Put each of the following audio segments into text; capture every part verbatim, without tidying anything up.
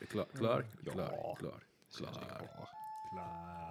klaar, klaar, Ja. klaar, klaar, klaar. Klaar.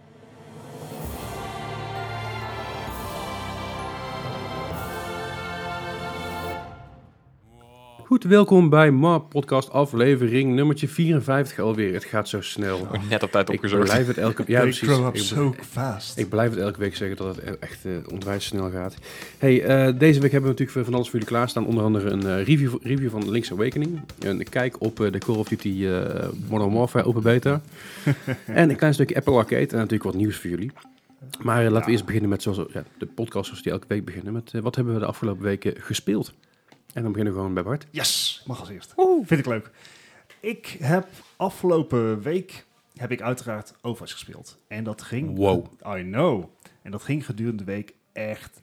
Goed, welkom bij M A Podcast aflevering nummertje vierenvijftig alweer. Het gaat zo snel. Oh, net op tijd Ik opgezocht. blijf het elke ja, They precies. grow up Ik, so fast. ik blijf het elke week zeggen dat het echt uh, onwijs snel gaat. Hey, uh, deze week hebben we natuurlijk van alles voor jullie klaarstaan. Onder andere een uh, review, review van Link's Awakening. Een kijk op uh, de Call of Duty uh, Modern Warfare Open Beta. En een klein stukje Apple Arcade. En natuurlijk wat nieuws voor jullie. Maar uh, laten Ja. we eerst beginnen met zoals, ja, de podcast zoals die elke week beginnen. Met uh, wat hebben we de afgelopen weken gespeeld? En dan beginnen we gewoon bij Bart. Yes, mag als eerst. Woehoe. Vind ik leuk. Ik heb afgelopen week heb ik uiteraard Overwatch gespeeld. En dat ging... Wow. I know. En dat ging gedurende de week echt,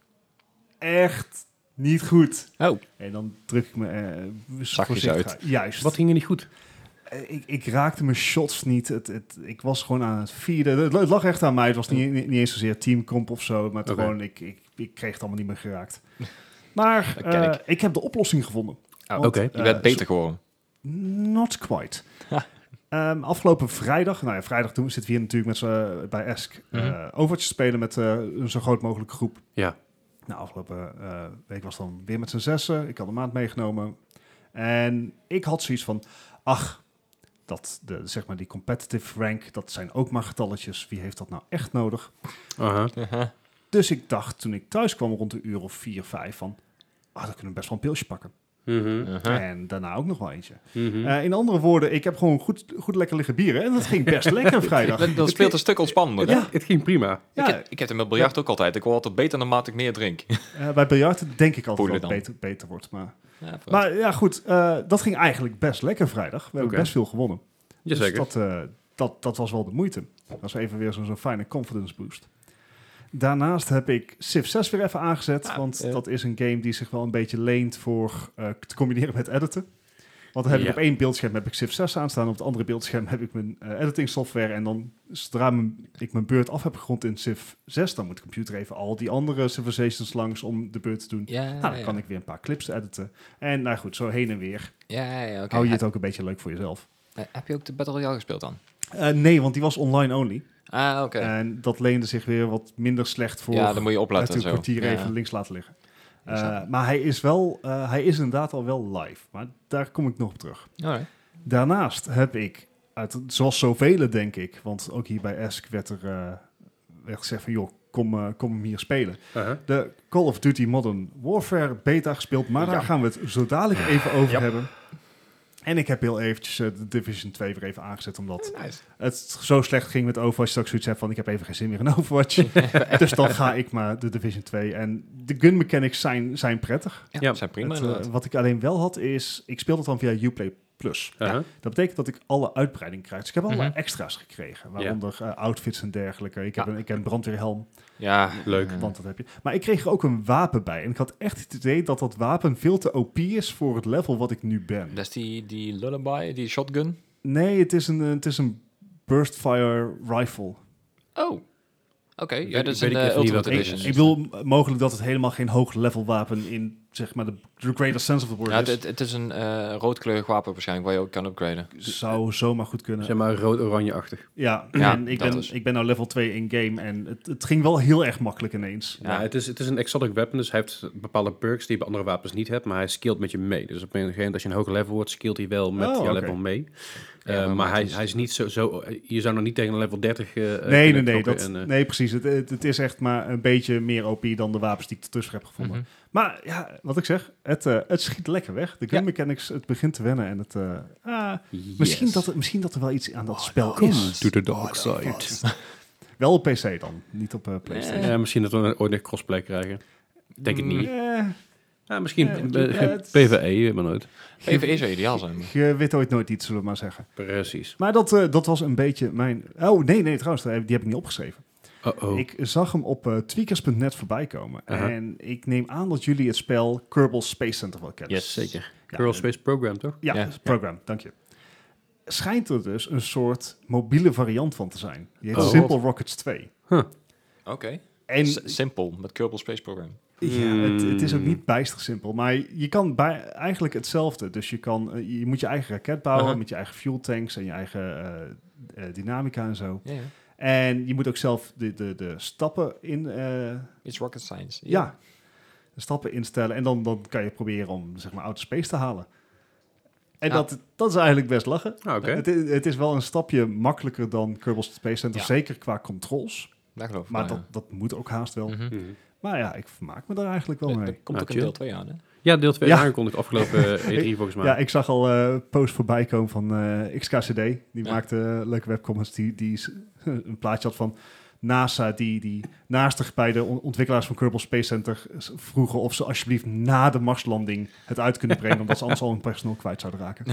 echt niet goed. Oh, En dan druk ik me uh, Zachtjes voorzichtig uit. Juist. Wat ging er niet goed? Uh, ik, ik raakte mijn shots niet. Het, het, ik was gewoon aan het vieren. Het, het lag echt aan mij. Het was niet, niet, niet eens zozeer teamcomp of zo. Maar het Oké. gewoon, ik, ik, ik kreeg het allemaal niet meer geraakt. Maar Dat ken uh, ik. ik heb de oplossing gevonden. Oh, Want, oké. je uh, bent beter geworden. Not quite. Ha. Um, afgelopen vrijdag, nou ja, vrijdag doen, zitten we hier natuurlijk met z'n, bij Esk uh, Mhm. Overwatch te spelen met uh, een zo groot mogelijke groep. Ja. Nou, afgelopen uh, week was dan weer met z'n zessen. Ik had een maand meegenomen. En ik had zoiets van, ach, dat de, zeg maar die competitive rank, dat zijn ook maar getalletjes. Wie heeft dat nou echt nodig? Aha. Uh-huh. Dus ik dacht, toen ik thuis kwam rond een uur of vier, vijf, van, ah, dan kunnen we best wel een pilsje pakken. Mhm. Uh-huh. En daarna ook nog wel eentje. Mhm. Uh, in andere woorden, ik heb gewoon goed, goed lekker liggen bieren. En dat ging best lekker vrijdag. Dat, dat speelt een stuk ontspannender. Ja. Het ging prima. Ik, Ja, heb, ik heb het met biljart ook altijd. Ik word altijd beter naarmate ik meer drink. uh, bij biljarten denk ik altijd Poelen dat het dan. beter, beter wordt. Maar, Ja, vooruit. maar ja, goed. Uh, dat ging eigenlijk best lekker vrijdag. We hebben Oké. best veel gewonnen. Jazeker. Dus dat, uh, dat, dat was wel de moeite. Dat was even weer zo'n zo'n fijne confidence boost. Daarnaast heb ik Civ zes weer even aangezet. Ah, want uh. dat is een game die zich wel een beetje leent voor uh, te combineren met editen. Want dan heb Ja. ik op één beeldscherm heb ik Civ zes aanstaan. Op het andere beeldscherm heb ik mijn uh, editing software. En dan zodra mijn, ik mijn beurt af heb gerond in Civ zes... dan moet de computer even al die andere civilizations langs om de beurt te doen. Ja, Nou, dan ja. kan ik weer een paar clips editen. En nou goed, zo heen en weer. Ja, ja, oké. Hou je het ook een beetje leuk voor jezelf. Uh, heb je ook de Battle Royale gespeeld dan? Uh, nee, want die was online only. Ah, oké. En dat leende zich weer wat minder slecht voor. Ja, dan moet je opletten en natuurlijk zo. een kwartier Ja. even links laten liggen. Ik Uh, snap het. maar hij is wel, uh, hij is inderdaad al wel live. Maar daar kom ik nog op terug. Alright. Daarnaast heb ik, uit, zoals zoveel denk ik, want ook hier bij Esk werd er uh, werd gezegd van, joh, kom, uh, kom hem hier spelen. Aha. De Call of Duty Modern Warfare beta gespeeld, maar daar Ja. gaan we het zo dadelijk even over Ja. hebben. En ik heb heel eventjes uh, de Division twee weer even aangezet, omdat Nice. het zo slecht ging met Overwatch dat ik zoiets heb van, ik heb even geen zin meer in Overwatch. Dus dan ga ik maar de Division twee. En de gun mechanics zijn, zijn prettig. Ja, Ja. zijn prima Het, uh, inderdaad. wat ik alleen wel had is, ik speelde het dan via Uplay Plus. Aha. Dat betekent dat ik alle uitbreiding krijg. Dus ik heb allerlei Mhm. extra's gekregen. Waaronder uh, outfits en dergelijke. Ik, Ja. heb een, ik heb een brandweerhelm, Ja, Leuk. uh, want dat heb je. Maar ik kreeg er ook een wapen bij. En ik had echt het idee dat dat wapen veel te O P is voor het level wat ik nu ben. dat is die, die lullaby, die shotgun. Nee, het is een, het is een burstfire rifle. Oh, oké. Ja, Weet- dat is weet een ik uh, even niet Ultimate wat Ik, het Edition. ik bedoel, m- mogelijk dat het helemaal geen hoog level wapen in, zeg maar, de, the greater sense of the word Ja, is. het, het is een uh, roodkleurig wapen waarschijnlijk, waar je ook kan upgraden. Zou zomaar goed kunnen. Zeg maar rood-oranje-achtig. Ja, Ja, en ik dat ben, is. ik ben nou level twee in-game en het, het ging wel heel erg makkelijk ineens. Ja, het, is, het is een exotic weapon, dus hij heeft bepaalde perks die je bij andere wapens niet hebt, maar hij skillt met je mee. Dus op een gegeven moment, als je een hoger level wordt, skillt hij wel met Oh, jouw oké. level mee. Ja, Uh, maar maar hij, het is- hij is niet zo, zo... Je zou nog niet tegen een level dertig... Uh, nee, nee, kunnen nee, kloppen dat, en, uh, nee, precies. Het, het, het is echt maar een beetje meer O P dan de wapens die ik ertussen heb gevonden. Mhm. Maar ja, wat ik zeg, het, uh, het schiet lekker weg. De gun Ja. mechanics, het begint te wennen en het... Uh, ah, yes. misschien, dat het, misschien dat er wel iets aan dat spel Come is. to the dark side. Wel op P C dan, niet op uh, PlayStation. Ja, misschien dat we ooit een crossplay krijgen. Denk het niet. Eh, Ja, misschien Ja, uh, ja, het- P V E, maar nooit. P V E zou ideaal zijn. maar- je weet ooit nooit iets, zullen we maar zeggen. Precies. Maar dat, uh, dat was een beetje mijn... Oh, nee, nee, trouwens, die heb ik niet opgeschreven. Uh-oh. Ik zag hem op uh, tweakers punt net voorbij komen. Aha. En ik neem aan dat jullie het spel Kerbal Space Center wel kennen. Yes, zeker. Ja, Kerbal en- Space Program, toch? Ja, Ja. program, dank je. Schijnt er dus een soort mobiele variant van te zijn. Die heet Oh. Simple Rockets twee. Oké. En S- Simpel, met Kerbal Space Program. Ja, het, het is ook niet bijster simpel, maar je kan bij, eigenlijk hetzelfde. Dus je, kan, uh, je moet je eigen raket bouwen Aha. met je eigen fuel tanks en je eigen uh, uh, dynamica en zo. Ja, ja. En je moet ook zelf de, de, de stappen in... Uh, It's rocket science. ja. ja, de stappen instellen en dan, dan kan je proberen om zeg maar outer space te halen. En Ja. dat, dat is eigenlijk best lachen. Ah, oké. Het, is- het is wel een stapje makkelijker dan Kerbal Space Center, Ja. zeker qua controls. Dat geloof ik Maar wel, dat, dat moet ook haast wel. ja. Mhm. Mhm. Maar ja, ik vermaak me daar eigenlijk wel Er- mee. Er komt Nou, ook een chill. deel twee aan, hè? Ja, deel twee Ja. is aangekondigd afgelopen E drie volgens mij. Ja, ik zag al eh post voorbij komen van eh, X K C D. Die Ja. maakte uh, leuke webcomments die, die s- een plaatje had van NASA die, die naastig bij de on- ontwikkelaars van Kerbal Space Center s- vroegen of ze alsjeblieft na de Marslanding het uit kunnen brengen, omdat ze anders al hun personeel kwijt zouden raken.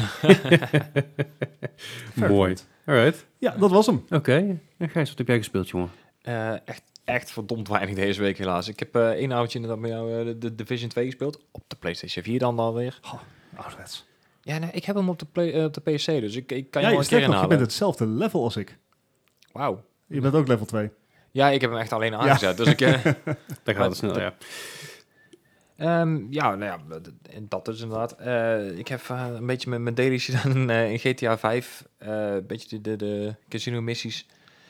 Fair Mooi. point. Alright. Ja, dat was hem. Oké. En Gijs, wat heb jij gespeeld, jongen? Eh, echt, echt verdomd weinig deze week helaas. Ik heb eh één avondje inderdaad met jou eh, de, de Division twee gespeeld. Op de PlayStation vier dan alweer. Ouderwets. Ja, nee, ik heb hem op de, play, eh, op de P C, dus ik, ik kan je Ja, wel een keer sterker nog, je inhalen. bent hetzelfde level als ik. Wauw. Je bent ook level twee. Ja, ik heb hem echt alleen aangezet. Dus ik, eh, Daar gaat het snel, ja. Ehm, ja, nou ja, d- en dat dus inderdaad. Eh, ik heb eh, een beetje mijn, mijn dailies gedaan eh, in G T A vijf. Eh, een beetje de, de, de casino missies.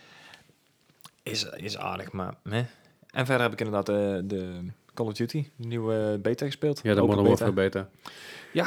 Is, is aardig, maar meh. En verder heb ik inderdaad eh, de Call of Duty, de nieuwe beta gespeeld. Ja, de Open Modern Warfare beta. Ja,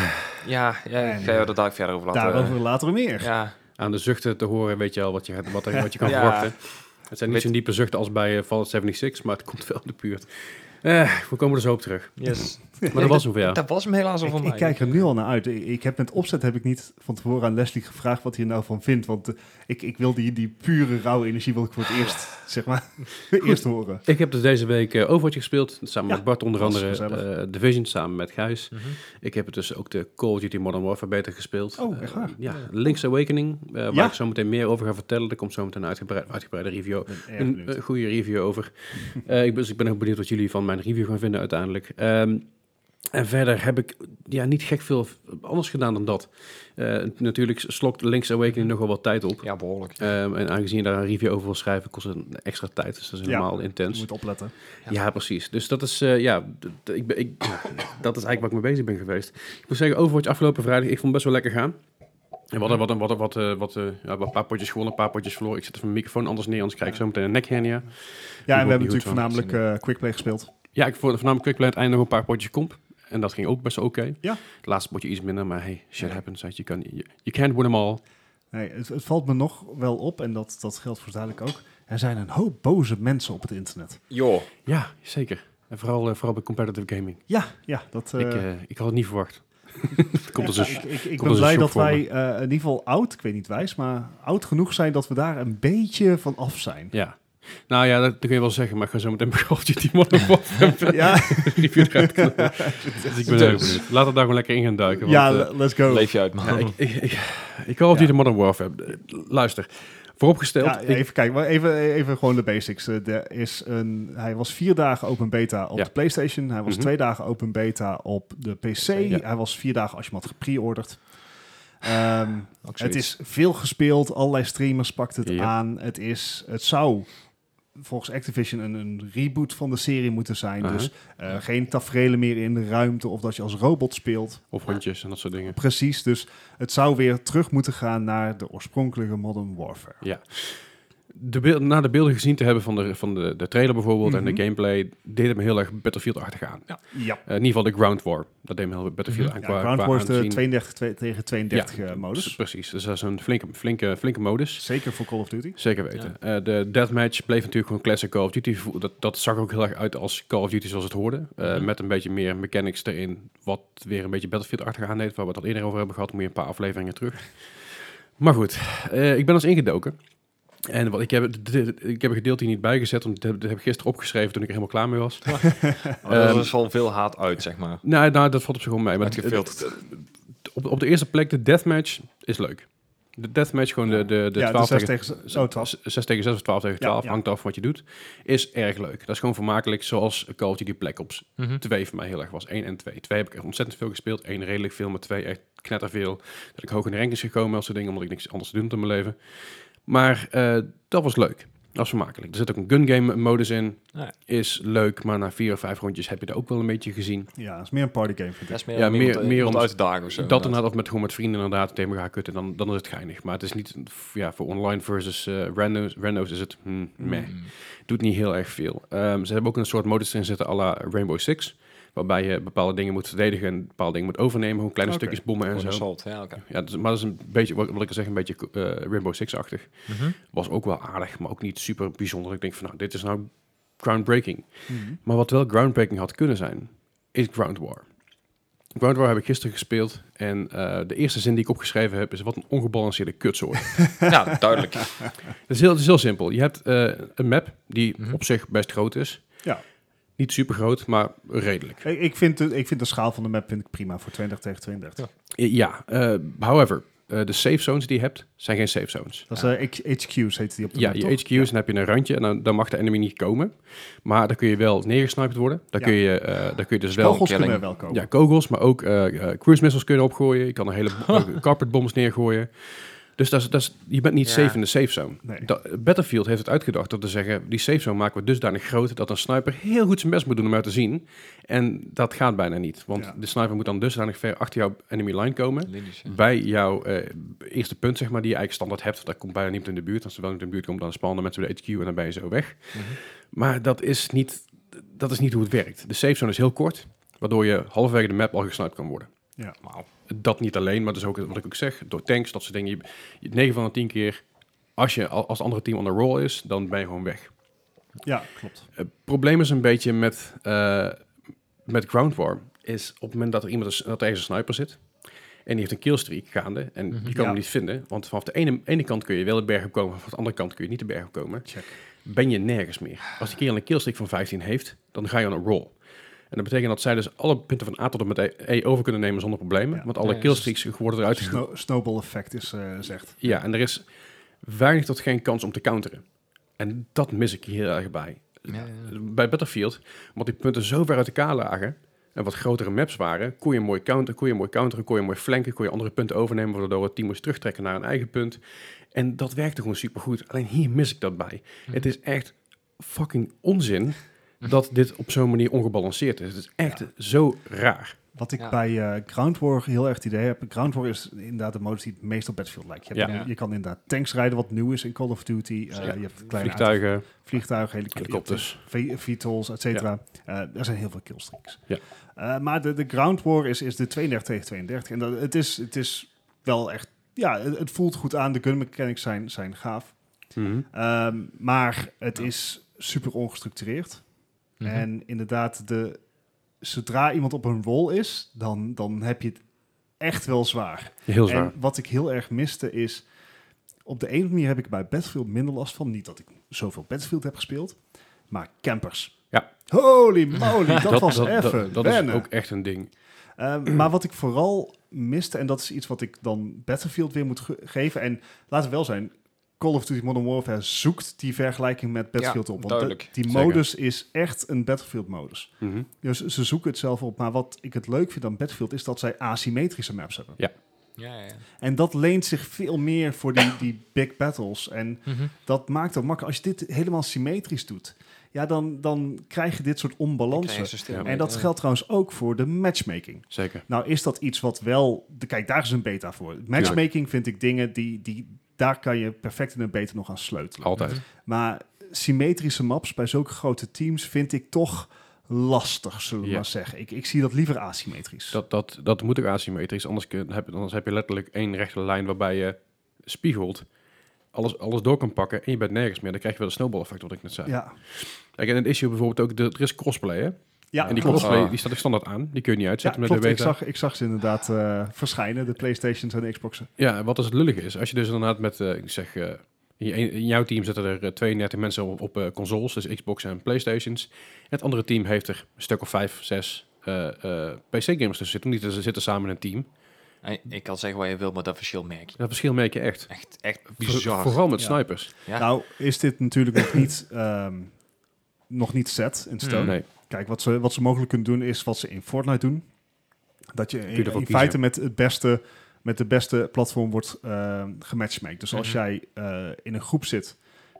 ja, ja En, ik ga je er dadelijk verder over laten. Daarover later meer. Ja, Aan de zuchten te horen weet je al wat je, gaat- wat, er- wat je kan Ja. verwachten. Het zijn niet Weet- zo'n diepe zuchten als bij uh, Fallout zevenenzestig, maar het komt wel in de buurt. Eh, we komen er zo op terug. yes. Maar dat was hem voor jou. Dat was hem helaas al Ik, voor ik mij. kijk er nu al naar uit. Ik, ik heb met opzet heb ik niet van tevoren aan Leslie gevraagd wat hij er nou van vindt. Want eh, ik, ik wil die, die pure rauwe energie wil ik voor het eerst, zeg maar, eerst horen. Ik heb dus deze week uh, Overwatch gespeeld. Samen Ja, met Bart onder dat was andere. gezellig. uh, Division samen met Gijs. Mhm. Ik heb dus ook de Call of Duty Modern Warfare beta gespeeld. Oh, echt waar? Uh, ja, Link's Awakening. Uh, waar Ja. ik zo meteen meer over ga vertellen. Er komt zo meteen een uitgebreid, uitgebreide review. Ik ben erg Een benieuwd. uh, goede review over. uh, ik, ben, dus ik ben ook benieuwd wat jullie van mijn review gaan vinden uiteindelijk. Um, en verder heb ik ja, niet gek veel anders gedaan dan dat. Uh, natuurlijk slokt Link's Awakening nogal wat tijd op. Ja, behoorlijk. Um, en aangezien je daar een review over wil schrijven, kost het een extra tijd. Dus dat is Ja. helemaal Je intens. moet opletten. Ja. precies. Dus dat is, uh, ja, d- d- ik ben, ik, ja, dat is eigenlijk waar ik mee bezig ben geweest. Ik moet zeggen, Overwatch afgelopen vrijdag, ik vond het best wel lekker gaan. En wat, wat, wat, wat, wat, wat, uh, ja, een paar potjes gewonnen, een paar potjes verloren. Ik zet even mijn microfoon anders neer, anders krijg ik zo meteen een nekhernia. Ja, en wordt we hebben niet natuurlijk goed van. voornamelijk uh, quickplay gespeeld. Ja, ik vond voornamelijk quickplay aan het einde nog een paar potjes komp. En dat ging ook best wel oké. Okay. Ja. Het laatste potje iets minder, maar hey, shit Ja. happens. Je kan, je, je can't win them all. Nee, het, het valt me nog wel op, en dat, dat geldt voor duidelijk ook. Er zijn een hoop boze mensen op het internet. Joh. Ja, zeker. En vooral, uh, vooral bij competitive gaming. Ja, ja. Dat, uh, ik, uh, ik had het niet verwacht. Komt als een, ik ik, ik komt ben als een blij shock dat voor wij me. uh, in ieder geval oud, ik weet niet wijs, maar oud genoeg zijn dat we daar een beetje van af zijn. Ja. Nou ja, dat, dat kun je wel zeggen, maar ik ga zo meteen bij Call of Duty Modern Warfare Ja, review eruit knallen. Dus ik ben heel benieuwd. Laten we daar gewoon lekker in gaan duiken. ja, Want, uh, le- let's go. Leef je uit, man. ja, ik, ik, ik, ik Call of Duty Ja. Modern Warfare. uh, Luister, vooropgesteld. Ja, ik- even kijken, maar even, even gewoon de basics. Uh, er is een, hij was vier dagen open beta op Ja. de PlayStation. Hij was Mhm. twee dagen open beta op de P C. Ja. Hij was vier dagen als je hem had gepreorderd. Um, Ook het zoiets. is veel gespeeld. Allerlei streamers pakt het Ja. aan. Het, is, het zou volgens Activision een, een reboot van de serie moeten zijn. Uh-huh. Dus uh, geen tafereelen meer in de ruimte of dat je als robot speelt. Of hondjes en dat soort dingen. Precies, dus het zou weer terug moeten gaan naar de oorspronkelijke Modern Warfare. Ja. De beeld, na de beelden gezien te hebben van de, van de, de trailer bijvoorbeeld Mhm. en de gameplay, deed het me heel erg Battlefield-achtig aan. Ja. Uh, in ieder geval de Ground War. Dat deed me heel Battlefield Mhm. aan Ja, qua, Ground qua War is de aanzien. tweeëndertig twee- tegen tweeëndertig Ja, eh, modus. Precies, dus dat is een flinke, flinke, flinke modus. Zeker voor Call of Duty. Zeker weten. Uh, de deathmatch bleef natuurlijk gewoon classic Call of Duty. Dat, dat zag ook heel erg uit als Call of Duty zoals het hoorde. Uh, Mhm. Met een beetje meer mechanics erin, wat weer een beetje Battlefield-achtig aandeed, waar we het al eerder over hebben gehad, moet je een paar afleveringen terug. Maar goed, uh, ik ben eens ingedoken. En wat ik heb, d- d- ik heb een gedeelte hier niet bijgezet, want dat heb, dat heb ik gisteren opgeschreven toen ik er helemaal klaar mee was. Oh, er is wel veel haat uit, zeg maar. Nou, nou, dat valt op zich wel mee. Maar het- Uitgefilterd. het- op, op de eerste plek, de deathmatch is leuk. De deathmatch, gewoon de, de, de ja, de twaalf zes tegen, tegen oh, twaalf. zes tegen zes of twaalf tegen Ja, twaalf, ja. hangt af van wat je doet, is erg leuk. Dat is gewoon vermakelijk, zoals Call of Duty Black Ops Mhm. twee voor mij heel erg was. één en twee. twee heb ik echt ontzettend veel gespeeld. één redelijk veel, maar twee echt knetterveel. Dat ik hoog in de rankings gekomen als soort dingen, omdat ik niks anders te doen had in mijn leven. Maar uh, dat was leuk. Dat is vermakelijk. Er zit ook een gun game modus in. Ja. Is leuk, maar na vier of vijf rondjes heb je er ook wel een beetje gezien. Ja, het is meer een partygame, vind Dat ik. is meer, Ja, meer, meer- iemand, meer iemand om- uit de dagen of zo. dat inderdaad, of met, gewoon met vrienden inderdaad tegen elkaar kutten, dan, dan is het geinig. Maar het is niet, ja, voor online versus uh, randoms, randoms is het, hmm, meh. Mm. Doet niet heel erg veel. Um, ze hebben ook een soort modus erin zitten à la Rainbow Six, waarbij je bepaalde dingen moet verdedigen en bepaalde dingen moet overnemen, gewoon kleine Oké. stukjes bommen en Gewoon zo. assault, ja, oké. Ja, dus, maar dat is een beetje, wat, wat ik al zeg, een beetje uh, Rainbow Six-achtig. Mhm. Was ook wel aardig, maar ook niet super bijzonder. Ik denk van, nou, dit is nou groundbreaking. Mhm. Maar wat wel groundbreaking had kunnen zijn, is Ground War. Ground War heb ik gisteren gespeeld en uh, de eerste zin die ik opgeschreven heb is wat een ongebalanceerde kutsoort. Nou, duidelijk. Het is, heel, het is heel simpel. Je hebt uh, een map die Mhm. op zich best groot is. Ja. Niet super groot, maar redelijk. Ik, ik, vind de, ik vind de schaal van de map vind ik prima voor twintig tegen tweeëndertig. Ja. Ja, uh, however, uh, de safe zones die je hebt, zijn geen safe zones. Dat is uh, H Q's, heet die op de Ja, map, je toch? H Q's, dan heb je een randje en dan, dan mag de enemy niet komen. Maar dan kun je wel neergesniped worden. Dan, Ja. kun, je, uh, dan kun je dus wel... Kogels killing. kunnen er wel komen. Ja, kogels, maar ook uh, uh, cruise missiles kunnen opgooien. Je kan een hele uh, carpetbombs neergooien. Dus dat is, dat is, je bent niet Ja. safe in de safe zone. Nee. Dat, Battlefield heeft het uitgedacht door te zeggen, die safe zone maken we dusdanig groot dat een sniper heel goed zijn best moet doen om uit te zien. En dat gaat bijna niet. Want Ja. de sniper moet dan dusdanig ver achter jouw enemy line komen. Linies, ja. Bij jouw uh, eerste punt, zeg maar, die je eigenlijk standaard hebt. Daar komt bijna niemand in de buurt. Als er wel niet in de buurt komt, dan spannen mensen bij de H Q en dan ben je zo weg. Mhm. Maar dat is niet, dat is niet hoe het werkt. De safe zone is heel kort, waardoor je halverwege de map al gesniped kan worden. Ja. Wauw. Dat niet alleen, maar dus ook wat ik ook zeg, door tanks, dat soort dingen. Je, je, negen van de tien keer, als, je, als het andere team on the roll is, dan ben je gewoon weg. Ja, klopt. Het probleem is een beetje met, uh, met Ground War, is op het moment dat er iemand is, dat er ergens een sniper zit, en die heeft een killstreak gaande, en Mhm. je kan Ja. hem niet vinden, want vanaf de ene, ene kant kun je wel de berg op komen, vanaf de andere kant kun je niet de berg op komen, Check. ben je nergens meer. Als die kerel een killstreak van vijftien heeft, dan ga je on een roll. En dat betekent dat zij dus alle punten van A tot en met E over kunnen nemen zonder problemen. Ja. Want alle Ja, killstreaks worden eruit gegooid. Snow, snowball effect is uh, zegt. Ja, en er is weinig tot geen kans om te counteren. En dat mis ik hier heel erg bij. Ja, ja. Bij Battlefield, omdat die punten zo ver uit elkaar lagen en wat grotere maps waren, kon je mooi counteren, kon je mooi counteren, kon je mooi flanken, kon je andere punten overnemen, waardoor het team moest terugtrekken naar een eigen punt. En dat werkte gewoon supergoed. Alleen hier mis ik dat bij. Mhm. Het is echt fucking onzin dat dit op zo'n manier ongebalanceerd is. Het is echt Ja. zo raar. Wat ik Ja. bij uh, Ground War heel erg het idee heb. Ground War is inderdaad de modus die het meest op Battlefield lijkt. Je, hebt Ja. een- je kan inderdaad tanks rijden, wat nieuw is in Call of Duty. Uh, Ja. Je hebt kleine Vliegtuigen, auto- vliegtuigen, helico- helikopters. V- VTOLs, et cetera. Uh, er zijn heel veel killstreaks. Ja. Uh, maar de, de Ground War is, is de tweeëndertig tegen tweeëndertig. En dat, het, is, het is wel echt... Ja, het, het voelt goed aan. De gun mechanics zijn, zijn gaaf. Mhm. Um, maar het is super ongestructureerd. Mhm. En inderdaad, de, zodra iemand op een rol is, dan, dan heb je het echt wel zwaar. Heel zwaar. En wat ik heel erg miste is, op de ene manier heb ik bij Battlefield minder last van. Niet dat ik zoveel Battlefield heb gespeeld, maar campers. Ja. Holy moly, dat, was dat, even dat, dat is wennen. ook echt een ding. Um, maar wat ik vooral miste, en dat is iets wat ik dan Battlefield weer moet ge- geven. En laten we wel zijn, Call of Duty Modern Warfare zoekt die vergelijking met Battlefield Ja, op. Want duidelijk. de- die Zeker. modus is echt een Battlefield-modus. Mhm. Dus ze zoeken het zelf op. Maar wat ik het leuk vind aan Battlefield is dat zij asymmetrische maps hebben. Ja, ja, ja. En dat leent zich veel meer voor die, die big battles. En Mhm. dat maakt het makkelijk. Als je dit helemaal symmetrisch doet, ja, dan, dan krijg je dit soort Krijg je onbalansen. een systeem Ja. mee, En dat ja. geldt trouwens ook voor de matchmaking. Zeker. Nou is dat iets wat wel... De, kijk, daar is een beta voor. Matchmaking vind ik dingen die... die daar kan je perfect in een beta nog aan sleutelen. Altijd. Mhm. Maar symmetrische maps bij zulke grote teams vind ik toch lastig, zullen we Ja. maar zeggen. Ik, ik zie dat liever asymmetrisch. Dat, dat, dat moet ook asymmetrisch, anders, kun, heb, anders heb je letterlijk één rechte lijn waarbij je spiegelt, alles, alles door kan pakken en je bent nergens meer. Dan krijg je wel de snowball effect, wat ik net zei. ja, Kijk, en het issue bijvoorbeeld ook, de, er is crossplay, hè? ja en die klopt. crossplay, Ah. die staat ook standaard aan. Die kun je niet Ja, uitzetten met klopt. de Ik beta. zag, ik zag ze inderdaad uh, verschijnen, de PlayStations en de Xboxen. Ja, en wat is het lullige is, als je dus inderdaad met, uh, ik zeg, uh, in, je, in jouw team zitten er uh, tweeëndertig mensen op, op uh, consoles, dus Xbox en PlayStations. En het andere team heeft er een stuk of vijf, zes uh, uh, P C-gamers tussen zitten. Niet, ze zitten samen in een team. En ik kan zeggen wat je wil, maar dat verschil merk je. Dat verschil merk je echt. Echt, echt Voor- bizar. vooral met Ja. snipers. Ja. Nou is dit natuurlijk nog niet, um, nog niet set in stone. Hmm. Nee. Kijk, wat ze, wat ze mogelijk kunnen doen is wat ze in Fortnite doen. Dat je in, ervoor in kiezen. feite met het beste, met de beste platform wordt uh, gematchmaked. Dus als Mhm. jij uh, in een groep zit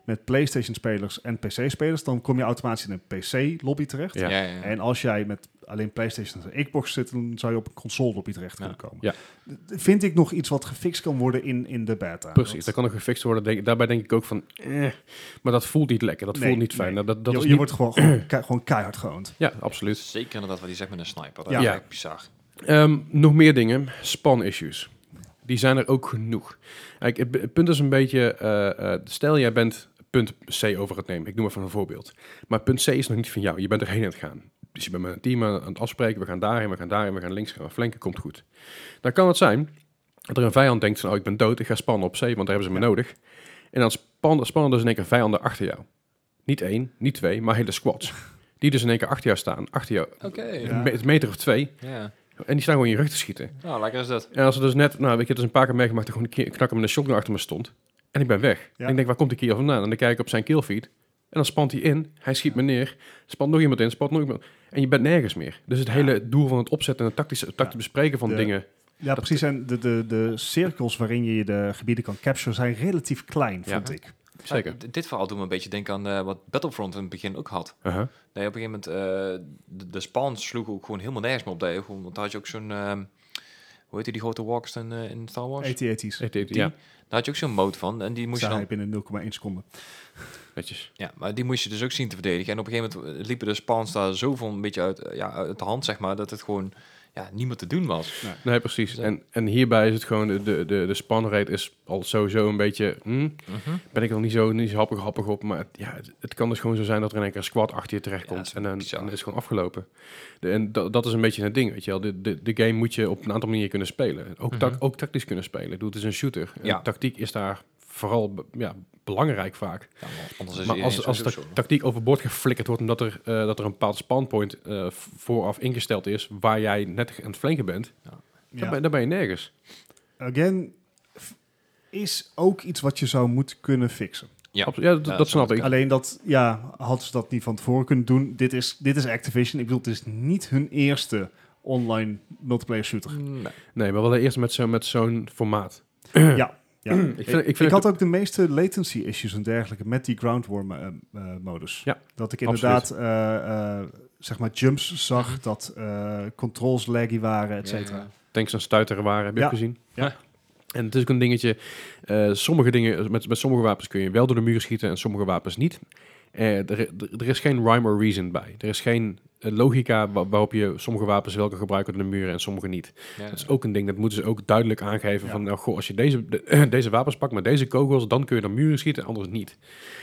met PlayStation-spelers en P C-spelers, dan kom je automatisch in een P C-lobby terecht. Ja. Ja, ja, ja. En als jij met alleen PlayStation en Xbox zit, dan zou je op een console-lobby terecht Ja. kunnen komen. Ja. D- Vind ik nog iets wat gefixt kan worden in, in de beta. Precies, Dat- dat kan nog gefixt worden. Denk, daarbij denk ik ook van, eh, maar dat voelt niet lekker. Dat Nee, voelt niet fijn. nee. Dat, dat je is je niet... wordt gewoon, gewoon, ke- gewoon keihard geoond. Ja, absoluut. Zeker inderdaad wat hij zegt met een sniper. Dat Ja. is Ja. echt bizar. Ehm, nog meer dingen. Spawn issues. Die zijn er ook genoeg. Kijk, het, het punt is een beetje, eh, eh, stel jij bent punt C over het nemen. Ik noem even een voorbeeld. Maar punt C is nog niet van jou. Je bent erheen aan het gaan. Dus je bent met een team aan het afspreken. We gaan daarheen, we gaan daarheen, we gaan links, gaan we flanken. Komt goed. Dan kan het zijn dat er een vijand denkt van, oh, ik ben dood. Ik ga spannen op C, want daar hebben ze me Ja. nodig. En dan spannen, spannen dus in één keer vijanden achter jou. Niet één, niet twee, maar hele squads. Die dus in één keer achter jou staan. Achter jou. Oké. Ja. Een me- meter of twee. Ja. En die staan gewoon in je rug te schieten. Nou, lekker is dat. En als er dus net, nou, ik heb dus een paar keer meegemaakt dat gewoon een keer knakker met een shotgun achter me stond. En ik ben weg. Ja. En ik denk, waar komt ik hier vandaan? En dan kijk ik op zijn killfeed. En dan spant hij in. Hij schiet me neer. Spant nog iemand in. Spant nog iemand. En je bent nergens meer. Dus het Ja. hele doel van het opzetten en het tactische, het tactisch Ja. bespreken van De- dingen. Ja, precies. En de, de, de cirkels waarin je de gebieden kan capturen zijn relatief klein, Ja. vind ik. Zeker. Ja, d- dit verhaal doet me een beetje denken aan eh, wat Battlefront in het begin ook had. Uh-huh. Nee, op een gegeven moment, eh, de, de spawns sloegen ook gewoon helemaal nergens meer op. Dat je gewoon, want daar had je ook zo'n, ehm, hoe heet die, die grote walkers in, eh, in Star Wars? A T A T's. Echt, echt, Die, ja, Daar had je ook zo'n mode van. En die moest je Zei dan, hij binnen nul komma één seconde. netjes. ja, maar die moest je dus ook zien te verdedigen. En op een gegeven moment eh, liepen de spawns daar zo van een beetje uit, eh, ja, uit de hand, zeg maar, dat het gewoon ja, niet meer te doen was. Nee, precies. Zo. En, en hierbij is het gewoon, de, de, de, de span rate is al sowieso een beetje, hm, Mhm. ben ik nog niet zo, niet zo happig, happig op. Maar het, ja, het, het kan dus gewoon zo zijn dat er in één keer een squad achter je terecht Ja, komt. dat is en dan bizar. en dan is het gewoon afgelopen. De, en dat, dat is een beetje het ding, weet je wel. De, de, de game moet je op een aantal manieren kunnen spelen. Ook, tak- Mhm. ook tactisch kunnen spelen. Ik bedoel, het is een shooter. Ja. En tactiek is daar vooral be- ja, belangrijk vaak. Ja, maar anders is Maar iedereen als, als sowieso de zo. tactiek overboord geflikkerd wordt omdat er, eh, dat er een bepaald spawnpoint eh, vooraf ingesteld is waar jij net aan het flanken bent, dan, Ja. ben, dan ben je nergens. Again, f- is ook iets wat je zou moeten kunnen fixen. Ja. Abso- ja, dat, Ja, dat snap snap ik. Alleen dat, ja, hadden ze dat niet van tevoren kunnen doen. Dit is, dit is Activision. Ik bedoel, het is niet hun eerste online multiplayer shooter. Nee. Nee, maar wel eerst met, zo, met zo'n formaat. ja, ja. Ik vind, ik vind Ik het- had ook de meeste latency issues en dergelijke met die ground war mo- eh, modus. Ja, dat ik inderdaad eh, eh, zeg maar jumps zag, dat eh, controls laggy waren, et cetera. Ja, ja. tanks aan stuiteren waren, heb je Ja. ook gezien? Ja. En het is ook een dingetje, eh, sommige dingen, met, met sommige wapens kun je wel door de muur schieten en sommige wapens niet. Eh, er, er, er is geen rhyme or reason bij. Er is geen eh, logica wa- waarop je sommige wapens wel kan gebruiken door de muren en sommige niet. Ja, Dat is ook een ding, dat moeten ze ook duidelijk aangeven Ja. van, nou goh, als je deze, de- deze wapens pakt met deze kogels, dan kun je door muren schieten, anders niet.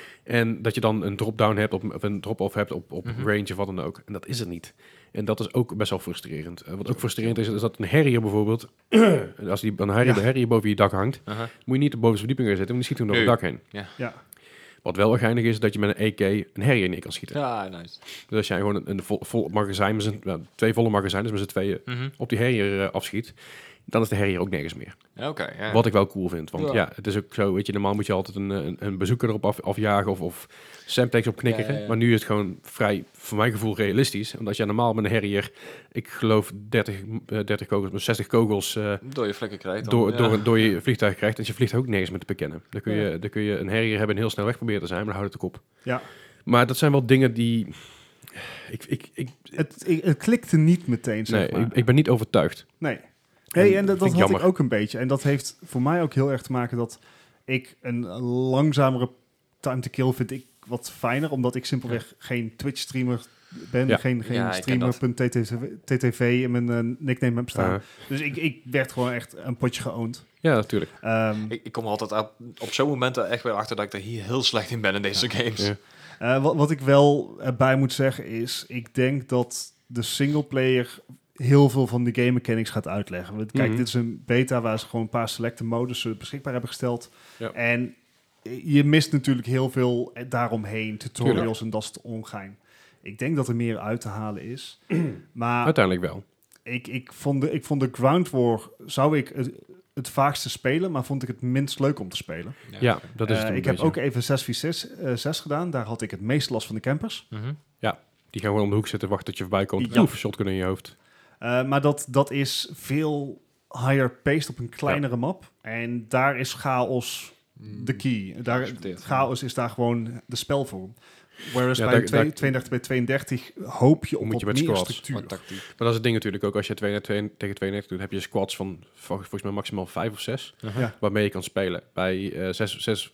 En dat je dan een drop-down hebt op, of een drop-off hebt op, op Mhm. range of wat dan ook. En dat is het niet. En dat is ook best wel frustrerend. Eh, wat ook frustrerend is, is dat een harrier bijvoorbeeld, als die een harrier, Ja. de harrier boven je dak hangt, Aha. moet je niet de bovenste verdieping gaan zitten, want die schiet toen door het Nee. dak heen. Ja. Wat wel geinig is, dat je met een E K een harrier neer kan schieten. Ja, nice. Dus als jij gewoon een, een vol, vol magazijn, met z'n- nou, twee volle magazijnen, dus met z'n tweeën Mhm. op die harrier eh, afschiet, dan is de harrier ook nergens meer. Ja, Oké, ja. Wat ik wel cool vind, want ja. Ja. het is ook zo, weet je, normaal moet je altijd een, een, een bezoeker erop af, afjagen of, of Semtex op knikkeren, Ja, ja, ja. maar nu is het gewoon vrij, voor mijn gevoel, realistisch. Omdat je normaal met een harrier, ik geloof dertig, eh, dertig kogels, zestig kogels eh, Door je vlekken krijgt. dan, door, ja. door, door je vliegtuig krijgt en je vliegt ook nergens meer te bekennen. Dan kun, je, Ja. dan kun je een harrier hebben en heel snel weg proberen te zijn, maar dan houdt het ook op. Ja. Maar dat zijn wel dingen die... Ik, ik, ik, Het, ik- het klikte niet meteen, zeg nee, maar. ik, ik ben niet overtuigd. Nee. Hey, en dat, vind dat ik had ik jammer. ook een beetje. En dat heeft voor mij ook heel erg te maken dat ik een langzamere time to kill vind ik wat fijner, omdat ik simpelweg geen Twitch-streamer ben, Ja. geen, geen Ja, ik ken dat. streamer.ttv in mijn eh, nickname heb staan. Uh, Dus ik, ik werd gewoon echt een potje geoond. ja, natuurlijk. Ehm, Ik, ik kom er altijd op, op zo'n momenten echt weer achter dat ik er hier heel slecht in ben in deze games. Ja. eh, wat, wat ik wel erbij moet zeggen is, ik denk dat de singleplayer heel veel van de game mechanics gaat uitleggen. Want kijk, Mhm. dit is een beta waar ze gewoon een paar selecte modus eh, beschikbaar hebben gesteld. Ja. En je mist natuurlijk heel veel eh, daaromheen, tutorials Tuurlijk. en dat soort ongein. Ik denk dat er meer uit te halen is. Maar Uiteindelijk wel. ik, ik, vond de, ik vond de Ground War, zou ik het, het vaakste spelen, maar vond ik het minst leuk om te spelen. Ja, dat is Eh, het een ik heb beetje. ook even zes v zes, eh, zes gedaan. Daar had ik het meest last van de campers. Mhm. Die gaan gewoon om de hoek zitten, wachten tot je voorbij komt. Ja. Poef, shotgun in je hoofd. Uh, maar dat, dat is veel higher paced op een kleinere map. En daar is chaos de key. Daar, geaccepteerd. chaos is daar gewoon de spelvorm. Whereas Ja, bij daar- twee- daar- tweeëndertig bij tweeëndertig hoop je op Moet je wat met meer squads. structuur. Wat tactiek. Maar dat is het ding natuurlijk ook. Als je twee, twee, tegen tweeëndertig doet, heb je squads van vol- volgens mij maximaal vijf of zes. Ja. Waarmee je kan spelen. Bij uh, zes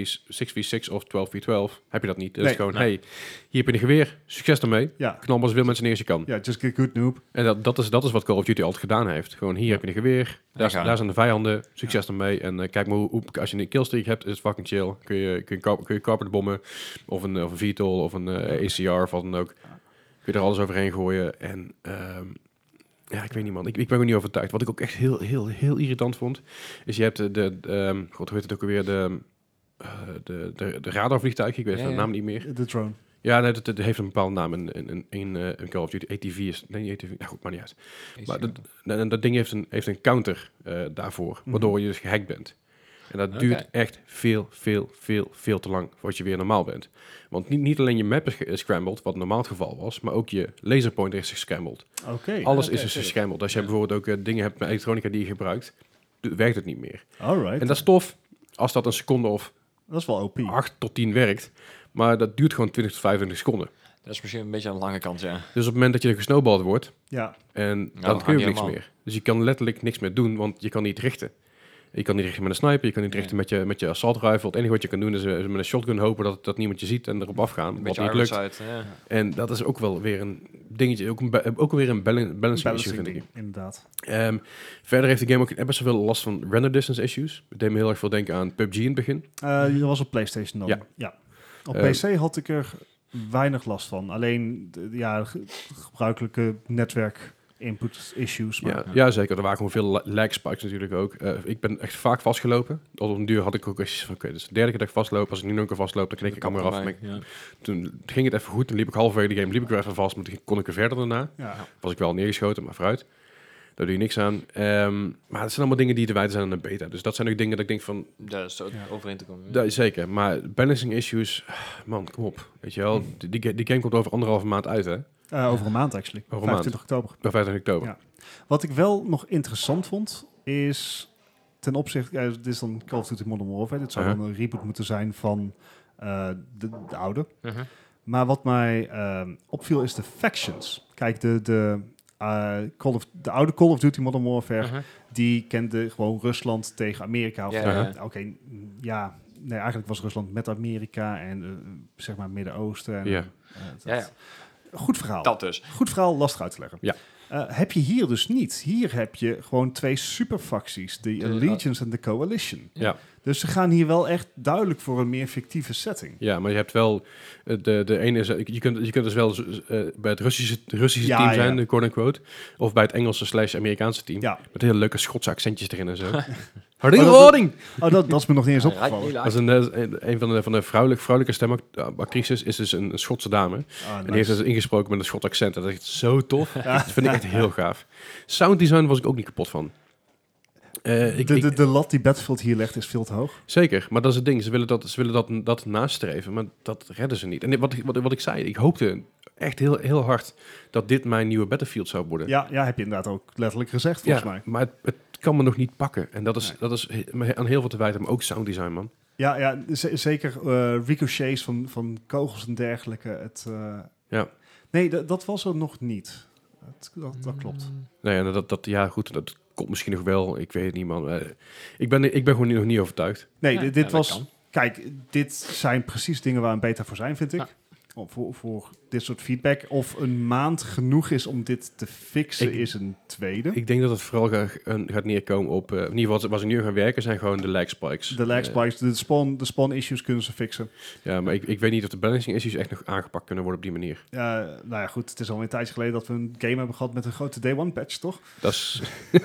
v zes of twaalf v twaalf heb je dat niet. Dus Nee, gewoon, nee. hey, hier heb je een geweer. Succes ermee. Ja, Knal maar zoveel mensen neer als je kan. ja, just get good noob. En dat, dat, is, dat is wat Call of Duty altijd gedaan heeft. Gewoon, hier heb je een geweer. Daar, gaan. daar zijn de vijanden. Succes ermee. En uh, kijk maar hoe, hoe, als je een killstreak hebt, is het fucking chill. Kun je, kun je, kar- kun je carpetbommen. Of een, of een V TOL. Of een uh, A C R. Of wat dan ook. Kun je er alles overheen gooien. En um, ja, ik weet niet man. Ik, ik ben er niet overtuigd. Wat ik ook echt heel, heel, heel irritant vond. Is je hebt de, de, de um, god, hoe heet het ook alweer? De, uh, de, de, de radarvliegtuig. Ik weet Ja, de ja. naam niet meer. De drone. Ja, nee, het, het heeft een bepaalde naam in, in, in, uh, in Call of Duty. A T V is... Nee, niet A T V. Nou goed, maar niet uit. Maar dat, en dat ding heeft een, heeft een counter uh, daarvoor. Mhm. Waardoor je dus gehackt bent. En dat Oké. duurt echt veel, veel, veel, veel te lang voordat je weer normaal bent. Want niet, niet alleen je map is ge- is scrambled, wat normaal het geval was, maar ook je laserpointer is gescrambled. Oké. Alles oké, is dus tuurlijk. gescrambled. Als je Ja. bijvoorbeeld ook uh, dingen hebt met elektronica die je gebruikt, d- werkt het niet meer. Alright. En dat is tof als dat een seconde of Dat is wel O P. acht tot tien werkt. Maar dat duurt gewoon twintig tot vijfentwintig seconden. Dat is misschien een beetje aan de lange kant, ja. Dus op het moment dat je gesnowballed wordt, Ja. en Ja, dan dan kun je ga je niks helemaal. meer. Dus je kan letterlijk niks meer doen, want je kan niet richten. Je kan niet richten met een sniper, je kan niet Nee. richten met je, met je assault rifle. Het enige wat je kan doen is, uh, is met een shotgun hopen dat, dat niemand je ziet en erop afgaan. Een Wat beetje niet lukt. uit. Ja. En dat is ook wel weer een dingetje, ook, een ba- ook weer een balan- balancing issue, Balancing vind ik. ding, inderdaad. Um, verder heeft de game ook best wel veel last van render distance issues. Het deed me heel erg veel denken aan P U B G in het begin. Uh, dat was op PlayStation dan. Ja. Ja. Op Eh, P C had ik er weinig last van. Alleen de, ja, ge- gebruikelijke netwerk input issues. Maar, Ja, ja, zeker. Er waren gewoon veel la- lag spikes natuurlijk ook. Uh, ik ben echt vaak vastgelopen. Tot op een duur had ik ook eens van, oké, okay, dus de derde keer dat ik vastloop. Als ik nu nog een keer vastloop, dan knik ik allemaal af. Maar ik- Ja. Toen ging het even goed. Dan liep ik halverwege de game, liep ik weer even vast. Maar toen kon ik er verder daarna. ja. Was ik wel neergeschoten, maar vooruit. Daar doe je niks aan. Um, maar het zijn allemaal dingen die te wijten zijn aan een beta. Dus dat zijn ook dingen dat ik denk van, Dat is ook Ja. overeen te komen. dat is zeker. Maar balancing issues, man, kom op. Weet je wel, die, die, die game komt over anderhalve maand uit, hè? Uh, over een maand actually. Over een maand. vijfentwintig oktober. Bij vijfentwintig oktober. Ja. Wat ik wel nog interessant vond, is ten opzichte... Ja, dit is dan Call of Duty Modern Warfare. Dit zou Uh-huh. dan een reboot moeten zijn van uh, de, de oude. Uh-huh. Maar wat mij uh, opviel is de factions. Kijk, de, de, uh, Call of, de oude Call of Duty Modern Warfare, Uh-huh. die kende gewoon Rusland tegen Amerika. Of Ja, uh, ja, ja. Oké, mm, ja... Nee, eigenlijk was Rusland met Amerika en uh, zeg maar Midden-Oosten. En, Ja. uh, dat- Ja, ja. Goed verhaal. Dat dus. Goed verhaal, lastig uit te leggen. Ja. Uh, heb je hier dus niet. Hier heb je gewoon twee superfacties. De De- Allegiance en de Coalition. Ja. Dus ze gaan hier wel echt duidelijk voor een meer fictieve setting. Ja, maar je hebt wel... eh, De, de ene is... Je kunt, je kunt dus wel eh, bij het Russische, Russische Ja, team ja. zijn, de quote-unquote. Of bij het Engelse slash Amerikaanse team. Ja. Met hele leuke Schotse accentjes erin en zo. Oh, dat- Harding! Oh, dat, dat is me nog niet eens Ja, opgevallen. ja, Dat is een, eh, een, een van de, van de vrouwelijke, vrouwelijke stemactrices is dus een, een Schotse dame. Ah, En die heeft nice. dus ingesproken met een Schots accent. Dat is echt zo tof. Dat vind ik echt heel gaaf. Sounddesign was ik ook niet kapot van. Eh, ik, de, ik- de, de lat die Battlefield hier legt is veel te hoog. Zeker, maar dat is het ding. Ze willen dat, ze willen dat, dat nastreven, maar dat redden ze niet. En wat, ik- wat, wat ik zei, ik hoopte echt heel, heel hard dat dit mijn nieuwe Battlefield zou worden. Ja, ja, heb je inderdaad ook letterlijk gezegd, volgens Ja, mij. maar het, het kan me nog niet pakken. En dat is, Nee. dat is he- aan heel veel te wijten, maar ook sounddesign, man. Ja, ja z- zeker uh, ricochets van, van kogels en dergelijke. Het, uh, Ja. Nee, d- dat was er nog niet. Het, dat, dat klopt. Nee, en dat, dat, ja, goed, dat komt misschien nog wel. Ik weet het niet, man. Eh, Ik ben, ik ben gewoon nog niet overtuigd. Nee, Ja, dit, ja, dit dat was... kan. Kijk, dit zijn precies dingen waar een beta voor zijn, vind ik. Ja. Of voor, voor dit soort feedback. Of een maand genoeg is om dit te fixen, Ik- is een tweede. Ik denk dat het vooral ga- een- gaat neerkomen op... eh, in ieder geval, waar ze nu gaan werken, zijn gewoon de lag spikes. de lag Eh, spikes, de spawn, de spawn issues kunnen ze fixen. ja, maar ik, ik weet niet of de balancing issues echt nog aangepakt kunnen worden op die manier. Uh, nou ja, goed, het is al een tijdje geleden dat we een game hebben gehad met een grote day one patch, toch? Dat is...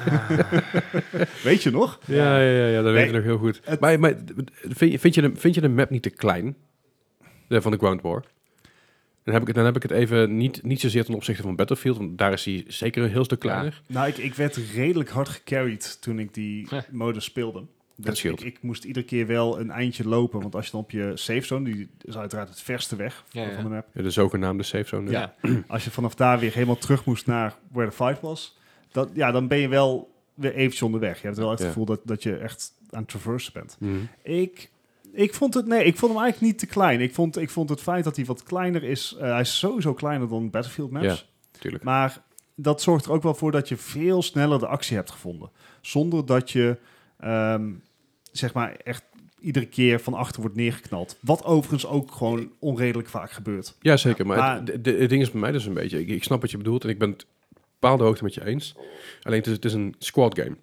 Weet je nog? Ja, ja, ja, ja, dat Nee, weet ik nog heel goed. het- Maar, maar vind, je, vind, je de, vind je de map niet te klein? De, van de Ground War? Dan heb ik het, dan heb ik het even niet, niet zozeer ten opzichte van Battlefield, want daar is hij zeker een heel stuk kleiner. Nou, ik, ik werd redelijk hard gecarried toen ik die Ja. modus speelde. Dat Dus ik, scheelt. ik moest iedere keer wel een eindje lopen, want als je dan op je safe zone, die is uiteraard het verste weg Ja, ja. van de map. Ja, de zogenaamde safe zone. Ja. Als je vanaf daar weer helemaal terug moest naar where the fight was, dat, ja, dan ben je wel weer eventjes onderweg. Je hebt wel echt het Ja. gevoel dat, dat je echt aan het traversen bent. Mm. Ik, ik vond het, nee, ik vond hem eigenlijk niet te klein. Ik vond, ik vond het feit dat hij wat kleiner is, uh, hij is sowieso kleiner dan Battlefield maps. Ja, tuurlijk. Maar dat zorgt er ook wel voor dat je veel sneller de actie hebt gevonden. Zonder dat je, um, zeg maar, echt iedere keer van achter wordt neergeknald. Wat overigens ook gewoon onredelijk vaak gebeurt. Ja, zeker. Maar, Maar- het, de- de- het ding is bij mij dus een beetje... Ik, ik snap wat je bedoelt en ik ben het op bepaalde hoogte met je eens. Alleen het is, het is een squad game.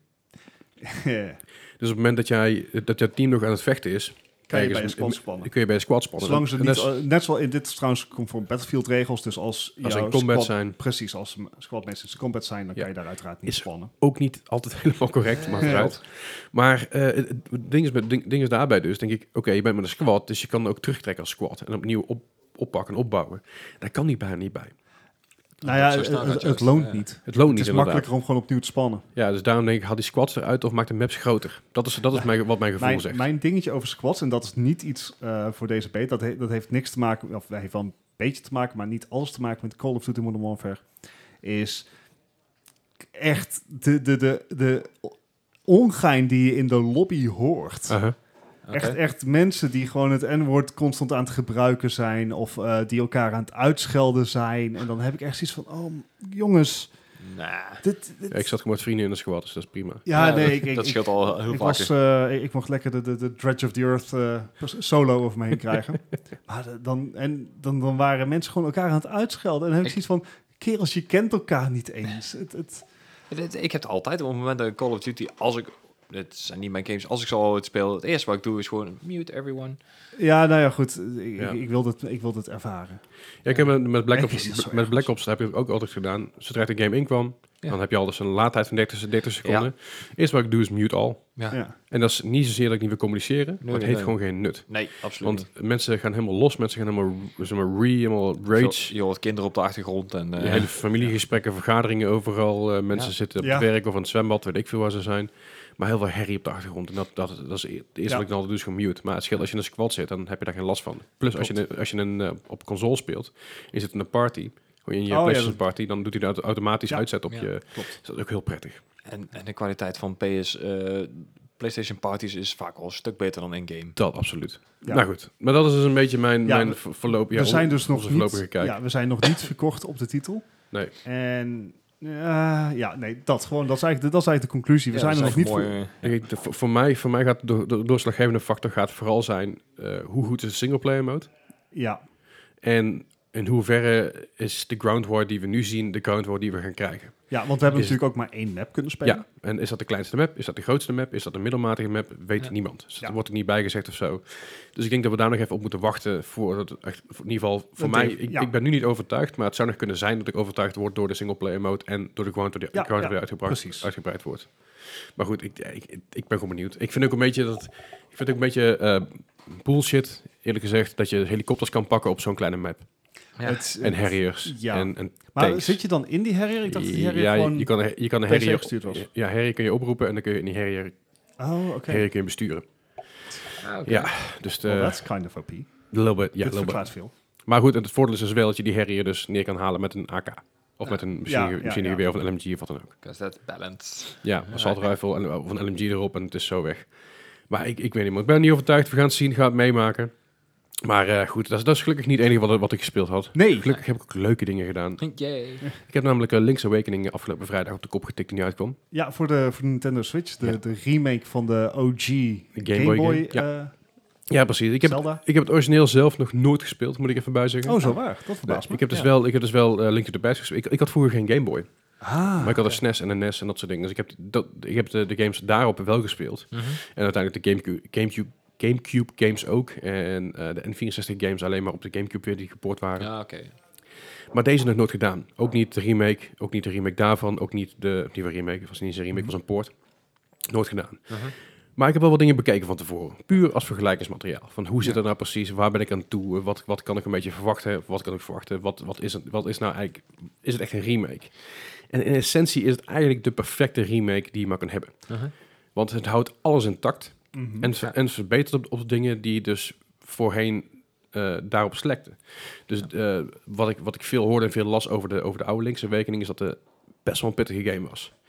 Dus op het moment dat, jij, dat jouw team nog aan het vechten is... Kan je ergens bij een in- squad in- spannen. kun je bij een squad spannen. Zolang ze En niet, dat is- uh, net zoals in dit is trouwens conform Battlefield regels, dus als, als jouw in combat squad, zijn... precies, als squad mensen in combat zijn, dan Ja. kan je daar uiteraard niet Is- spannen. Ook niet altijd helemaal correct, maar vooruit. Maar uh, het, het ding, is met, ding, ding is daarbij dus, denk ik... Oké, okay, je bent met een squad, dus je kan ook terugtrekken als squad. En opnieuw op, oppakken en opbouwen. Daar kan die bijna niet bij. Nou ja, Zo het, snel het, gaat het je ook, loont ja. niet. Het loont Het niet is inderdaad. makkelijker om gewoon opnieuw te spannen. Ja, dus daarom denk ik, haal die squads eruit of maak de maps groter. Dat is, dat is Ja. mijn, wat mijn gevoel Mijn, zegt. mijn dingetje over squads, en dat is niet iets uh, voor deze beta, dat, he, dat heeft niks te maken, of heeft wel een beetje te maken, maar niet alles te maken met Call of Duty Modern Warfare, is echt de, de, de, de ongein die je in de lobby hoort. Uh-huh. Oké. Echt, echt mensen die gewoon het N-woord constant aan het gebruiken zijn, of uh, die elkaar aan het uitschelden zijn. En dan heb ik echt zoiets van, oh jongens, Nah. dit... dit Ja, ik zat gewoon met vrienden in de squad, dus dat is prima. ja, Ja, nee, ik, ik, dat scheelt al heel ik, vaak. was, uh, ik, ik mocht lekker de, de, de Dredge of the Earth uh, solo over me heen krijgen. Maar de, dan, en dan, dan waren mensen gewoon elkaar aan het uitschelden. En dan heb ik Ik- zoiets van, kerels, je kent elkaar niet eens. Het, het, Dit- Ik heb het altijd op het moment dat ik Call of Duty, als ik, het zijn niet mijn games, als ik zo het speel, het eerste wat ik doe is gewoon mute everyone. ja, nou ja, goed. Ik, Ja. ik, ik wil het, ik wil het ervaren. Ja, ik heb met, met Black Nee, Ops, is het zo met erg. Black Ops heb je het ook altijd gedaan. Zodra de game inkwam, Ja. dan heb je al dus een laadtijd van dertig, dertig seconden. Eerst wat ik doe is mute all. Ja. Ja. En dat is niet zozeer dat ik niet wil communiceren, maar het heeft nee. gewoon geen nut. Nee, absoluut Want mensen gaan helemaal los, mensen gaan helemaal, zeg maar, re, helemaal niet. rage. Je hoort kinderen op de achtergrond en... eh, Je hele familiegesprekken, vergaderingen overal. Uh, mensen Ja. zitten op Ja. het werk of aan het zwembad, weet ik veel waar ze zijn. Maar heel veel herrie op de achtergrond. En dat, dat, dat is het eerste Ja. wat ik dan altijd doe, is gewoon mute. Maar het scheelt, als je in een squad zit, dan heb je daar geen last van. Plus, als je, als je een, uh, op console speelt, je zit in een party, gewoon in je Oh, ja, PlayStation dat- party, dan doet hij dat automatisch Ja. uitzetten op Ja. je... Klopt. Dat is ook heel prettig. En, en de kwaliteit van P S, eh, PlayStation parties is vaak wel een stuk beter dan in-game. Dat, absoluut. Ja. Nou goed, maar dat is dus een beetje mijn, Ja, mijn we- vo- voorlopig... Ja, we zijn on- dus nog onze voorlopige niet, kijk. ja, we zijn nog niet verkocht op de titel. Nee. En uh, ja, nee, dat gewoon, dat is eigenlijk de, dat is eigenlijk de conclusie. We Ja, zijn er dat nog is niet echt voor. mooi, eh, Denk ik, de- voor, voor mij, voor mij gaat de, de doorslaggevende factor gaat vooral zijn uh, hoe goed is de singleplayer mode Ja, en in hoeverre is de ground war die we nu zien de ground war die we gaan krijgen. ja, want we hebben Is- natuurlijk ook maar één map kunnen spelen. Ja, en is dat de kleinste map? Is dat de grootste map? Is dat een middelmatige map? Weet Ja. niemand. Dus Ja. er wordt er niet bij gezegd of zo. Dus ik denk dat we daar nog even op moeten wachten voor het echt, voor in ieder geval voor Dat mij. denk ik, Ik, ja. ik ben nu niet overtuigd, maar het zou nog kunnen zijn dat ik overtuigd word door de singleplayer mode en door de ground war die, Ja, ground ja, die uitgebreid, precies. uitgebreid wordt. Maar goed, ik, ik, ik ben gewoon benieuwd. Ik vind ook een beetje dat ik vind ook een beetje uh, bullshit, eerlijk gezegd, dat je helikopters kan pakken op zo'n kleine map. Ja. Het- En het- Harriers. Ja. En, en Maar tanks. zit je dan in die Harrier? Ik dacht dat die Harrier ja, gewoon... je kan, je kan een P C Harrier gestuurd was. Ja, Harrier kun je oproepen en dan kun je in die Harrier, Oh, oké. Harrier kun je besturen. Ah, oké. Ja, dus de, Well, that's kind of O P. a little bit, ja, Dit little bit. verklaart veel. Maar goed, en het voordeel is dus wel dat je die Harrier dus neer kan halen met een A K. Of met een Ja, machine, ja, machinegeweer ja. of een L M G of wat dan ook. Because that balance. Ja, assault rifle en, of een L M G erop en het is zo weg. Maar ik, ik weet niet, man. Ik ben er niet overtuigd. We gaan het zien, gaan het meemaken. Maar uh, goed, dat is, dat is gelukkig niet het enige wat, wat ik gespeeld had. Nee. Gelukkig heb ik ook leuke dingen gedaan. Yay. Ik heb namelijk uh, Link's Awakening afgelopen vrijdag op de kop getikt toen die uitkwam. Ja, voor de, voor de Nintendo Switch. De, Ja. de remake van de O G De Game Boy, game. Ja. eh, Ja, precies. Ik heb, Zelda. ik heb het origineel zelf nog nooit gespeeld, moet ik even bij zeggen. Oh, zo waar. Dat Nee, verbaast me. ik heb dus Ja. wel, ik heb dus wel uh, Link to the Past gespeeld. Ik, ik had vroeger geen Game Boy. Ah, Maar ik had een S N E S en een N E S en dat soort dingen. Dus ik heb, dat, ik heb de, de games daarop wel gespeeld. Mhm. En uiteindelijk de Gamecube, Gamecube, Gamecube games ook. En uh, de N vierenzestig games alleen maar op de Gamecube weer die gepoord waren. Ja, oké. Maar deze nog nooit gedaan. Ook niet de remake. Ook niet de remake daarvan. Ook niet de nieuwe remake. Het was niet eens een remake, het was een poort. Nooit gedaan. Mhm. Maar ik heb wel wat dingen bekeken van tevoren. Puur als vergelijkingsmateriaal. Van hoe zit het nou precies? Waar ben ik aan toe? Wat, wat kan ik een beetje verwachten? Wat kan ik verwachten? Wat, wat, is het, wat is nou eigenlijk... Is het echt een remake? En in essentie is het eigenlijk de perfecte remake die je maar kan hebben. Mhm. Want het houdt alles intact. Mhm. En, ver- en verbetert op, op dingen die dus voorheen uh, daarop slekten. Dus uh, wat, ik, wat ik veel hoorde en veel las over de, over de oude Linkse Awakening is dat het best wel een pittige game was.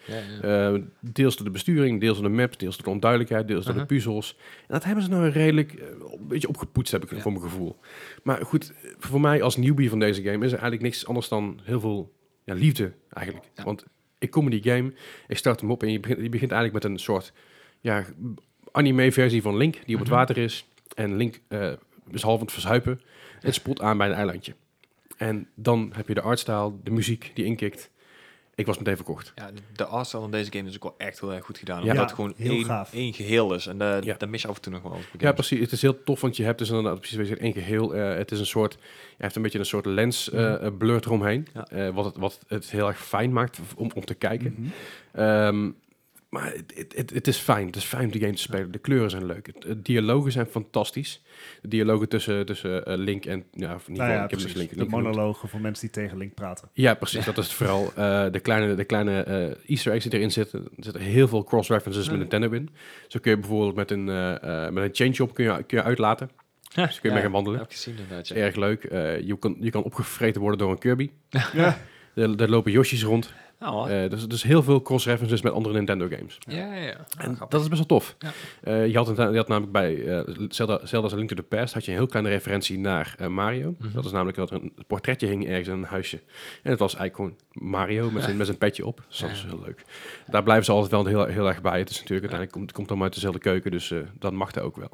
Ja, ja. Uh, deels door de besturing, deels door de maps, deels door de onduidelijkheid, deels door Uh-huh. de puzzels. En dat hebben ze nou redelijk uh, een beetje opgepoetst, heb ik Ja. voor mijn gevoel. Maar goed, voor mij als newbie van deze game is er eigenlijk niks anders dan heel veel ja, liefde eigenlijk. Ja. Want ik kom in die game, ik start hem op en je begint, je begint eigenlijk met een soort ja, anime-versie van Link die op het Mhm. water is. En Link uh, is half aan het verzuipen en spoelt aan bij een eilandje. En dan heb je de artstyle, de muziek die inkikt. Ik was meteen verkocht. Ja, de artstyle van deze game is ook wel echt heel erg goed gedaan. Ja. Omdat Ja, het gewoon heel één, gaaf. één geheel is. En uh, Ja. dat mis je af en toe nog wel eens bij Ja, games. precies. Het is heel tof, want je hebt dus inderdaad precies wat je zegt, één geheel. Uh, het is een soort, je hebt een beetje een soort lens uh, Mhm. uh, blur eromheen. Ja. Uh, wat, het, wat het heel erg fijn maakt om, om te kijken. Mhm. Um, maar het, het, het, het is fijn. Het is fijn om die game te spelen. De kleuren zijn leuk. Het, de dialogen zijn fantastisch. De dialogen tussen, tussen uh, Link en... Ja, of in ieder Nou geval, ja, ik heb precies. dus Link, De Link genoemd. monologen van mensen die tegen Link praten. Ja, precies. Dat is het vooral. Uh, de kleine, de kleine uh, Easter eggs die erin zitten. Er zitten heel veel cross-references Ja. met Nintendo in. Zo kun je bijvoorbeeld met een, uh, uh, met een chain shop kun je, kun je uitlaten. Dus kun je mee gaan wandelen. Heb ik gezien inderdaad. Dat Ja. is erg leuk. Uh, je, kan, je kan opgevreten worden door een Kirby. Ja. Er, er lopen Yoshi's rond. Oh, Uh, dus, dus heel veel cross-references met andere Nintendo games. ja, ja, ja. En Ah, dat is best wel tof. Ja. Uh, je, had een, je had namelijk bij uh, Zelda, Zelda's A Link to the Past had je een heel kleine referentie naar uh, Mario. Mhm. Dat is namelijk dat er een portretje hing ergens in een huisje. En het was eigenlijk gewoon Mario met zijn, met zijn petje op. Dus dat is Ja. heel leuk. Daar blijven ze altijd wel heel, heel erg bij. Het is natuurlijk uiteindelijk komt, komt allemaal uit dezelfde keuken, dus uh, dat mag er ook wel.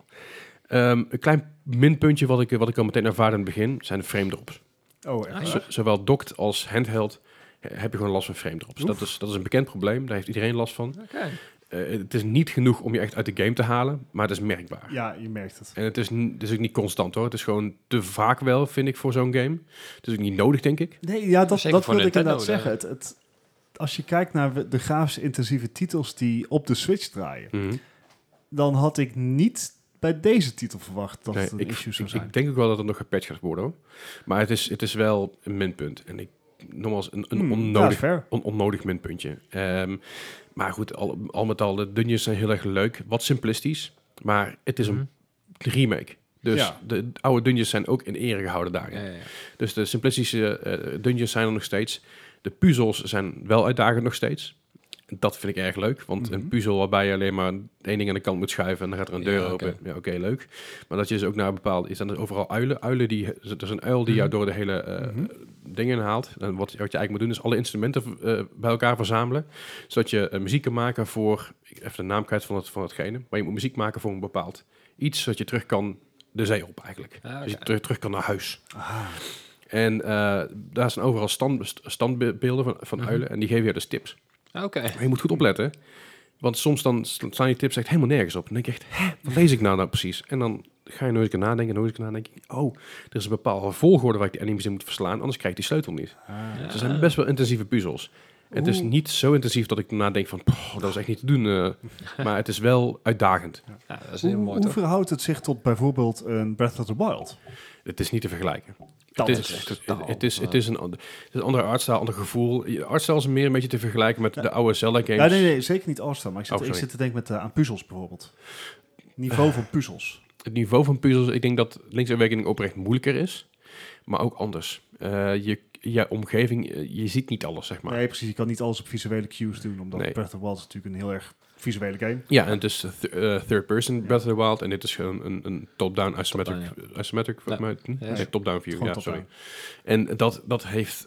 Um, een klein minpuntje wat ik, wat ik al meteen ervaarde in het begin zijn de frame drops. Oh, echt? Ah, ja. Zo, zowel docked als handheld heb je gewoon last van frame drops. Dat is, dat is een bekend probleem, daar heeft iedereen last van. Oké. Uh, het is niet genoeg om je echt uit de game te halen, maar het is merkbaar. Ja, je merkt het. En het is, n- het is ook niet constant hoor. Het is gewoon te vaak wel, vind ik, voor zo'n game. Het is ook niet nodig, denk ik. Nee, ja, dat, Zeker dat voor wilde ik Nintendo, inderdaad zeggen. Het, het, als je kijkt naar de grafisch intensieve titels die op de Switch draaien, Mhm. dan had ik niet bij deze titel verwacht dat Nee, het een ik, issue zou ik, zijn. ik denk ook wel dat het nog gepatcht gaat worden hoor. Maar het is, het is wel een minpunt. En ik, nogmaals, een, een Hmm, onnodig, ja, fair. on, onnodig minpuntje. Um, maar goed, al, al met al, de dungeons zijn heel erg leuk. Wat simplistisch. Maar het is Mhm. een remake. Dus Ja. de oude dungeons zijn ook in ere gehouden daarin. Ja, ja, ja. Dus de simplistische uh, dungeons zijn er nog steeds. De puzzels zijn wel uitdagend nog steeds. Dat vind ik erg leuk, want Mhm. een puzzel waarbij je alleen maar één ding aan de kant moet schuiven en dan gaat er een Ja, deur oké. open. Ja, oké, leuk. Maar dat je dus ook naar een bepaald... Is dan dus overal uilen. Uilen, die, er is een uil die jou Mhm. door de hele uh, Mhm. dingen haalt. En wat, wat je eigenlijk moet doen, is alle instrumenten uh, bij elkaar verzamelen. Zodat je uh, muziek kan maken voor... Ik even de naam kwijt van, het, van hetgene. Maar je moet muziek maken voor een bepaald iets, zodat je terug kan de zee op eigenlijk. Ah, Dus je oké. terug, terug kan naar huis. Ah, En uh, daar zijn overal stand, standbeelden van, van Mhm. uilen en die geven je dus tips. Oké. Maar je moet goed opletten, want soms dan staan die tips echt helemaal nergens op. En dan denk je echt, hè, wat lees ik nou nou precies? En dan ga je nog eens een keer nadenken, nog eens een keer nadenken. Oh, er is een bepaalde volgorde waar ik de enemies in moet verslaan, anders krijg ik die sleutel niet. ah. Ja. Dus het zijn best wel intensieve puzzels. Het is Oeh. niet zo intensief dat ik daarna denk van, "Poh, dat is echt niet te doen. uh, maar het is wel uitdagend. Ja, dat is heel Hoe, mooi hoe toch? verhoudt het zich tot bijvoorbeeld een Breath of the Wild? Het is niet te vergelijken. Dat het is is, echt het, totaal, het is, het uh, is een, ander- het is een andere artstyle, ander gevoel. Je artstyle is meer een beetje te vergelijken met Ja. de oude Zelda games. Ja, nee, nee, zeker niet All-Star, maar ik zit, Oh, ik sorry. zit te denken met, uh, aan puzzels bijvoorbeeld. Niveau van puzzels. Het niveau van puzzels, ik denk dat Link's Awakening oprecht moeilijker is, maar ook anders. Uh, je, je omgeving, uh, je ziet niet alles, zeg maar. Nee, precies. Je kan niet alles op visuele cues doen, omdat Nee. Breath of the Wild is natuurlijk een heel erg visuele game. Ja, en het is uh, th- uh, third person Ja. Breath of the Wild en dit is gewoon een, een top-down isometric, Top-down, isometric volgens mij. Hm? Ja. Nee, top-down view, Gewoon ja, top-down. sorry. En dat, dat heeft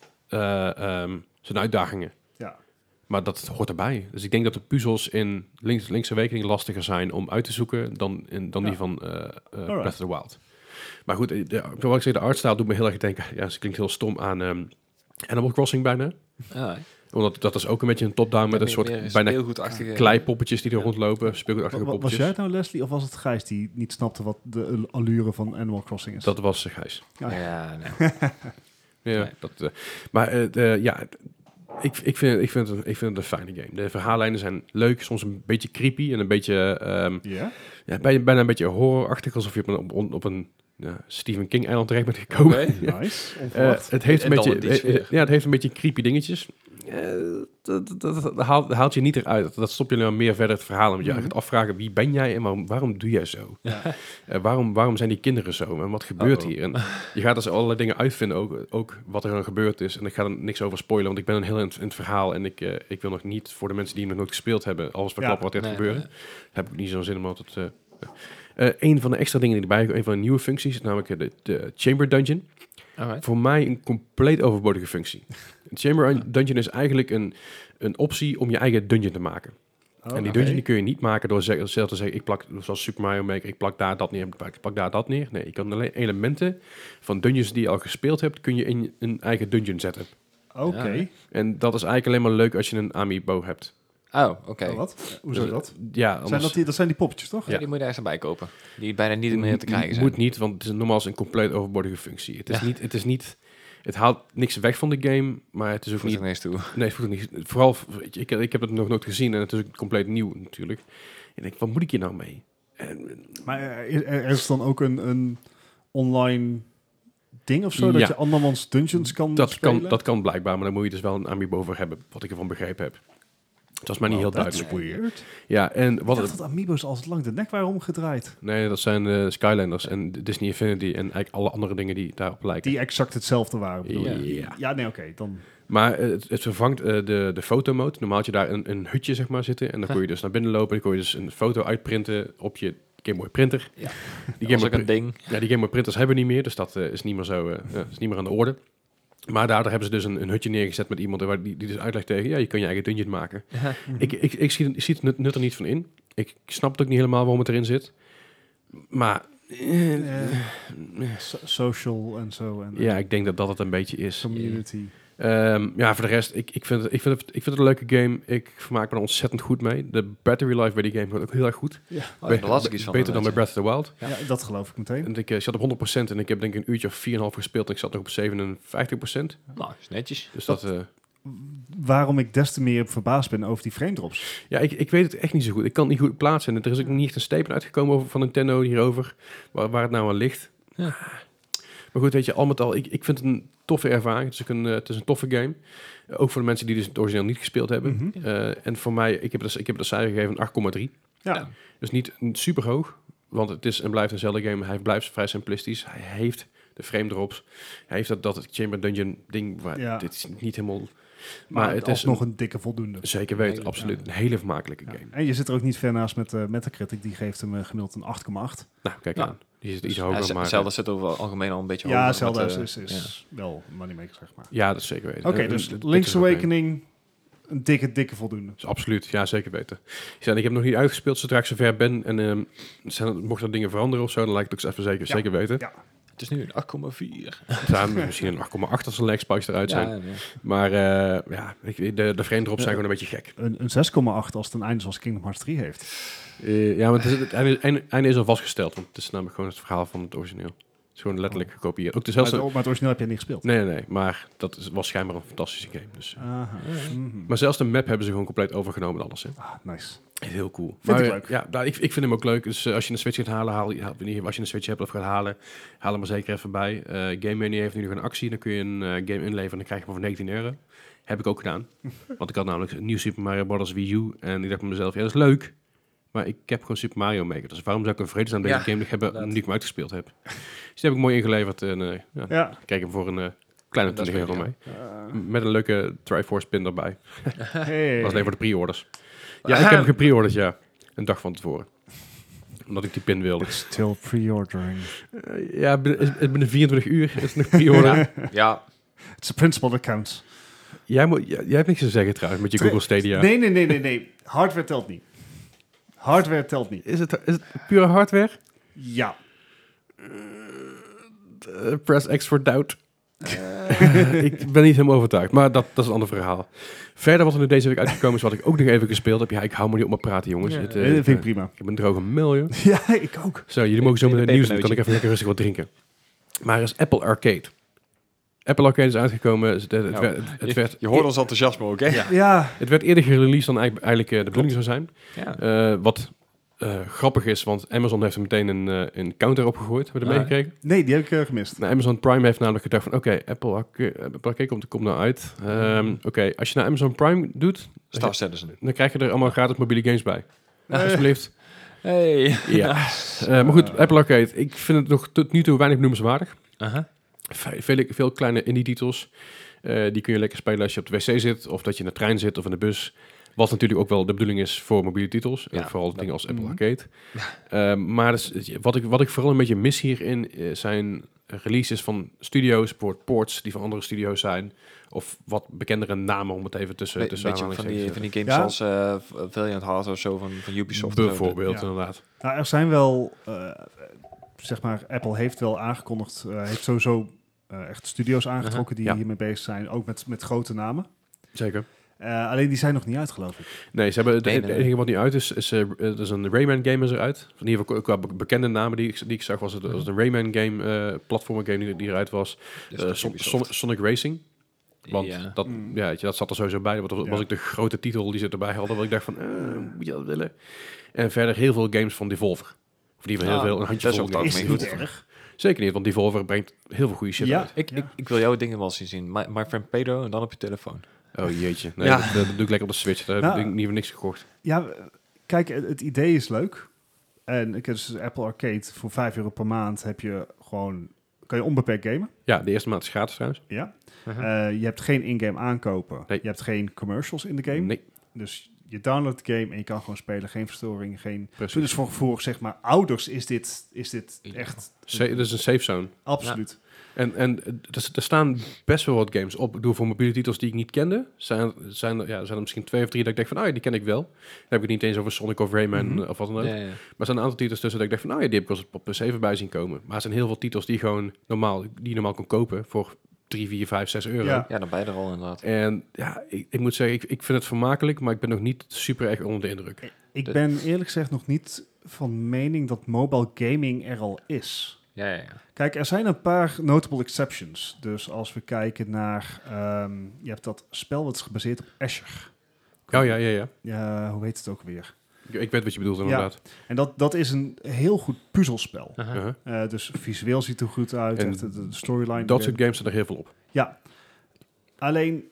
uh, um, zijn uitdagingen. Ja. Maar dat hoort erbij. Dus ik denk dat de puzzels in Link's, Link's Awakening lastiger zijn om uit te zoeken dan, in, dan Ja. die van uh, uh, Breath of the Wild. Maar goed, de, de, wat ik zeg, de artstyle doet me heel erg denken, ja, ze klinkt heel stom aan um, Animal Crossing bijna. Ja, Omdat dat is ook een beetje een top-down met een soort bijna speelgoedachtige kleipoppetjes die er Ja. rondlopen, speelgoedachtige Wa- wa- was poppetjes. jij het nou, Leslie, of was het Gijs die niet snapte wat de allure van Animal Crossing is? Dat was uh, Gijs. Ja. Ja, nee. Ja, Nee. dat, uh, maar uh, de, ja, ik, ik, vind, ik, vind het, ik vind het een fijne game. De verhaallijnen zijn leuk, soms een beetje creepy en een beetje, um, Ja? ja, bijna, bijna een beetje horrorachtig, alsof je op een, op, op een ja, Stephen King eiland terecht bent gekomen. Oké. Ja. Nice. Uh, Onverwacht. het heeft een En dan beetje, in die sfeer. uh, ja, het heeft een beetje creepy dingetjes. Uh, dat, dat, dat, dat, haalt, dat haalt je niet eruit. Dat, dat stop je alleen maar meer verder het verhaal. Want je Mhm. gaat afvragen, wie ben jij en waarom, waarom doe jij zo? Ja. Uh, waarom, waarom zijn die kinderen zo? En wat gebeurt Uh-oh. hier? En je gaat dus allerlei dingen uitvinden, ook, ook wat er dan gebeurd is. En ik ga er niks over spoilen, want ik ben een heel in, in het verhaal. En ik, uh, ik wil nog niet, voor de mensen die nog nooit gespeeld hebben, alles verklappen Ja. wat er gaat Nee, gebeuren. nee. Daar heb ik niet zo'n zin om altijd... Uh, uh, een van de extra dingen die erbij komen, een van de nieuwe functies, namelijk de, de Chamber Dungeon. Alright. Voor mij een compleet overbodige functie. Een Chamber Dungeon is eigenlijk een, een optie om je eigen dungeon te maken. Oh, en die oké. dungeon die kun je niet maken door zelf te zeggen, ik plak, zoals Super Mario Maker, ik plak daar dat neer, ik plak, ik plak daar dat neer. Nee, je kan alleen elementen van dungeons die je al gespeeld hebt, kun je in een eigen dungeon zetten. Oké. Ja. En dat is eigenlijk alleen maar leuk als je een amiibo hebt. Oh, oké. Oh, wat? Hoezo Dus, dat? Ja, Zijn anders dat, die, dat zijn die poppetjes, toch? Ja, die moet je ergens bij kopen. Die bijna niet meer te krijgen zijn. moet niet, want het is nogmaals een compleet overbodige functie. Het is Ja. niet, het is niet, het haalt niks weg van de game, maar het is ook Voegt niet. er niks toe. Nee, het voelt niet. Vooral, ik, ik, ik heb het nog nooit gezien en het is ook compleet nieuw natuurlijk. En ik denk, wat moet ik hier nou mee? En, Maar er, er- er is dan ook een, een online ding of zo, dat Ja. je andermans dungeons kan dat, spelen? kan, dat kan blijkbaar, maar dan moet je dus wel een amiibo voor hebben, wat ik ervan begrepen heb. Het was mij niet heel Well, that's duidelijk. weird. Ja, en Ik wat dacht het, dat amiibo's als het lang de nek waren omgedraaid. nee, dat zijn uh, Skylanders en Disney Infinity en eigenlijk alle andere dingen die daarop lijken. Die exact hetzelfde waren. bedoel Ja. je? Ja. Ja, nee, oké. dan. Maar uh, het, het vervangt uh, de, de fotomode. Normaal had je daar een, een hutje zeg maar zitten en dan kon je dus naar binnen lopen en dan kon je dus een foto uitprinten op je Game Boy printer. Ja. Die Dat was Game ook Boy een ding. Ja, die Game Boy printers hebben we niet meer, dus dat uh, is niet meer zo, uh, uh, is niet meer aan de orde. Maar daardoor hebben ze dus een, een hutje neergezet met iemand waar die, die dus uitlegt tegen, ja, je kan je eigen dungeon maken. Ja. Ik, ik, ik, zie, ik zie het nut, nut er niet van in. Ik snap het ook niet helemaal waarom het erin zit. Maar eh, Eh, so- social en zo. En ja, ik denk dat dat het een beetje is. community. Um, ja, voor de rest, ik, ik, vind het, ik, vind het, ik vind het een leuke game. Ik vermaak me er ontzettend goed mee. De battery life bij die game gaat ook heel erg goed. Ja. Oh, ja, daar las ik iets van. Beter dan bij inderdaad, Breath of the Wild. Ja. dat geloof ik meteen. En ik uh, zat op honderd procent en ik heb denk ik een uurtje of vier komma vijf gespeeld. En ik zat nog op zevenenvijftig procent. ja. Nou, is netjes. Dus dat... Dat- uh, Waarom ik des te meer verbaasd ben over die frame drops. ja, ik, ik weet het echt niet zo goed. Ik kan het niet goed plaatsen. En er is ook niet echt een statement uitgekomen over, van Nintendo hierover. Waar, waar het nou aan ligt. Ja. Maar goed, weet je, al met al, ik, ik vind het een toffe ervaring. Het is, ook een, uh, het is een toffe game. Uh, ook voor de mensen die dus het origineel niet gespeeld hebben. Mhm. Uh, en voor mij, ik heb het, ik heb het een cijfer gegeven van acht komma drie. Ja. Ja. Dus niet, niet super hoog. Want het is en blijft eenzelfde game. Hij blijft vrij simplistisch. Hij heeft de frame drops. Hij heeft dat, dat Chamber Dungeon ding. Waar, Ja. Dit is niet helemaal... Maar, Maar het is nog een- een dikke voldoende. Zeker weten, Nee, absoluut. ja. Een hele vermakelijke Ja. game. En je zit er ook niet ver naast met uh, Metacritic. Die geeft hem uh, gemiddeld een acht komma acht. Nou, kijk Ja. aan. Die is Dus- iets Ja, hoger, Z- maar... Zelda zit over het algemeen al een beetje Ja, hoger. Zelda met, is, eh, is, is wel moneymaker, zeg maar. Ja, dat is zeker weten. Oké, Eh, dus eh, dit Link's is ook een- Awakening, een dikke, dikke voldoende. is absoluut, ja, zeker weten. Ja, ik heb nog niet uitgespeeld zodra ik zover ben. En um, zijn, mocht er dingen veranderen of zo, dan lijkt het ook even zeker, Ja. zeker weten. Ja. Het is nu een acht komma vier. Ja, misschien een acht komma acht als de lag spikes eruit zijn. Ja, ja. Maar uh, ja, ik, de, de frame drops zijn gewoon een beetje gek. Een, een zes komma acht als het een einde zoals Kingdom Hearts drie heeft. Uh, ja, maar het, is, het einde, einde, einde is al vastgesteld. Want het is namelijk gewoon het verhaal van het origineel. Het is gewoon letterlijk gekopieerd. Ook de Maar zelfs... het, maar het origineel heb je niet gespeeld. Nee, nee, nee. Maar dat is, was schijnbaar een fantastische game. Dus. Aha. Mhm. Maar zelfs de map hebben ze gewoon compleet overgenomen en alles. Hè. Ah, nice. Heel cool. Vind maar, ik leuk. Ja, nou, ik, ik vind hem ook leuk. Dus uh, als je een Switch gaat halen, haal, haal, als je een Switch hebt of gaat halen, haal hem er zeker even bij. Uh, Game Mania heeft nu nog een actie. Dan kun je een uh, game inleveren en dan krijg je hem voor negentien euro. Heb ik ook gedaan. Want ik had namelijk een nieuw Super Mario Bros. Wii U. En ik dacht bij mezelf, ja, dat is leuk. Maar ik heb gewoon Super Mario Maker. Dus waarom zou ik een vredesnaam deze Ja, game nog hebben inderdaad. nu ik hem uitgespeeld heb? Dus die heb ik mooi ingeleverd. En uh, ja, Ja. ik kreeg hem voor een uh, kleine Dat is twintig euro goed, mee. Uh, Met een leuke Triforce pin erbij. hey. Dat was alleen voor de pre-orders. Ja, ik heb hem gepreorderd, ja. Een dag van tevoren. Omdat ik die pin wilde. Still pre-ordering. Uh, ja, binnen, is- binnen vierentwintig uur is het nog pre-order. Ja, It's a principle that counts. jij, moet, jij, jij hebt niks te zeggen trouwens met je Tre- Google Stadia. Nee, nee, nee, nee, nee. Hardware telt niet. Hardware telt niet. Is, het, is het pure hardware? Ja. Uh, press X for doubt. ik ben niet helemaal overtuigd, maar dat, dat is een ander verhaal. Verder wat er nu deze week uitgekomen is, wat ik ook nog even gespeeld heb. Ja, ik hou me niet op mijn praten, jongens. Ja, Het, Nee, uh, dat vind ik uh, prima. ik heb een droge mail, joh. Ja, ik ook. Zo, jullie mogen zo Ik- met ik- het nieuws doen. pepernootje. Kan ik even lekker rustig wat drinken. Maar er is Apple Arcade. Apple Arcade is uitgekomen. Het, het, Nou, werd, het, je, werd, je hoort ons enthousiasme ook, hè? Ja. Ja. het werd eerder gereleased dan eigenlijk, eigenlijk uh, de bedoeling zou zijn. Ja. Uh, wat uh, grappig is, want Amazon heeft er meteen een, uh, een counter opgegooid. Hebben we er Ah, meegekregen? Nee, die heb ik uh, gemist. Nou, Amazon Prime heeft namelijk gedacht van... Oké, okay, Apple Arcade, Apple Arcade komt, komt nou uit. Um, Oké, okay, als je naar Amazon Prime doet... Star Citizen. Dan krijg je er allemaal gratis mobiele games bij. Nou, alsjeblieft. Hey. Ja. uh, maar goed, Apple Arcade. Ik vind het nog tot nu toe weinig noemenswaardig. Uh-huh. Veel, veel kleine indie-titels. Uh, die kun je lekker spelen als je op de wc zit... of dat je in de trein zit of in de bus... Wat natuurlijk ook wel de bedoeling is voor mobiele titels. Ja, en vooral dingen als Apple Arcade. uh, maar dus, wat, ik, wat ik vooral een beetje mis hierin... Uh, zijn releases van studio's, ports die van andere studio's zijn... of wat bekendere namen om het even tussen, Be- tussen beetje van die, van die games ja? als uh, Valiant Hearts of zo van, van Ubisoft. Bijvoorbeeld, ja. inderdaad. Nou, er zijn wel... Uh, zeg maar, Apple heeft wel aangekondigd... Uh, heeft sowieso uh, echt studio's aangetrokken... Uh-huh. die ja. hiermee bezig zijn. Ook met, met grote namen. Zeker. Uh, alleen die zijn nog niet uit, geloof ik. Nee, ze hebben, Nee, het nee, enige wat niet uit is, is, uh, er is een Rayman game is eruit. Van in ieder geval qua be- bekende namen die ik, die ik zag, was het, was het een Rayman game, uh, platformer game die, die eruit was. Dus Uh, Son- Son- Sonic Racing. Want ja. dat, Mm. ja, weet je, dat zat er sowieso bij. Dat was, Ja. was ik de grote titel die ze erbij hadden. Wat ik dacht van, uh, moet je dat willen? En verder heel veel games van Devolver. Of die van heel Ah, veel, een dat handjevol is ook games. Is mee het goed. niet erg? Zeker niet, want Devolver brengt heel veel goede shit Ja. uit. Ik, Ja. ik, ik wil jouw dingen wel zien zien. My, my friend Pedro en dan op je telefoon. Oh jeetje. Nee, Ja. dat, dat doe ik lekker op de Switch. Daar Nou, heb ik niet voor niks gekocht. Ja, kijk, het, het idee is leuk. En ik heb dus Apple Arcade voor vijf euro per maand heb je gewoon... Kan je onbeperkt gamen. Ja, de eerste maand is gratis trouwens. Ja. Uh-huh. Uh, je hebt geen in-game aankopen. Nee. Je hebt geen commercials in de game. Nee, Dus je downloadt de game en je kan gewoon spelen. Geen verstoring, geen... precies. Dus voor, voor zeg maar ouders is dit, is dit Ja. echt... Sa- dat is een safe zone. Absoluut. En, en er, er staan best wel wat games op. Ik bedoel, voor mobiele titels die ik niet kende, zijn, zijn, er, ja, zijn er misschien twee of drie dat ik denk van, ah ja, die ken ik wel. Dan heb ik het niet eens over Sonic of Rayman Mhm. of wat dan ook. Ja, ja. Maar er zijn een aantal titels tussen dat ik dacht van, nou ja, die heb ik wel eens op P C voorbij zien komen. Maar er zijn heel veel titels die gewoon normaal, die je normaal kon kopen voor drie, vier, vijf, zes euro. Ja. ja, dan ben je er al inderdaad. En ja, ik, ik moet zeggen, ik, ik vind het vermakelijk, maar ik ben nog niet super erg onder de indruk. Ik De- ben eerlijk gezegd nog niet van mening dat mobile gaming er al is. Ja, ja, ja. Kijk, er zijn een paar notable exceptions. Dus als we kijken naar... ehm, je hebt dat spel dat is gebaseerd op Azure. Oh ja, ja, ja. Ja, hoe heet het ook weer? Ik, ik weet wat je bedoelt inderdaad. En dat, dat is een heel goed puzzelspel. Uh-huh. Uh-huh. Uh, dus visueel ziet er goed uit. En Echt, de, de storyline. Dat erin. soort games staan er heel veel op. Ja. Alleen,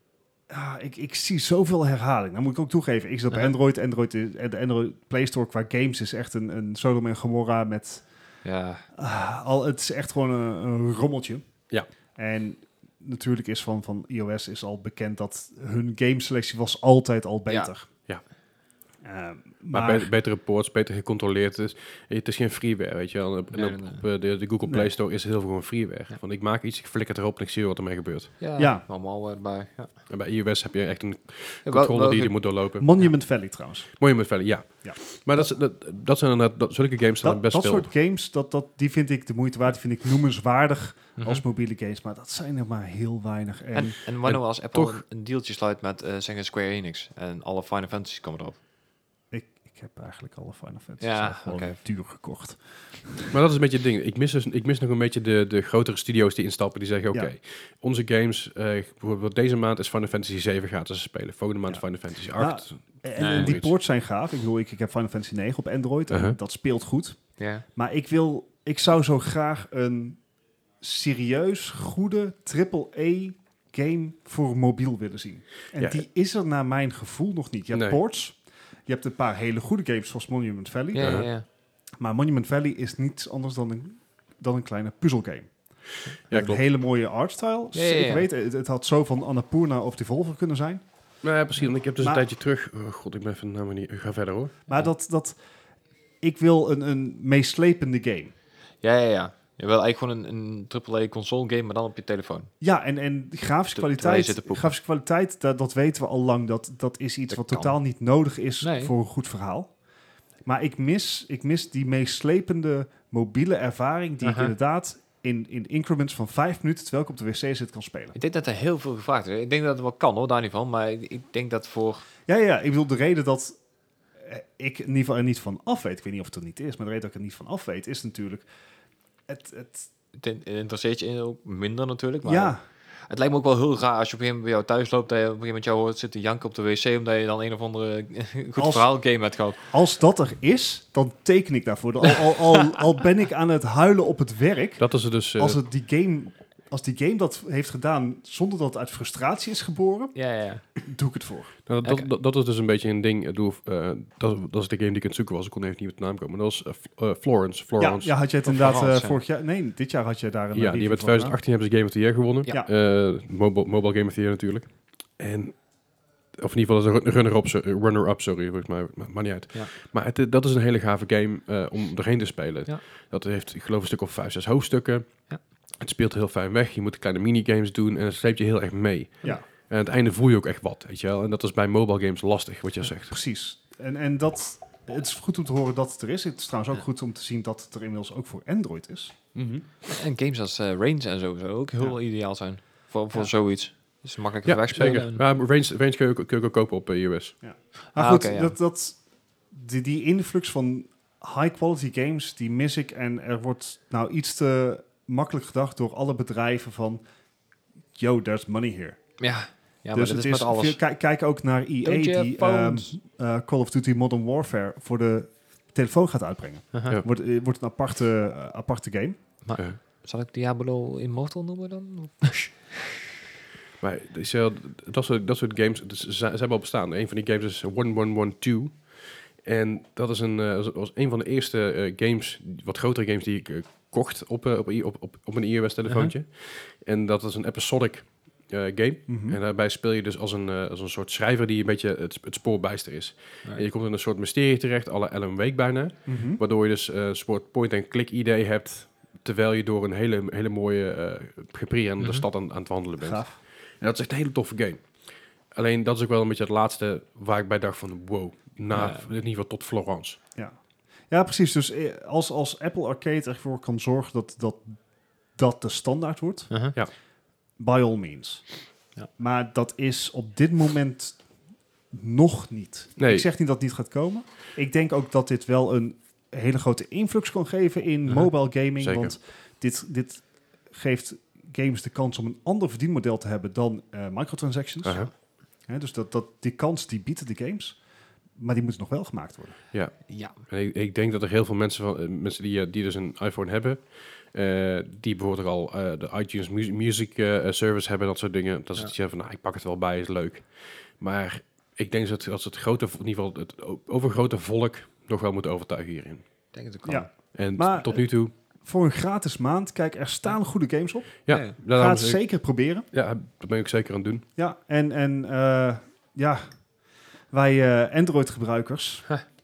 ah, ik, ik zie zoveel herhaling. Dan moet ik ook toegeven. Ik zit op Uh-huh. Android. Android is, en de Android Play Store qua games is echt een, een Sodom en Gomorra met... Ja, ah, al, het is echt gewoon een, een rommeltje. Ja. En natuurlijk is van, van iOS is al bekend dat hun gameselectie was altijd al beter. Ja. Uh, Maar, maar be- betere ports, beter gecontroleerd. Het is, het is geen freeware, weet je wel. En op, en Nee, op, nee, op, uh, de, de Google Play Nee. Store is heel veel gewoon freeware. Ja. Want ik maak iets, ik flik het erop en ik zie wat ermee gebeurt. ja, Ja. allemaal erbij. Ja. En bij iOS heb je echt een Ja, controle wel- die je wel- moet doorlopen. Monument Valley trouwens. Mooi met vellen, ja. Ja. Maar dat, is- dat, dat zijn inderdaad, dat, zulke games staan er Dat, best dat veel soort games, dat, dat, die vind ik de moeite waard. Die vind ik noemenswaardig Mhm. als mobiele games. Maar dat zijn er maar heel weinig. En, En, en wanneer als Apple toch- een, een dealtje sluit met uh, zeggen Square Enix en alle Final Fantasies komen erop. ik, ik heb eigenlijk alle Final Fantasy Ja, gewoon oké. duur gekocht. Maar dat is een beetje het ding. Ik mis, dus, ik mis nog een beetje de, de grotere studio's die instappen. Die zeggen, oké, Ja. onze games... uh, bijvoorbeeld deze maand is Final Fantasy zeven gratis te spelen. Volgende maand Ja. Final Fantasy acht. En, Nee, en die zoiets. ports zijn gaaf. Ik bedoel, ik, ik heb Final Fantasy negen op Android. En Uh-huh. dat speelt goed. Ja. Maar ik wil, ik zou zo graag een serieus goede triple A game voor mobiel willen zien. En Ja. die is er naar mijn gevoel nog niet. Je hebt Nee. ports. Je hebt een paar hele goede games zoals Monument Valley. Ja, ja, Uh-huh. ja. Maar Monument Valley is niets anders dan een, dan een kleine puzzelgame. Ja, Een klopt. hele mooie artstyle. Ja, ja, ja. Ik weet, het, het had zo van Annapurna of Devolver kunnen zijn. Maar ja, precies. Want ik heb dus Maar- een tijdje terug... Oh god, ik ben even... Nou, maar niet, ga verder hoor. Maar dat, dat, ik wil een, een meeslepende game. Ja, ja, ja. Je wil eigenlijk gewoon een, een triple A console game, maar dan op je telefoon. Ja, en, en grafische Terwijl je kwaliteit, zit te poepen. grafische kwaliteit dat, dat weten we al lang. Dat, dat is iets Dat wat kan. totaal niet nodig is Nee. voor een goed verhaal. Maar ik mis, ik mis die meeslepende mobiele ervaring die Aha. ik inderdaad in, in increments van vijf minuten, terwijl ik op de wc zit, kan spelen. Ik denk dat er heel veel gevraagd is. Ik denk dat het wel kan hoor, daar niet van. Maar ik, ik denk dat voor... Ja, ja, ik bedoel, de reden dat eh, ik in ieder geval er niet van af weet, ik weet niet of het er niet is, maar de reden dat ik er niet van af weet, is natuurlijk het... het Het in- interesseert je ook minder natuurlijk. Maar ja, Het lijkt me ook wel heel raar als je op een gegeven moment bij jou thuis loopt, dat je op een gegeven moment jou hoort zitten janken op de wc, omdat je dan een of andere goed Als- verhaal game hebt gehad. Als dat er is, dan teken ik daarvoor. Al, al, al, al ben ik aan het huilen op het werk, Dat is er dus... eh, als, het die game, als die game dat heeft gedaan zonder dat het uit frustratie is geboren, Ja, ja, ja. doe ik het voor. nou, dat, Oké. dat, dat is dus een beetje een ding. eh, Doe, eh, dat, dat is de game die ik aan het zoeken was. Ik kon even niet met de naam komen. Dat was eh, F- eh, Florence. Ja, Florence. ja, had je het Of inderdaad eh, Florence, ja. vorig jaar... Nee, dit jaar had je daar een Ja, eh, die review hebben van twintig achttien hebben ze Game of the Year gewonnen. Ja. Eh, mobile, mobile Game of the Year natuurlijk. En, of in ieder geval is een runner-up, so- eh, runner-up, sorry, volgens mij, maar, maar niet uit. Ja. Maar het, eh, dat is een hele gave game eh, om erheen te spelen. Ja. Dat heeft, ik geloof, een stuk of vijf, zes hoofdstukken. Ja. Het speelt heel fijn weg. Je moet kleine minigames doen en het sleept je heel erg mee. Ja. En aan het einde voel je ook echt wat, weet je wel. En dat is bij mobile games lastig, wat je zegt. Precies. En, en dat, het is goed om te horen dat het er is. Het is trouwens ook goed om te zien dat het er inmiddels ook voor Android is. En games als eh, Range en zo zou ook heel ideaal zijn voor, voor Ja. zoiets. Dus makkelijk Ja, wegspelen. zeker. en- Maar Range, Range kun, je, ook- kun je ook kopen op eh, iOS. Maar Ah, goed, oké, ja. dat, dat, die, die influx van high-quality games, die mis ik. En er wordt nou iets te makkelijk gedacht door alle bedrijven van... Yo, there's money here. Ja, ja dus maar het dat is met alles. veel- kijk, kijk ook naar E A Don't you die have ehm, phones? eh, Call of Duty Modern Warfare voor de telefoon gaat uitbrengen. Aha. Ja. Wordt, eh, wordt een aparte, eh, aparte game. Maar- Eh, Zal ik Diablo Immortal noemen dan? Maar dus, eh, dat, soort, dat soort games, dus ze, ze hebben al bestaan. Een van die games is one one one two. En dat is een, eh, was een van de eerste eh, games, wat grotere games die ik eh, kocht op, eh, op, i- op, op, op een iOS-telefoontje. En dat is een episodic eh, game. Mhm. En daarbij speel je dus als een, eh, als een soort schrijver die een beetje het, het spoorbijster is. Ja. En je komt in een soort mysterie terecht, alle Alan Wake bijna. Mhm. Waardoor je dus eh, een soort point-and-click idee hebt, terwijl je door een hele, hele mooie uh, gepree aan Mhm. de stad aan, aan het wandelen bent. Gaaf. En dat is echt een hele toffe game. Alleen dat is ook wel een beetje het laatste waar ik bij dacht van wow, na, Ja. in ieder geval tot Florence. Ja. ja, precies. Dus eh, als, als Apple Arcade ervoor kan zorgen dat dat, dat de standaard wordt, Uh-huh. by all means. Ja. Maar dat is op dit moment nog niet. Nee. Ik zeg niet dat het niet gaat komen. Ik denk ook dat dit wel een hele grote influx kan geven in Ja, mobile gaming. zeker. Want dit, dit geeft games de kans om een ander verdienmodel te hebben dan eh, microtransactions. Uh-huh. Hè, dus dat, dat, die kans die bieden de games. Maar die moeten nog wel gemaakt worden. Ja. En ik, ik denk dat er heel veel mensen, van, eh, mensen die, eh, die dus een iPhone hebben, eh, die bijvoorbeeld ook al eh, de iTunes mu- Music eh, Service hebben, dat soort dingen. Dat is Ja. het van, nou, ik pak het wel bij, is leuk. Maar ik denk dat als het grote, in ieder geval het o- overgrote volk nog wel moet overtuigen hierin. Ik denk het ook wel. Ja. En Maar, tot nu toe, Voor een gratis maand, kijk, er staan goede games op. ja, ja. daarom Ga het zeg ik- zeker proberen. ja, dat ben ik zeker aan het doen. Ja, en, en eh, ja, wij eh, Android-gebruikers,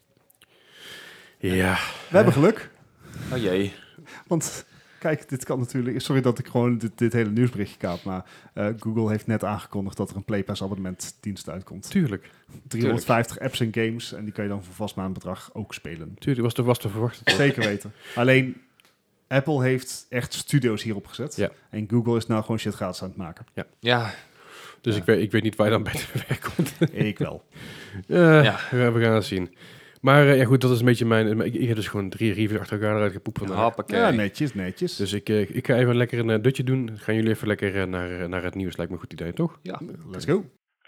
Ja, we hebben geluk. Oh jee. Want kijk, dit kan natuurlijk... Sorry dat ik gewoon dit, dit hele nieuwsberichtje kaap, maar eh, Google heeft net aangekondigd dat er een Play Pass abonnement dienst uitkomt. tuurlijk. driehonderdvijftig apps en games en die kan je dan voor vast maandbedrag ook spelen. Tuurlijk, was te, was te verwachten. Zeker weten. Alleen, Apple heeft echt studio's hierop gezet. Ja. En Google is nou gewoon shit gratis aan het maken. Ja. Dus Ja. ik, weet, ik weet niet waar je dan beter weg komt. Ik wel. Eh, Ja. we we gaan het zien. Maar eh, ja, goed, dat is een beetje mijn... Ik, ik heb dus gewoon drie reviews achter elkaar eruit gepoept vandaag. Hoppakee. Ja, netjes, netjes. Dus ik, eh, ik ga even lekker een eh, dutje doen. Gaan jullie even lekker eh, naar, eh, naar het nieuws. Lijkt me een goed idee, toch? Ja. Let's go.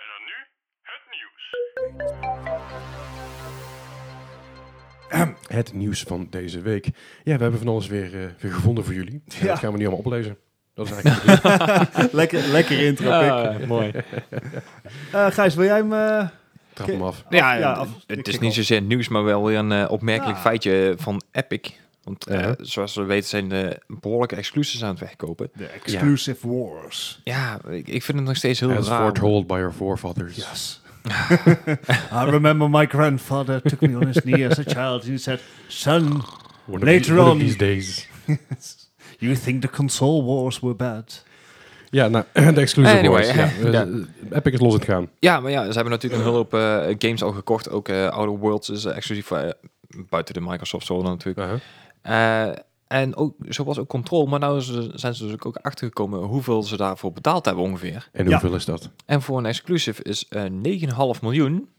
Het nieuws van deze week. Ja, we hebben van alles weer, eh, weer gevonden voor jullie. En Ja. Dat gaan we niet allemaal oplezen. Dat is eigenlijk de lekker, lekker intro, pik. Ah, mooi. Eh, Gijs, wil jij hem... eh, trap hem af. Ja, ja, het- af- het ik is kijk niet af. zozeer nieuws, maar wel weer een eh, opmerkelijk Ja. feitje van Epic. Want eh, Ja. zoals we weten zijn de behoorlijke exclusives aan het wegkopen. De Exclusive Wars. Ja, ik, ik vind het nog steeds heel As raar. foretold by our forefathers. Yes. I remember my grandfather took me on his knee as a child and he said, son, One of Later these- one of on. these days. you think the console wars were bad? Ja, nou, de exclusive Anyway, wars. Ja. ja. Eh, Epic is los aan het gaan. Ja, maar ja, ze hebben natuurlijk een hele hoop eh, games al gekocht. Ook eh Outer Worlds is eh, exclusief voor, eh, buiten de Microsoft Store dan natuurlijk. Uh-huh. Eh, en ook, zo was ook Control, maar nou is er- zijn ze dus ook achtergekomen hoeveel ze daarvoor betaald hebben ongeveer. En Ja. hoeveel is dat? En voor een exclusive is eh negen komma vijf miljoen.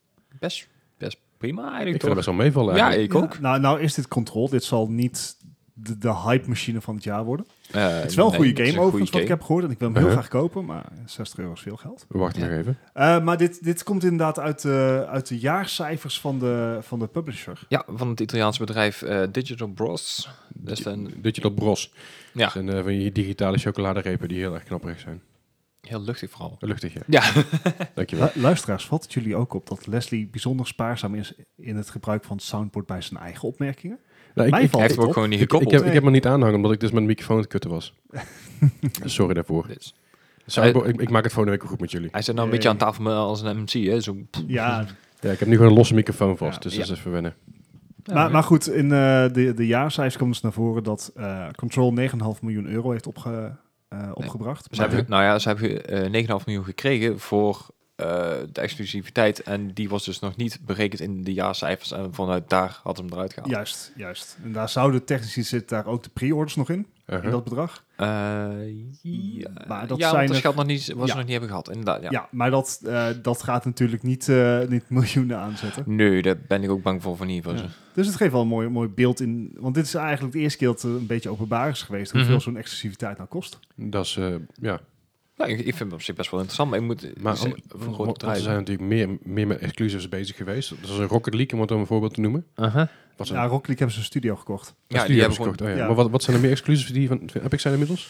Best, best prima eigenlijk Ik vind toch? het best wel meevallen Ja, eigenlijk. ik ook. Ja, nou, nou is dit Control. Dit zal niet de, de hype-machine van het jaar worden. Uh, Het is wel een nee, goede het is game een overigens, wat goede ik heb gehoord. En ik wil hem heel Uh-huh. graag kopen, maar zestig euro is veel geld. Wacht nog Ja. even. Uh, maar dit, dit komt inderdaad uit, uh, uit de jaarcijfers van de, van de publisher. Ja, van het Italiaanse bedrijf uh, Digital Bros. Dat is een Digital Bros. ja, Dat zijn uh, van die digitale chocoladerepen die heel erg knapperig zijn. heel luchtig vooral. Luchtig, ja. Ja, Dankjewel. Lu- luisteraars, valt het jullie ook op dat Leslie bijzonder spaarzaam is in het gebruik van het soundboard bij zijn eigen opmerkingen? Nou, ik, Mij ik, valt hij heeft het hem ook op. gewoon niet ik, ik, gekoppeld. heb, Nee. ik heb hem niet aanhangen omdat ik dus met mijn microfoon het kutten was. Sorry daarvoor. Dit is- Soundboard- ik, ik maak het volgende week goed met jullie. Hij zit nou een Nee. beetje aan tafel met- als een M C, hè? Zo. Ja, Ja, ik heb nu gewoon een losse microfoon vast, Ja. dus Ja. dat is even wennen. maar, maar goed, in uh, de, de jaarcijfers komt dus naar voren dat uh, Control negen komma vijf miljoen euro heeft opge, uh, opgebracht. Ze hebben, nou ja, ze hebben uh, negen komma vijf miljoen gekregen voor uh, de exclusiviteit. En die was dus nog niet berekend in de jaarcijfers. En vanuit daar had ze hem eruit gehaald. Juist, juist. En daar zouden technisch zit daar ook de pre-orders nog in, Uh-huh. in dat bedrag. Uh, ja, Maar dat ja, zijn want dat er- geld nog niet, was Ja. ze nog niet hebben gehad. Inderdaad, ja. Ja, maar dat, uh, dat gaat natuurlijk niet, uh, niet miljoenen aanzetten. Nee, daar ben ik ook bang voor van hier. Ja. Dus het geeft wel een mooi, mooi beeld in. Want dit is eigenlijk de eerste keer dat het een beetje openbaar is geweest hoeveel Mhm. zo'n exclusiviteit nou kost. Dat is, uh, ja. Nou, ik, ik vind het op zich best wel interessant. Maar ik moet... Maar is- om, voor een want- groot want ze bedrijf. zijn natuurlijk meer, meer met exclusives bezig geweest. Dat is een Rocket League, om het dan een voorbeeld te noemen. Uh-huh. Wat Ja, Rocket League hebben ze een studio gekocht. Ja, die die hebben hebben ze gewoon... gekocht. Oh, ja. ja. Maar wat, wat zijn er meer exclusives die van, van Epic zijn inmiddels?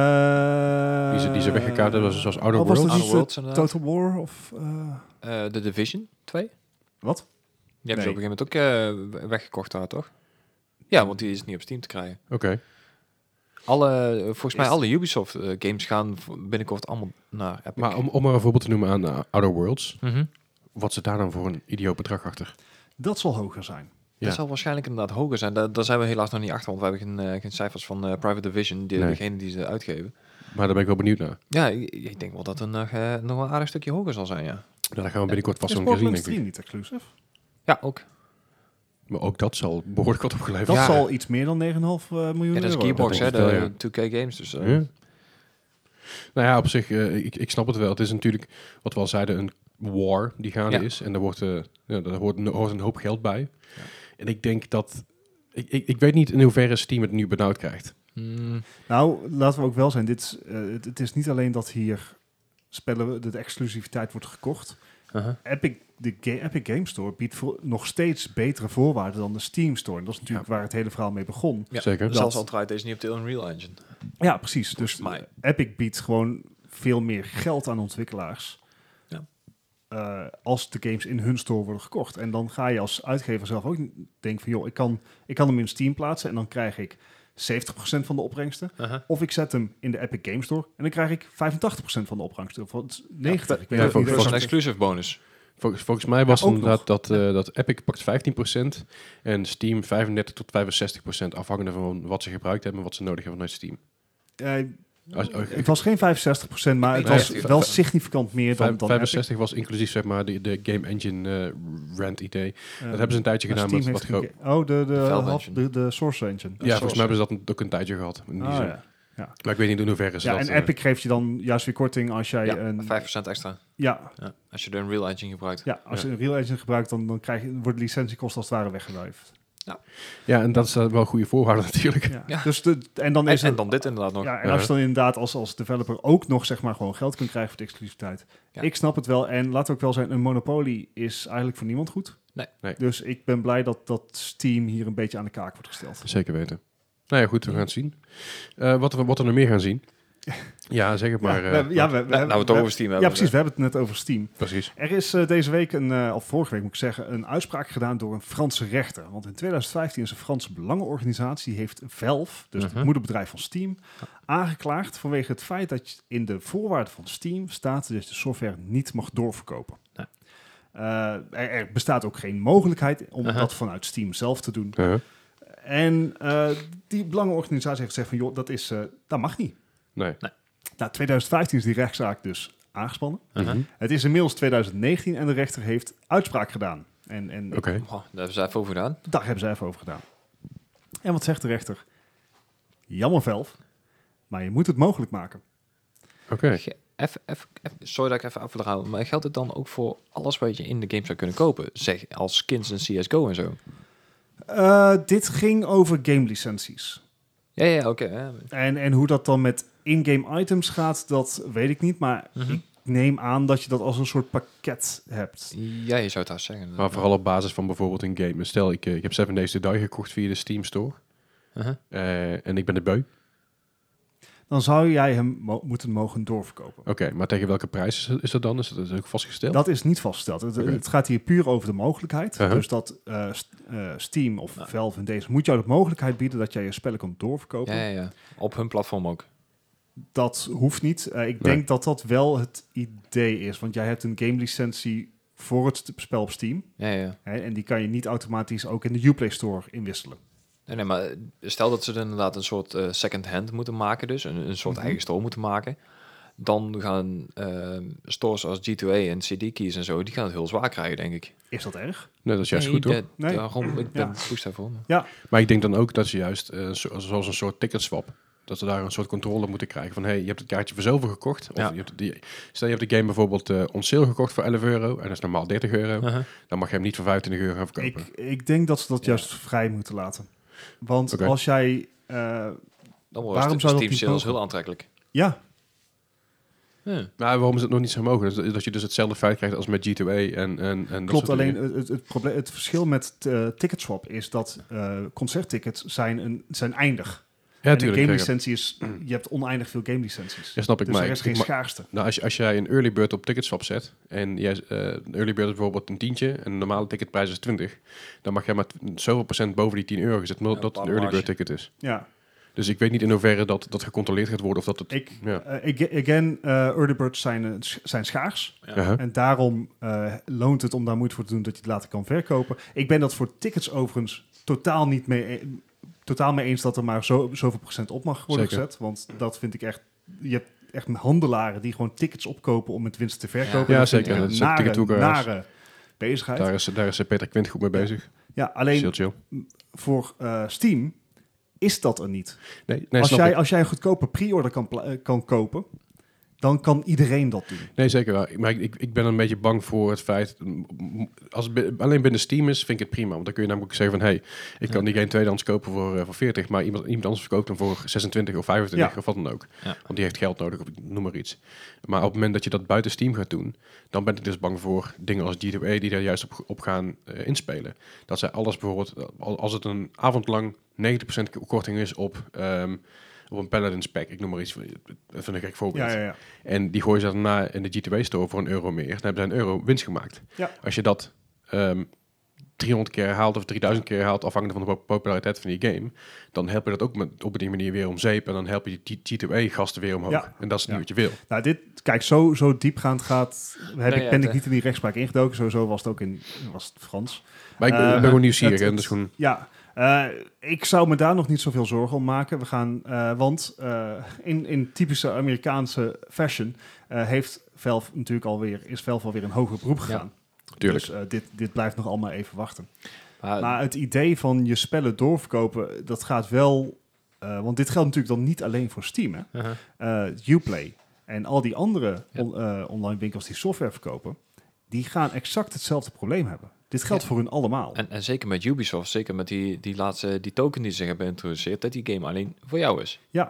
Uh, Die ze, die ze weggekaart hebben, zoals Outer wat was Worlds? dat Outer niet, Worlds, uh, inderdaad. Total War of... Uh, Uh, The Division twee? wat? Die hebben ze Nee. op een gegeven moment ook uh, weggekocht daar, toch? Ja, want die is niet op Steam te krijgen. Oké. Alle, uh, volgens mij Is- alle Ubisoft uh, games gaan v- binnenkort allemaal naar Epic. Maar om, om maar een voorbeeld te noemen aan uh, Outer Worlds. Mhm. Wat zit daar dan voor een idioot bedrag achter? Dat zal hoger zijn. Ja. Dat zal waarschijnlijk inderdaad hoger zijn. Daar, daar zijn we helaas nog niet achter, want we hebben geen, uh, geen cijfers van uh, Private Division, die, Nee. degene die ze uitgeven. Maar daar ben ik wel benieuwd naar. Ja, ik, ik denk wel dat het nog, uh, nog een aardig stukje hoger zal zijn, ja. Ja, daar gaan we binnenkort vast Is nog een keer zien, Borderlands denk ik. drie niet exclusive? Ja, ook. Maar ook dat zal behoorlijk wat opgeleverd Dat Ja. zal iets meer dan negen komma vijf miljoen Ja, dat is euro Gearbox, hè, denk ik de wel, ja. two K games. Dus, uh, Ja. Nou ja, op zich, uh, ik, ik snap het wel. Het is natuurlijk, wat we al zeiden, een war die gaande Ja. is. En daar, wordt, uh, ja, daar hoort, een- hoort een hoop geld bij. Ja. En ik denk dat... Ik, ik, ik weet niet in hoeverre Steam het nu benauwd krijgt. mm, Nou, laten we ook wel zijn. Dit is, uh, het, het is niet alleen dat hier spellen, de exclusiviteit wordt gekocht. uh-huh. Epic, de ga- Epic Game Store biedt voor, nog steeds betere voorwaarden dan de Steam Store. En dat is natuurlijk Ja. waar het hele verhaal mee begon. Ja, Zeker. Zelfs Dat- al draait deze niet op de Unreal Engine. Ja, precies. Dus Volgens mij. Epic biedt gewoon veel meer geld aan ontwikkelaars. Ja. Uh, als de games in hun store worden gekocht. En dan ga je als uitgever zelf ook denken van... joh, ik kan, ik kan hem in Steam plaatsen en dan krijg ik zeventig procent van de opbrengsten. Uh-huh. Of ik zet hem in de Epic Game Store en dan krijg ik vijfentachtig procent van de opbrengsten. Of wat, negentig. Ja, ik weet ja, ook voor- niet Dat is voor- een exact. exclusive bonus. Volgens, volgens mij was Ja, het ook inderdaad nog. dat, uh, dat Epic pakt vijftien procent en Steam vijfendertig tot vijfenzestig procent, afhankelijk van wat ze gebruikt hebben en wat ze nodig hebben vanuit Steam. Uh, Als, uh, het was geen vijfenzestig procent, maar het Nee, was nee, wel vijf- significant meer dan, dan Epic. vijfenzestig was inclusief zeg maar de, de Game Engine uh, rant idee. Uh, dat hebben ze een tijdje maar gedaan Steam met wat heeft groot. geke- Oh, de, de, Valve half- Engine. de, de Source Engine. Ja, volgens Source. mij hebben ze dat ook een tijdje gehad. In die Ah, zin. ja. Maar ik weet niet in hoeverre ze Ja, dat... en uh, Epic geeft je dan juist weer korting als jij Ja, een... vijf procent extra. Ja, Ja, als je de Unreal Engine gebruikt. ja, als Ja. je een Real Engine gebruikt, dan, dan krijg je, wordt de licentiekosten als het ware weggewuifd. ja, en dat is uh, wel goede voorwaarden natuurlijk. Ja. Ja. Dus de, en dan En, is en het... dan dit inderdaad nog. Ja, en als je dan inderdaad als, als developer ook nog zeg maar gewoon geld kunt krijgen voor de exclusiviteit. Ja. Ik snap het wel. En laat ook wel zijn, een Monopoly is eigenlijk voor niemand goed. Nee. Nee. Dus ik ben blij dat, dat Steam hier een beetje aan de kaak wordt gesteld. Zeker weten. Nou ja, goed, we gaan het zien. Uh, wat, we, wat we nog meer gaan zien. Ja, zeg het maar. ja, uh, we, ja, we, we, Nou, nou, we het we- over Steam Ja, hebben. precies. We hebben het net over Steam. Precies. Er is uh, deze week, een, uh, of vorige week moet ik zeggen, een uitspraak gedaan door een Franse rechter. Want in twintig vijftien is een Franse belangenorganisatie, heeft Valve, dus Mhm. het moederbedrijf van Steam, aangeklaagd vanwege het feit dat je in de voorwaarden van Steam staat dat je de software niet mag doorverkopen. Nee. Uh, er, er bestaat ook geen mogelijkheid om Uh-huh. dat vanuit Steam zelf te doen. Uh-huh. En uh, die belangenorganisatie heeft gezegd van, joh, dat, is, uh, dat mag niet. Nee. Nou, twintig vijftien is die rechtszaak dus aangespannen. Uh-huh. Mhm. Het is inmiddels twintig negentien en de rechter heeft uitspraak gedaan. En, en Oké. Oh, daar hebben ze even over gedaan. daar hebben ze even over gedaan. En wat zegt de rechter? Jammer, Valve, maar je moet het mogelijk maken. Oké. Ge- Even, even, even- sorry dat ik even af wil houden, maar geldt het dan ook voor alles wat je in de game zou kunnen kopen? Zeg, als skins en C S G O en zo. Uh, dit ging over game licenties. Ja, ja, oké. ja. En, en hoe dat dan met in-game items gaat, dat weet ik niet. Maar Mhm. ik neem aan dat je dat als een soort pakket hebt. Ja, je zou het haast zeggen. Maar vooral op basis van bijvoorbeeld een game. Stel, ik, eh, ik heb Seven Days to Die gekocht via de Steam Store. Uh-huh. Eh, en ik ben de beu. Dan zou jij hem mo- moeten mogen doorverkopen. Oké, maar tegen welke prijs is, is dat dan? Is dat, is dat ook vastgesteld? Dat is niet vastgesteld. Het, Oké. het gaat hier puur over de mogelijkheid. Uh-huh. Dus dat eh, st- eh, Steam of Ja. Valve in deze moet jou de mogelijkheid bieden dat jij je spellen kan doorverkopen. Ja, ja, ja. Op hun platform ook. Dat hoeft niet. Eh, ik Nee. denk dat dat wel het idee is. Want jij hebt een game licentie voor het st- spel op Steam. Ja, ja. Hè, en die kan je niet automatisch ook in de Uplay Store inwisselen. Nee, nee, maar stel dat ze er inderdaad een soort eh, second-hand moeten maken, dus een, een soort Mhm. eigen store moeten maken. Dan gaan eh, stores als G twee A en C D Keys en zo, die gaan het heel zwaar krijgen, denk ik. Is dat erg? Nee, dat is juist Nee, goed, hoor. dat- Nee. Daarom, ik ben Ja. push daarvoor. maar- Maar ik denk dan ook dat ze juist, eh, zo- zoals een soort ticketswap, dat ze daar een soort controle moeten krijgen van, hey, je hebt het kaartje voor zoveel gekocht. Of Ja. je hebt die, stel je hebt de game bijvoorbeeld eh on sale gekocht voor elf euro en dat is normaal dertig euro. Uh-huh. Dan mag je hem niet voor vijfentwintig euro gaan verkopen. Ik, ik denk dat ze dat Ja. juist vrij moeten laten. Want Oké. als jij... eh, Dan wordt Waarom St- zou dat Steam niet sales mogen? heel aantrekkelijk. ja, Ja. Maar waarom is het nog niet zo mogelijk? Dat, dat je dus hetzelfde feit krijgt als met G twee A en, en, en dat klopt. soort Alleen dingen. het, het, het, probleem, het verschil met uh, Ticketswap is dat eh, concerttickets zijn, een, zijn eindig. Ja, en een natuurlijk. game ja. licentie is... Je hebt oneindig veel game licenties. Ja, snap ik. Dus maar er is ik- geen ik ma- schaarste. Nou, als, je- als jij een early bird op Ticketswap zet en jij, eh, een early bird is bijvoorbeeld een tientje en de normale ticketprijs is twintig, dan mag jij maar t- zoveel procent boven die tien euro gezet, omdat Ja, dat een bepaalde early bird marge. ticket is. Ja. Dus ik weet niet in hoeverre dat, dat gecontroleerd gaat worden of dat het... Ik, ja. eh, ag- again, eh early birds zijn, eh, sch- zijn schaars. Ja. Uh-huh. En daarom eh, loont het om daar moeite voor te doen dat je het later kan verkopen. Ik ben dat voor tickets overigens totaal niet mee, e- totaal mee eens dat er maar zo, zoveel procent op mag worden Zeker. gezet. Want dat vind ik echt... Je hebt echt handelaren die gewoon tickets opkopen om met winst te verkopen. Ja, Dat vind zeker. ik Dat is een ook nare, tickettoekeraars. nare bezigheid. Daar is, daar is Peter Quint goed mee bezig. Ja, alleen Chill, chill. voor eh, Steam is dat er niet. Nee, nee, als, snap jij, ik. als jij een goedkope pre-order kan, pla- eh, kan kopen, dan kan iedereen dat doen. Nee, zeker wel. Maar ik, ik ben een beetje bang voor het feit... m- m- Als het bi- alleen binnen Steam is, vind ik het prima. Want dan kun je namelijk zeggen van... Hey, ik kan Ja. die game tweedehands kopen voor, eh, voor veertig... maar iemand, iemand anders verkoopt hem voor zesentwintig of vijfentwintig Ja. of wat dan ook. Ja. Want die heeft geld nodig of noem maar iets. Maar op het moment dat je dat buiten Steam gaat doen... dan ben ik dus bang voor dingen als G twee A... die daar juist op, op gaan eh, inspelen. Dat zij alles bijvoorbeeld... eh, Als het een avond lang negentig procent korting is op... ehm, op een Paladins pack, ik noem maar iets, even een gek voorbeeld. Ja, ja, ja. En die gooien ze daarna in de G twee A store voor een euro meer. Dan hebben ze een euro winst gemaakt. Ja. Als je dat ehm driehonderd keer haalt of drieduizend keer haalt, afhankelijk van de pop- populariteit van die game, dan help je dat ook met, op die manier weer om zeep. En dan help je die G twee A-gasten weer omhoog. Ja. En dat is niet Ja. wat je wil. Nou, dit, kijk, zo, zo diepgaand gaat, heb Nee, ik, ja, ben het, ik niet in die rechtspraak ingedoken. Sowieso was het ook in was het Frans. Maar ik ben, Eh, ik ben gewoon nieuwsgierig. het- En dat is gewoon, Ja, eh, ik zou me daar nog niet zoveel zorgen om maken. We gaan, eh, want eh, in, in typische Amerikaanse fashion eh, heeft Valve natuurlijk alweer, is Valve alweer een hoger beroep gegaan. tuurlijk. Dus eh, dit, dit blijft nog allemaal even wachten. Maar, Maar het idee van je spellen doorverkopen, dat gaat wel... eh, want dit geldt natuurlijk dan niet alleen voor Steam, hè? uh-huh. Eh, Uplay en al die andere Ja. on- eh, online winkels die software verkopen, die gaan exact hetzelfde probleem hebben. Dit geldt Ja. voor hun allemaal. En, en zeker met Ubisoft, zeker met die, die laatste die token die ze hebben geïntroduceerd, dat die game alleen voor jou is. Ja.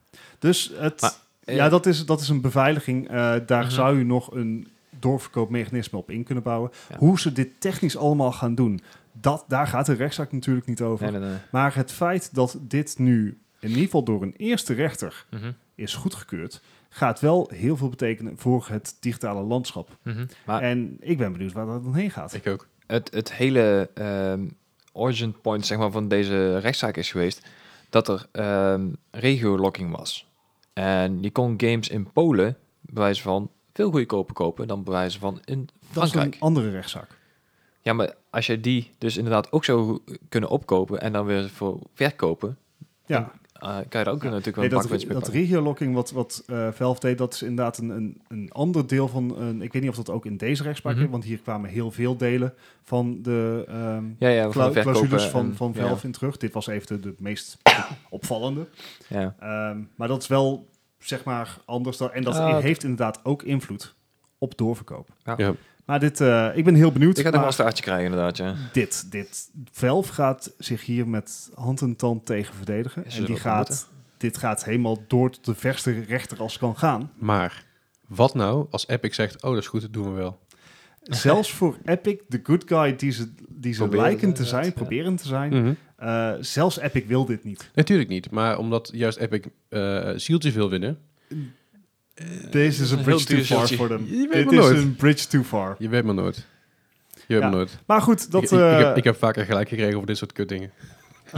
Dus het, Maar, eh, ja, dat is, dat is een beveiliging. Eh, daar Mhm. zou je nog een doorverkoopmechanisme op in kunnen bouwen. Ja. Hoe ze dit technisch allemaal gaan doen, dat, daar gaat de rechtszaak natuurlijk niet over. Nee, nee, nee. Maar het feit dat dit nu in ieder geval door een eerste rechter Mhm. is goedgekeurd, gaat wel heel veel betekenen voor het digitale landschap. Mhm. Maar En ik ben benieuwd waar dat dan heen gaat. Ik ook. het, het hele ehm, origin point zeg maar, van deze rechtszaak is geweest dat er ehm regio-locking was. En je kon games in Polen, bij wijze van, veel goedkoper kopen dan bij wijze van in Dat is Frankrijk. een andere rechtszaak. Ja, maar als je die dus inderdaad ook zou kunnen opkopen en dan weer voor verkopen, Ja, uh, kan je daar ook natuurlijk wel nee, een dat, bakwinst mee dat pakken. regiolocking wat, wat eh Valve deed, dat is inderdaad een, een, een ander deel van... Een, ik weet niet of dat ook in deze rechtspraak Mhm. is, want hier kwamen heel veel delen van de ehm Ja, ja, cla- van verkopen. clausules van, en- van ja, Valve in terug. Dit was even de, de meest opvallende. Ja. Ehm, maar dat is wel, zeg maar, anders. Dan, en dat Ah, oké. heeft inderdaad ook invloed op doorverkoop. Ja. Ja. Maar dit, uh, ik ben heel benieuwd. Ik ga er maar wel een staartje krijgen, inderdaad, ja. Dit, dit, Valve gaat zich hier met hand en tand tegen verdedigen. Is en die er gaat, dit gaat helemaal door tot de verste rechter als kan gaan. Maar wat nou als Epic zegt, oh dat is goed, dat doen we wel. Zelfs voor Epic, de good guy die ze, die ze Proberen lijken te inderdaad, zijn, ja. proberen te zijn. Mm-hmm. Uh, zelfs Epic wil dit niet. Natuurlijk niet, maar omdat juist Epic uh, zieltjes wil winnen. Deze is een een bridge heel too far duur voor them. Je weet Dit maar is nooit. een bridge too far. Je weet maar nooit. Je weet Ja. maar nooit. Maar goed, dat... ik, ik, uh, ik, heb, ik heb vaker gelijk gekregen over dit soort kutdingen. Ah,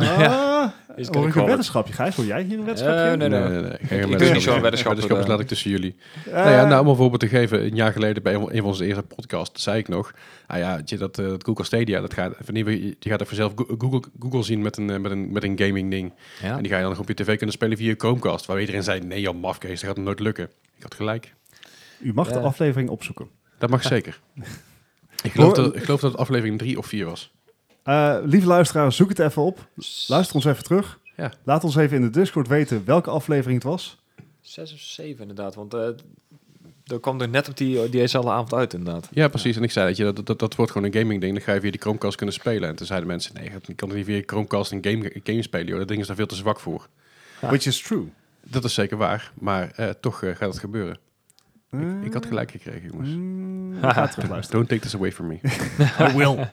Is hoor ik gonna een weddenschapje, Gijs? Wil jij hier een weddenschapje? Uh, nee, nee. nee, nee, nee. Geen Ik weddenschap. doe niet zo'n weddenschap, Weddenschap uh, laat ik tussen jullie. Uh, nou ja, nou, om een voorbeeld te geven. Een jaar geleden bij een, een van onze eerste podcasts zei ik nog... Ah ja, weet je, dat, uh, dat Google Stadia, dat gaat, je gaat er vanzelf Google, Google zien met een, uh, met een, met een gaming ding. Ja. En die ga je dan nog op je tv kunnen spelen via Chromecast. Waar iedereen zei, nee joh, mafkees, dat gaat nooit lukken. Ik had gelijk. U mag Ja. de aflevering opzoeken. Dat mag zeker. Ik geloof, dat, ik geloof dat het aflevering drie of vier was. Uh, lieve luisteraars, zoek het even op. Luister ons even terug. Ja. Laat ons even in de Discord weten welke aflevering het was. Zes of zeven, inderdaad. Want uh, dat kwam er net op die, diezelfde avond uit, inderdaad. Ja, precies. En ik zei dat je dat, dat, dat wordt gewoon een gaming ding. Dan ga je via die Chromecast kunnen spelen. En toen zeiden mensen, nee, je kan er niet via Chromecast een game, een game spelen. Joh. Dat ding is daar veel te zwak voor. Ja. Which is true. Dat is zeker waar. Maar uh, toch uh, gaat het gebeuren. Uh, ik, ik had gelijk gekregen, jongens. Mm, ik ga terug luisteren. Don't take this away from me. I will.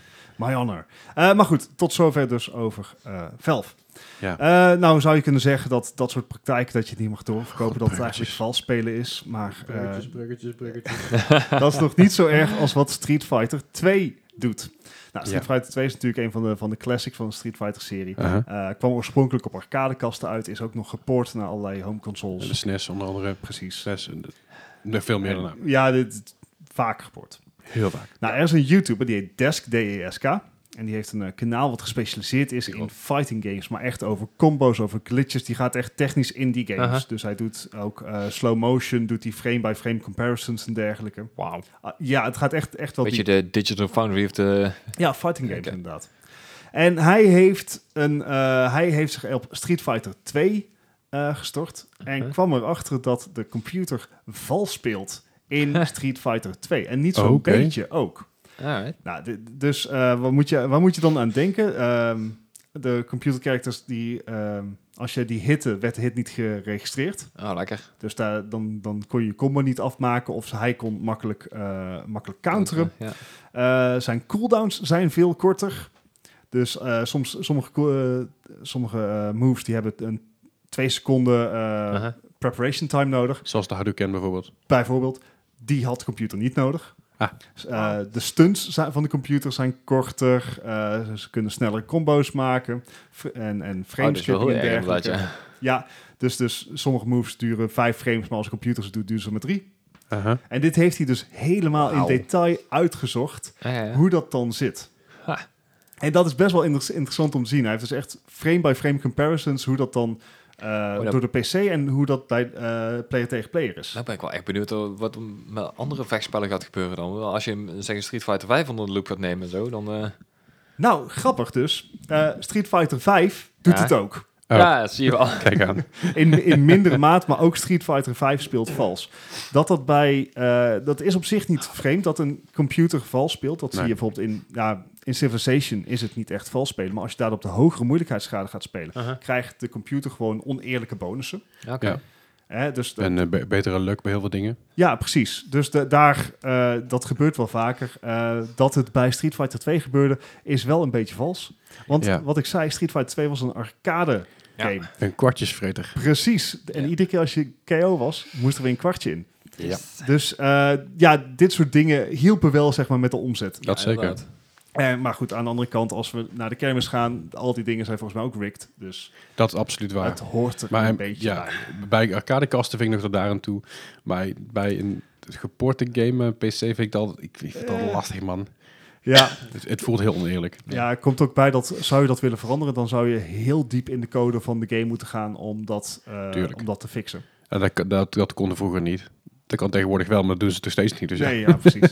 My honor. Uh, maar goed, tot zover dus over uh, Valve. Ja. Uh, nou zou je kunnen zeggen dat dat soort praktijken dat je het niet mag doorverkopen, God, dat het bruggetjes. eigenlijk vals spelen is. Maar uh, Bruggetjes, bruggetjes, bruggetjes. dat is nog niet zo erg als wat Street Fighter twee doet. Nou, Street Ja. Fighter twee is natuurlijk een van de, van de classics van de Street Fighter serie. Uh-huh. Uh, kwam oorspronkelijk op arcadekasten uit, is ook nog gepoord naar allerlei home consoles. En de S N E S onder andere. Precies. S N E S. En de- Nog veel meer En, daarna. ja, dit dit- vaak gepoord. Heel vaak. Nou, er is een YouTuber, die heet Desk, D E S K. En die heeft een uh, kanaal wat gespecialiseerd is in fighting games. Maar echt over combo's, over glitches. Die gaat echt technisch in die games. Uh-huh. Dus hij doet ook uh, slow motion, doet die frame-by-frame comparisons en dergelijke. Wauw. Uh, ja, het gaat echt, echt wel... Beetje diep. de Digital Foundry of de... Ja, fighting games Oké. inderdaad. En hij heeft, een, uh, hij heeft zich op Street Fighter twee uh, gestort. En Uh-huh. kwam erachter dat de computer vals speelt in Street Fighter twee. En niet zo'n Oké. beetje ook. Alright. Nou, d- dus uh, wat moet je, waar moet je dan aan denken? Um, de computer characters, die, um, als je die hitte, werd de hit niet geregistreerd. Oh, lekker. Dus daar, dan, dan kon je je combo niet afmaken of hij kon makkelijk, uh, makkelijk counteren. Ja. Uh, zijn cooldowns zijn veel korter. Dus uh, soms, sommige, co- uh, sommige uh, moves die hebben een twee seconden uh, Uh-huh. preparation time nodig. Zoals de Hadouken bijvoorbeeld. Bijvoorbeeld, die had de computer niet nodig. Ah. Uh, de stunts zijn- van de computer zijn korter. Uh, ze kunnen sneller combo's maken. F- en, en Oh, frame dat is wel skipping heel en erg, inderdaad, dergelijke. ja. Ja, dus, dus sommige moves duren vijf frames, maar als de computer ze doet, duren ze maar drie. Uh-huh. En dit heeft hij dus helemaal Wauw. in detail uitgezocht, Ja, ja, ja. hoe dat dan zit. Ha. En dat is best wel inter- interessant om te zien. Hij heeft dus echt frame-by-frame comparisons, hoe dat dan uh, dat- door de P C en hoe dat bij uh, player tegen player is. Nou ben ik wel echt benieuwd uh, wat er met andere vechtspellen gaat gebeuren dan. Wel, als je uh, zeg een Street Fighter vijf onder de loep gaat nemen en zo, dan... Uh... Nou, grappig dus. Uh, Street Fighter vijf doet Ja. het ook. Oh, Ja, zie je wel. kijk aan. In, in mindere maat, maar ook Street Fighter vijf speelt vals. Dat dat bij... Uh, dat is op zich niet vreemd dat een computer vals speelt. Dat Nee. zie je bijvoorbeeld in... Ja, in Civilization is het niet echt vals spelen. Maar als je daar op de hogere moeilijkheidsgraad gaat spelen... Uh-huh. krijgt de computer gewoon oneerlijke bonussen. Oké. Ja. Hè, dus de- En uh, be- betere luck bij heel veel dingen. ja, precies. Dus de, daar, uh, dat gebeurt wel vaker. Uh, dat het bij Street Fighter twee gebeurde, is wel een beetje vals. Want Ja. wat ik zei, Street Fighter twee was een arcade Ja. game. Een kwartjesvreter. Precies. En Ja. iedere keer als je K O was, moest er weer een kwartje in. Ja. Dus uh, ja, dit soort dingen hielpen wel zeg maar met de omzet. Dat zeker. inderdaad. Uh, maar goed, aan de andere kant, als we naar de kermis gaan, al die dingen zijn volgens mij ook rigged. Dus Dat is absoluut waar. het hoort er Maar een een beetje ja, bij. bij arcadekasten vind ik nog tot daar aan toe. Bij, bij een geporte game uh, P C vind ik dat, ik vind het al Eh. lastig, man. Ja, Het, het voelt heel oneerlijk. ja, er komt ook bij dat, zou je dat willen veranderen, dan zou je heel diep in de code van de game moeten gaan om dat, uh, Tuurlijk. om dat te fixen. En dat, dat, dat kon vroeger niet. Dat kan tegenwoordig wel, maar dat doen ze toch steeds niet. Dus ja. Nee, ja, precies.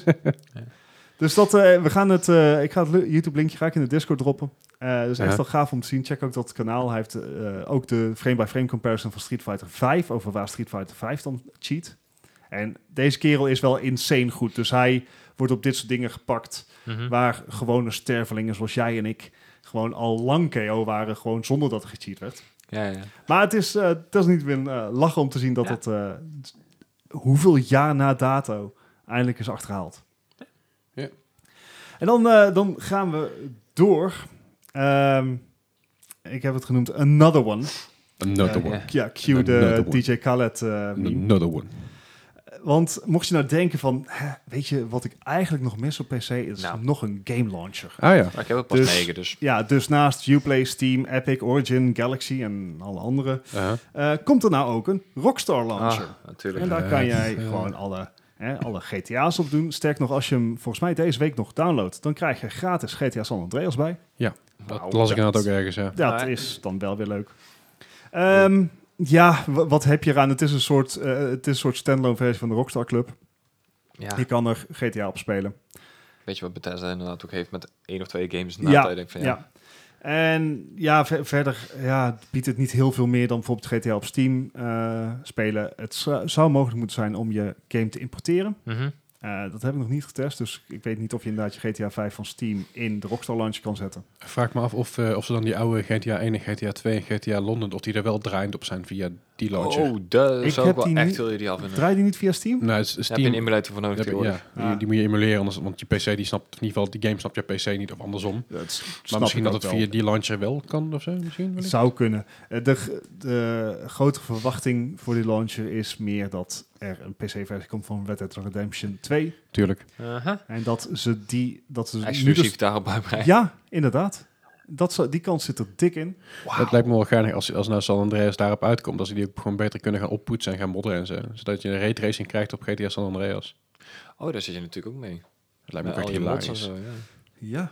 Dus dat, uh, we gaan het, uh, ik ga het YouTube-linkje ga ik in de Discord droppen. Uh, dat is echt Ja. wel gaaf om te zien. Check ook dat kanaal. Hij heeft uh, ook de frame-by-frame comparison van Street Fighter vijf, over waar Street Fighter vijf dan cheat. En deze kerel is wel insane goed. Dus hij wordt op dit soort dingen gepakt. Mhm. Waar gewone stervelingen zoals jij en ik gewoon al lang K O waren, gewoon zonder dat er gecheat werd. Ja, ja. Maar het is, uh, het is niet weer uh, lachen om te zien dat Ja. het uh, hoeveel jaar na dato eindelijk is achterhaald. Ja. En dan, uh, dan gaan we door. Um, ik heb het genoemd Another One. Another Uh, one. Ja, cue de Another one. D J Khaled uh, meme. Another one. Want mocht je nou denken van, hè, weet je wat ik eigenlijk nog mis op P C? Is Nou. nog een game launcher. Ah ja. Maar ik heb het pas Dus- negen, dus... Ja, dus naast Uplay, Steam, Epic, Origin, Galaxy en alle andere, Uh-huh. uh, komt er nou ook een Rockstar launcher. Ah, natuurlijk. En daar Ja, kan jij ja. gewoon alle, hè, alle G T A's op doen. Sterk nog, als je hem volgens mij deze week nog downloadt, dan krijg je gratis G T A San Andreas bij. Dat Wauw. las ik dat- inderdaad ook ergens, ja. Dat Maar- is dan wel weer leuk. Ehm, ja, w- wat heb je eraan? Het is een soort, uh, het is een soort standalone versie van de Rockstar Club. Ja, Je kan er G T A op spelen. weet je wat Bethesda inderdaad ook heeft met één of twee games na Ja, dat je denkt van ja. Ja. En ja, ver- verder ja, biedt het niet heel veel meer dan bijvoorbeeld G T A op Steam uh, spelen. Het zou, zou mogelijk moeten zijn om je game te importeren. Mhm. Uh, dat heb ik nog niet getest, dus ik weet niet of je inderdaad je G T A vijf van Steam in de Rockstar Launcher kan zetten. Ik vraag me af of, uh, of ze dan die oude G T A één en G T A twee en G T A Londen, of die er wel draaiend op zijn via die launcher. Oh, dat Ik zou heb ik wel die echt niet- heel ideaal vinden. Draai die niet via Steam? Nou, het is Daar heb je een Steam. emulator voor nodig heb je- tegenwoordig. ja, die, Ah. die moet je emuleren, anders, want je P C die snapt, in ieder geval die game snapt je P C niet of andersom. Dat s- snap Maar misschien ik dat ook het wel. via die launcher wel kan of zo, misschien? Het wellicht? zou kunnen. Uh, de, g- de grote verwachting voor die launcher is meer dat er een P C-versie komt van Red Dead Redemption twee. Tuurlijk. Aha. En dat ze die... Dat ze nu Exclusief dus- daarop uitbreiden. Ja, inderdaad. Dat zou, die kans zit er dik in. Het lijkt me wel geinig als, als nou San Andreas daarop uitkomt, dat ze die ook gewoon beter kunnen gaan oppoetsen en gaan modderen en zo. Zodat je een raytracing krijgt op G T A San Andreas. Oh, daar zit je natuurlijk ook mee. Dat lijkt me Met ook al echt je mods en hilarisch. zo, ja. Ja.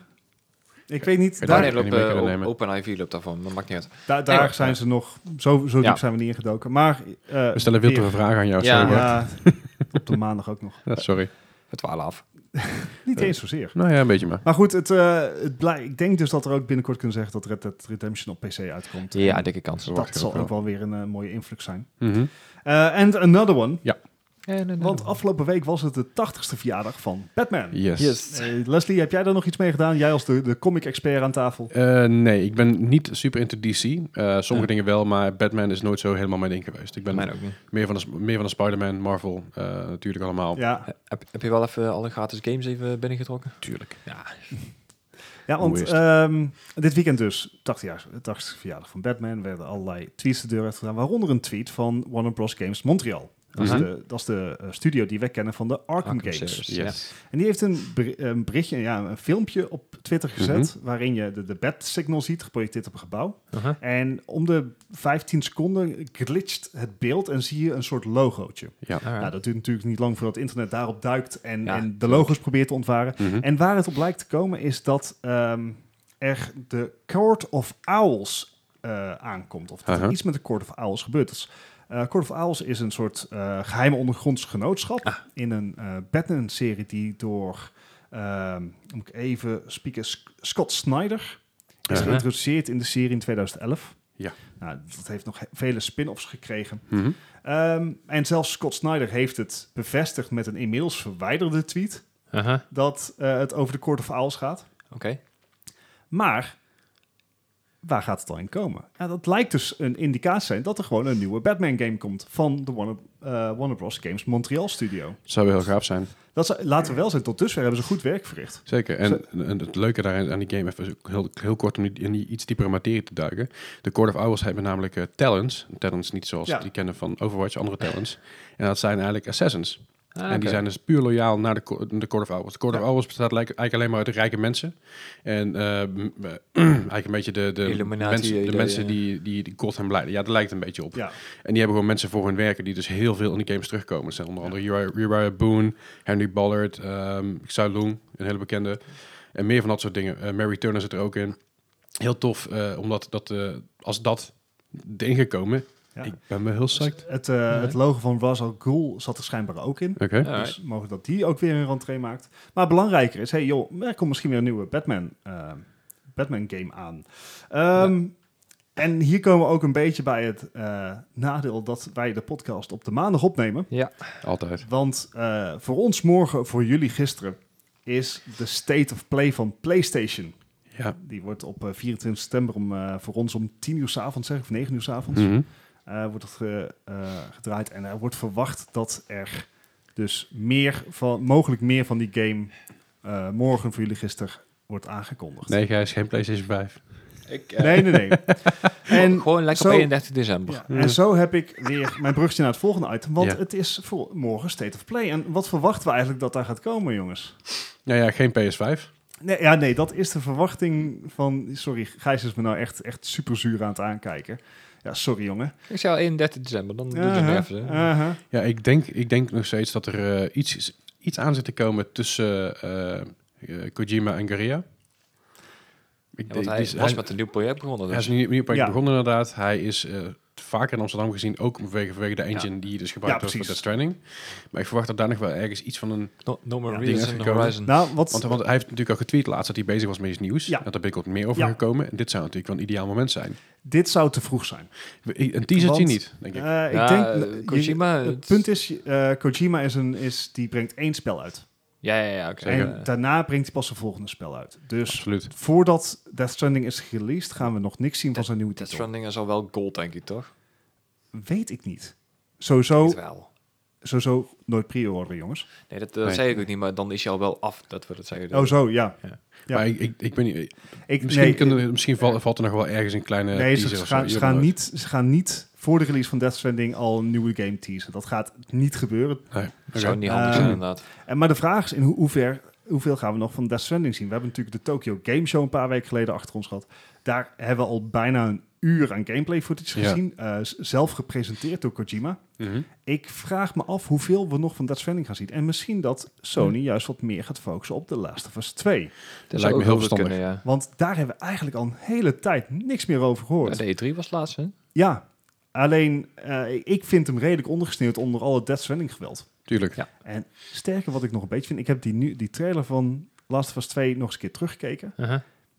Ik weet niet... Daar- Daar, Daar kan loopt je niet mee uh, kunnen op- nemen. OpenIV loopt daarvan, maar maakt niet uit. daar, daar Nee, zijn ja. ze nog... Zo, zo diep Ja. zijn we niet ingedoken. Maar... Uh, We stellen veel te veel vragen aan jou, Ja. sorry. Bart. Ja, op de maandag ook nog. Ja, sorry. Het dwalen af. Niet eens zozeer. Nou ja, een beetje maar. Maar goed, het, uh, het blij- ik denk dus dat er ook binnenkort kunnen zeggen dat Red Dead Redemption op P C uitkomt. Ja, En dikke kans. verwacht dat ik zal ook wel. ook wel weer een uh, mooie influx zijn. Mhm. Uh, and another one. Ja, nee, nee, Want nee. afgelopen week was het de tachtigste verjaardag van Batman. Yes. Yes. Uh, Leslie, heb jij daar nog iets mee gedaan? Jij als de, de comic-expert aan tafel. Eh, nee, ik ben niet super into D C. Eh, sommige Ja. dingen wel, maar Batman is nooit zo helemaal mijn ding geweest. Ik ben Mijn ook niet. meer van de, meer van de Spider-Man, Marvel, eh, natuurlijk allemaal. Ja, He- Heb, heb je wel even alle gratis games even binnengetrokken? Tuurlijk. Ja. ja want Hoe is het? ehm, dit weekend dus, tachtig jaar, tachtigste verjaardag van Batman, werden allerlei tweets de deur uit gedaan, waaronder een tweet van Warner Bros. Games Montreal. Dat is Mhm. de, dat is de uh, studio die wij kennen van de Arkham, Arkham Games. series. Yes. En die heeft een, ber- een berichtje, ja, een filmpje op Twitter gezet, Mhm. waarin je de, de bat-signal ziet, geprojecteerd op een gebouw. Uh-huh. En om de vijftien seconden glitcht het beeld en zie je een soort logootje. Ja. Alright. Nou, dat duurt natuurlijk niet lang voordat het internet daarop duikt en, Ja, en de logo's probeert te ontwaren. Mhm. En waar het op lijkt te komen is dat ehm, er de Court of Owls eh, aankomt. Of dat er Aha. iets met de Court of Owls gebeurt. Dus, eh, Court of Owls is een soort eh, geheime ondergronds genootschap Ah. in een eh Batman-serie die door, ehm, moet ik even spieken, Sc- Scott Snyder is Aha. geïntroduceerd in de serie in tweeduizend elf. Ja. Nou, dat heeft nog he- vele spin-offs gekregen. Mhm. Ehm, en zelfs Scott Snyder heeft het bevestigd met een inmiddels verwijderde tweet Uh-huh. dat eh, het over de Court of Owls gaat. Oké. Maar waar gaat het dan in komen? Ja, dat lijkt dus een indicatie zijn dat er gewoon een nieuwe Batman game komt van de Warner, eh, Warner Bros. Games Montreal studio. Dat zou heel gaaf zijn. Dat zou, laten we wel zijn, tot dusver hebben ze goed werk verricht. Zeker. En, en het leuke daarin aan die game, even heel, heel kort om die, in die iets diepere materie te duiken. De Court of Owls hebben namelijk uh, talents. Talents niet zoals Ja. die kennen van Overwatch, andere talents. En dat zijn eigenlijk assassins. Ah, En die oké. zijn dus puur loyaal naar de, co- de Court of Owls. De Court Ja. of Owls bestaat lijk- eigenlijk alleen maar uit de rijke mensen. En eh, m- eh, eigenlijk een beetje de, de Illuminati mensen, de idee, mensen ja. die, die, die Gotham leiden. Ja, dat lijkt een beetje op. Ja, En die hebben gewoon mensen voor hun werken die dus heel veel in die games terugkomen. Dat zijn onder andere Uriah, Uriah Boone, Henry Ballard, um, Xia Lung, een hele bekende. En meer van dat soort dingen. Uh, Mary Turner zit er ook in. Heel tof, uh, omdat dat, uh, als dat erin gekomen, ja. ik ben me heel psyched. Het, uh, het logo van Ra's al Ghul zat er schijnbaar ook in. Oké. Ja. Dus mogelijk dat die ook weer een rentree maakt. Maar belangrijker is, hey joh, er komt misschien weer een nieuwe Batman, uh, Batman game aan. Um, ja. En hier komen we ook een beetje bij het uh, nadeel dat wij de podcast op de maandag opnemen. Ja. Altijd. Want uh, voor ons morgen, voor jullie gisteren, is de State of Play van PlayStation. Ja. Die wordt op uh, vierentwintig september om, uh, voor ons om tien uur 's avonds, zeg, of negen uur 's avonds, Mm-hmm. uh, wordt het uh, uh, gedraaid. En er wordt verwacht dat er dus meer van, mogelijk meer van die game uh, morgen voor jullie gisteren wordt aangekondigd. Nee, Gijs, geen PlayStation vijf. Ik, uh, nee, nee. nee. En gewoon lekker zo- op eenendertig december. Ja, Mm. en zo heb ik weer mijn bruggetje naar het volgende item. Want Ja. het is voor morgen State of Play. En wat verwachten we eigenlijk dat daar gaat komen, jongens? Ja, ja, geen P S vijf. Nee, ja, nee, dat is de verwachting van... Sorry, Gijs is me nou echt, echt super zuur aan het aankijken. Ja, sorry, jongen. Ik zei al eenendertig december, dan doe je Uh-huh, het even. hè. uh-huh. Ja, ik denk, ik denk nog steeds dat er uh, iets, iets aan zit te komen tussen uh, uh, Kojima en Guerrilla. Ik, Ja, want die hij is- was hij- met een nieuw project begonnen. Hij Dus. is een nieuw nieuw project Ja. begonnen inderdaad. Hij is uh, vaker in Amsterdam gezien, ook vanwege, vanwege de engine die dus gebruikt Ja, wordt voor precies. Death Stranding. Maar ik verwacht dat daar nog wel ergens iets van een... No, no More Ja, Reasons dingen in the gekomen. Horizon. Nou, wat... Want, want hij heeft natuurlijk al getweet laatst dat hij bezig was met iets nieuws. Ja. En daar ben ik ook meer over Ja. gekomen. En dit zou natuurlijk wel een ideaal moment zijn. dit zou te vroeg zijn. Een teasertje Want, niet, denk ik. Uh, Ja, ik denk... eh, je- Kojima, Het het- punt is, uh, Kojima is een, is, die brengt één spel uit. Ja, ja, ja. oké. Zeker. En daarna brengt hij pas zijn volgende spel uit. Dus Absoluut. voordat Death Stranding is released, gaan we nog niks zien van zijn nieuwe Death titel. Stranding is al wel gold, denk ik, toch? Weet ik niet. Sowieso, Niet wel. sowieso nooit pre-orderen, jongens. Nee, dat, dat Nee. zei ik ook niet, maar dan is je al wel af, dat we dat zeggen. Oh, zo, ja. Ja. Ja. Maar ik, ik, ik ben niet... Ik, Misschien, nee, kunnen, misschien valt, valt er nog wel ergens een kleine nee, ze, teaser ze of zo. gaan, ze, Je gaan weet het niet, ze gaan niet voor de release van Death Stranding al een nieuwe game teasen. Dat gaat niet gebeuren. nooit. Nee. Dat zou Oké. niet handig Eh, zijn, inderdaad. En, maar de vraag is, in ho- hoever, hoeveel gaan we nog van Death Stranding zien? We hebben natuurlijk de Tokyo Game Show een paar weken geleden achter ons gehad. Daar hebben we al bijna een uur aan gameplay footage Ja. gezien. Uh, z- zelf gepresenteerd door Kojima. Mhm. Ik vraag me af hoeveel we nog van Death Stranding gaan zien. En misschien dat Sony juist wat meer gaat focussen op The Last of Us twee. Dat lijkt zou me ook heel heel goed verstandig. kunnen, ja. Want daar hebben we eigenlijk al een hele tijd niks meer over Ja, gehoord. de E drie was het laatste, hè? Ja, alleen uh, ik vind hem redelijk ondergesneeuwd onder al het Death Stranding geweld. Tuurlijk. Ja. En sterker wat ik nog een beetje vind, ik heb die, nu, die trailer van Last of Us twee nog eens een keer teruggekeken. Uh-huh.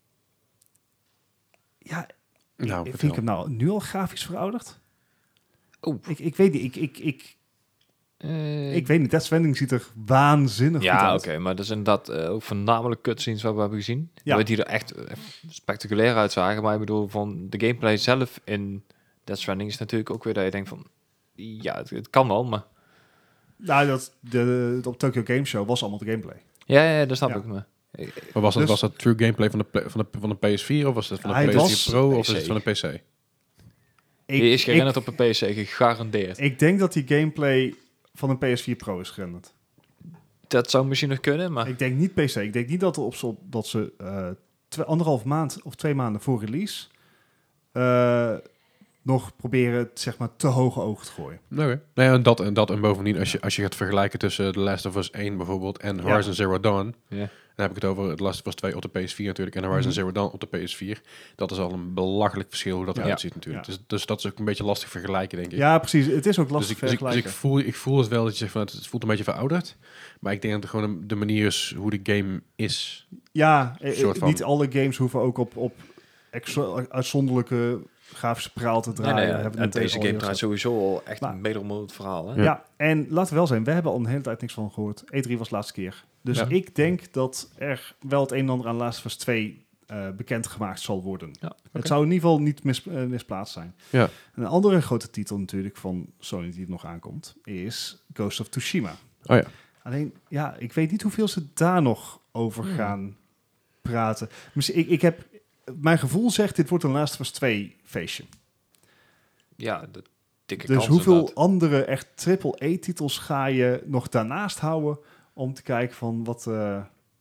Ja, Nou, ik vertel. vind ik hem nou nu al grafisch verouderd? Oeh. Ik, ik weet niet, ik, ik, ik, Eh, ik weet niet, Death Stranding ziet er waanzinnig goed ja, uit. oké, maar dat is inderdaad eh, ook voornamelijk cutscenes wat we hebben gezien. Ja. Ja. Die er echt eh, spectaculair uitzagen. Maar ik bedoel, van de gameplay zelf in Death Stranding is natuurlijk ook weer dat je denkt van... Ja, het, het kan wel, maar... Nou, dat, de, de, op Tokyo Game Show was allemaal de gameplay. Ja, ja, dat snap Ja. ik. Maar, Maar was, dat, Dus- was dat true gameplay van de, pla- van de, van de P S vier of was dat van de Hij PlayStation was Pro of P C. is het van de P C? Ik, je is ik, gerenderd op een P C, gegarandeerd. ik denk dat die gameplay van een P S vier Pro is gerenderd. Dat zou misschien nog kunnen, maar... Ik denk niet P C. Ik denk niet dat, er op zo, dat ze uh, twee, anderhalf maand of twee maanden voor release uh, nog proberen het, zeg maar, te hoge ogen te gooien. Oké. Nou ja, dat en dat en bovendien, als je, als je gaat vergelijken tussen The Last of Us één bijvoorbeeld en Horizon Zero Dawn, Ja. dan heb ik het over The Last of Us twee op de P S vier natuurlijk en Horizon Mhm. Zero Dawn op de P S vier. Dat is al een belachelijk verschil hoe dat Ja. eruit ziet natuurlijk. Ja. Dus, dus dat is ook een beetje lastig vergelijken, denk ik. Ja, precies. Het is ook Dus lastig ik, dus ik, dus vergelijken. ik, voel, ik voel het wel dat je zegt van het, het voelt een beetje verouderd. Maar ik denk dat het gewoon de manier is hoe de game is. Ja, eh, soort van- niet alle games hoeven ook op, op exo- uitzonderlijke grafische praal te Nee, draaien. nee, We hebben en het deze al game heel draait gezegd. sowieso al echt Maar- een wederom verhaal, hè? Ja. Ja, en laten we wel zijn, we hebben al een hele tijd niks van gehoord. E drie was de laatste keer. Dus Ja. ik denk dat er wel het een en ander aan Last of Us twee uh, bekendgemaakt zal worden. Ja, oké. Het zou in ieder geval niet mis, uh, misplaatst zijn. Ja. Een andere grote titel natuurlijk van Sony die er nog aankomt, is Ghost of Tsushima. Oh ja. Alleen, ja, ik weet niet hoeveel ze daar nog over Hmm. gaan praten. Misschien, ik, ik heb, mijn gevoel zegt, dit wordt een Last of Us twee feestje. Ja, de dikke Dus kans hoeveel inderdaad. andere echt triple-A-titels ga je nog daarnaast houden om te kijken van wat, uh,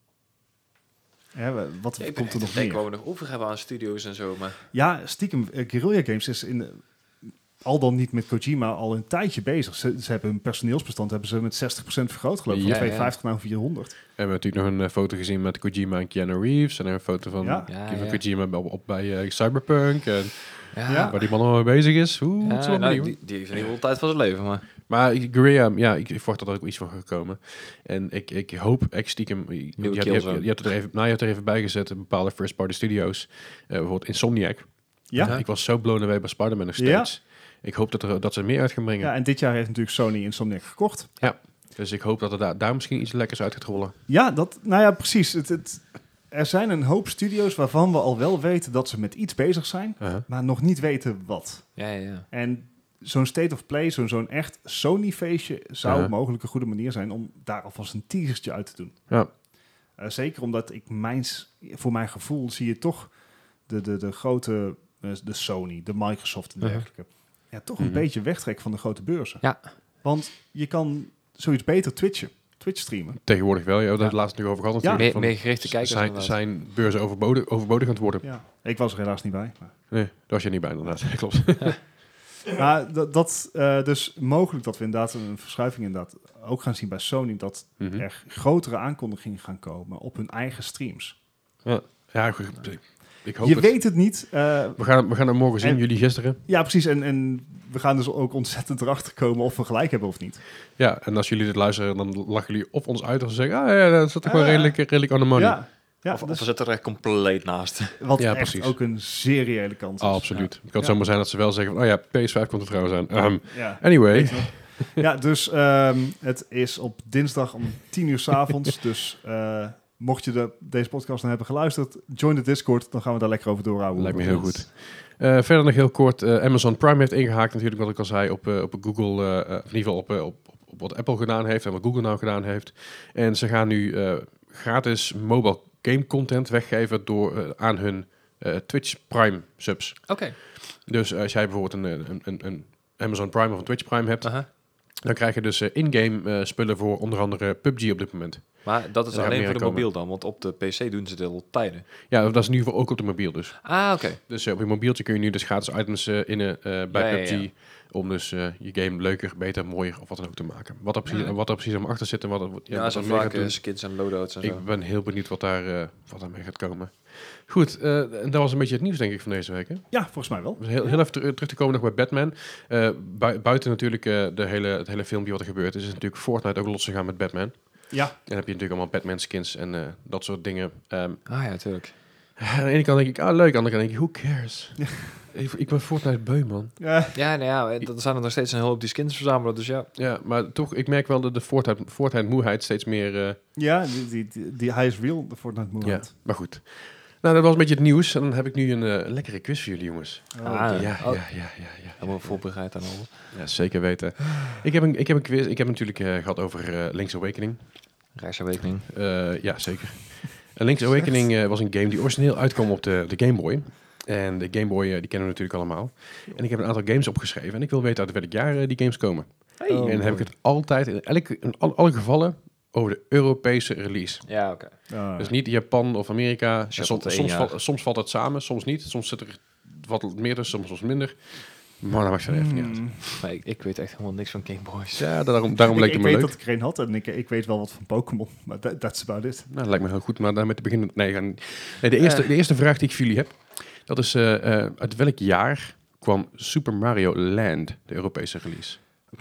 ja, wat Ja, ik komt er nog Ik denk meer? waar we nog over hebben aan studio's en zo, maar... Ja, stiekem, uh, Guerrilla Games is in, uh, al dan niet met Kojima al een tijdje bezig. Ze, ze hebben hun personeelsbestand hebben ze met zestig procent vergroot geloof ik, Ja, van ja. tweehonderdvijftig naar vierhonderd. We hebben natuurlijk nog een uh, foto gezien met Kojima en Keanu Reeves. En een foto van Ja. Ja, Ko- ja. Kojima op, op bij uh, Cyberpunk. En Ja, Ja. waar die man al mee bezig is. Oeh, Ja, het is wel nou, benieuwd. die, die heeft in ieder geval tijd van zijn leven, maar... Maar ik- Guerrilla, ja, ik, ik verwacht dat er ook iets van gaat komen. En ik, ik hoop echt stiekem... Je, je, Nieuwe hebt- je, hebt- Killzone. je hebt het er even, nou, je hebt er even bij gezet, een bepaalde first-party studios. Uh, bijvoorbeeld Insomniac. Ja? Ik was zo blown away bij Spider-Man nog Ja. steeds. Ik hoop dat, er, dat ze er meer uit gaan brengen. Ja, en dit jaar heeft natuurlijk Sony Insomniac gekocht. Ja. Dus ik hoop dat er daar, daar misschien iets lekkers uit gaat rollen. Ja, dat, nou ja, precies. Het, het, er zijn een hoop studio's waarvan we al wel weten dat ze met iets bezig zijn, Uh-huh. maar nog niet weten wat. Ja, ja, ja. En zo'n state of play, zo'n, zo'n echt Sony-feestje, zou Ja. mogelijk een goede manier zijn om daar alvast een teasertje uit te doen. Ja. Uh, zeker omdat ik mijns, voor mijn gevoel zie je toch de, de, de grote, uh, de Sony, de Microsoft en Uh-huh. dergelijke, ja, toch een Mhm. beetje wegtrekken van de grote beurzen. Ja. Want je kan zoiets beter twitchen, Twitch streamen. Tegenwoordig wel, ja, daar hebben we Ja. het laatst nog over gehad Ja. natuurlijk. Meer, Van, meer gerichte kijkers. zijn, inderdaad. zijn beurzen overbodig, overbodig aan het worden? Ja. Ik was er helaas niet bij. Maar, Nee, daar was je niet bij inderdaad. Klopt. maar dat, dat uh, dus mogelijk dat we inderdaad een verschuiving inderdaad ook gaan zien bij Sony, dat Mhm. er grotere aankondigingen gaan komen op hun eigen streams. Ja, goed, ik, ik hoop Je het. weet het niet. Uh, We gaan, we gaan het morgen zien, En- jullie gisteren. ja, precies. En, en we gaan dus ook ontzettend erachter komen of we gelijk hebben of niet. Ja, en als jullie dit luisteren, dan lachen jullie of ons uit of ze zeggen, ah ja, dat zat toch wel Ah. redelijk, redelijk on the money. Ja, ja Of, of dus, we zitten er echt compleet naast. wat Ja, echt precies. ook een zeer reële kans is. Ah, absoluut. Het kan Ja. zomaar zijn dat ze wel zeggen van, oh ja, P S vijf komt er trouwens aan. Ehm, Ja. anyway. Weet je nog? Ja, dus ehm, het is op dinsdag om tien uur 's avonds. Dus uh, mocht je de, deze podcast dan hebben geluisterd, join de Discord. Dan gaan we daar lekker over doorhouden. Lijkt me heel goed. Uh, verder nog heel kort, uh, Amazon Prime heeft ingehaakt natuurlijk wat ik al zei op, uh, op Google, uh, uh, in ieder geval op, uh, op, op, op wat Apple gedaan heeft en wat Google nou gedaan heeft. En ze gaan nu uh, gratis mobile game content weggeven door, uh, aan hun uh, Twitch Prime subs. Oké. Dus uh, als jij bijvoorbeeld een, een, een, een Amazon Prime of een Twitch Prime hebt, Aha. dan krijg je dus uh, in-game uh, spullen voor onder andere P U B G op dit moment. Maar dat is Er gaat alleen meer voor de komen. mobiel dan, want op de P C doen ze dit al tijden. Ja, dat is in ieder geval ook op de mobiel dus. Ah, oké. Dus uh, op je mobieltje kun je nu dus gratis items uh, innen uh, bij Ja, ja, P U B G. ja. Om dus uh, je game leuker, beter, mooier of wat dan ook te maken. Wat er precies, Ja. wat er precies allemaal achter zit en wat er, ja, Ja, wat zo er meer gaat vaak doen. uh, skins en loadouts en zo. Ik ben heel benieuwd wat daar, uh, wat daar mee gaat komen. Goed, uh, en dat was een beetje het nieuws denk ik van deze week. Hè? Ja, volgens mij wel. Dus heel, heel even ter- terug te komen nog bij Batman. Uh, bui- buiten natuurlijk uh, de hele, het hele filmpje wat er gebeurt is, is natuurlijk Fortnite ook losgegaan met Batman. Ja, En dan heb je natuurlijk allemaal Batman skins en uh, dat soort dingen. Um, Ah ja, tuurlijk. aan de ene kant denk ik, ah leuk. Aan de andere kant denk ik, who cares? ik, ik ben Fortnite beu, man. ja. Ja, nou ja, er zijn er nog steeds een hele hoop die skins verzamelen, dus ja. Ja, maar toch, ik merk wel dat de Fortnite, Fortnite moeheid steeds meer... Uh, ja die, die, die, die, hij is real, de Fortnite ja, movement. maar goed. Nou, dat was een beetje het nieuws. En dan heb ik nu een uh, lekkere quiz voor jullie, jongens. Oh, Ah, oké. Ja, oh. ja, ja, ja, ja. Helemaal voorbereid en al. Ja, zeker weten. Ik heb een, ik heb een quiz. Ik heb natuurlijk uh, gehad over uh, Link's Awakening. Reisawakening. Uh, ja, zeker. En Link's Awakening uh, was een game die origineel uitkwam op de, de Game Boy. En de Game Boy, uh, die kennen we natuurlijk allemaal. En ik heb een aantal games opgeschreven. En ik wil weten uit welk jaar uh, die games komen. Hey. en dan heb ik het altijd, in, elke, in al, alle gevallen, over de Europese release. Ja, oké. Ah. Dus niet Japan of Amerika. Dus je Soms, hebt al soms, één jaar. valt, soms valt het samen, soms niet. Soms zit er wat meer tussen, soms, soms minder. Maar dat maakt er even niet uit. Hmm. Maar ik, ik weet echt helemaal niks van Game Boys. Ja, daarom, daarom ik leek ik het me weet leuk. dat ik er een had en ik, ik weet wel wat van Pokémon, maar that, that's about it. Nou, dat lijkt me heel goed, maar daarmee te beginnen... Nee, gaan, nee de, eerste, Eh. de eerste vraag die ik voor jullie heb, dat is uh, uh, uit welk jaar kwam Super Mario Land, de Europese release?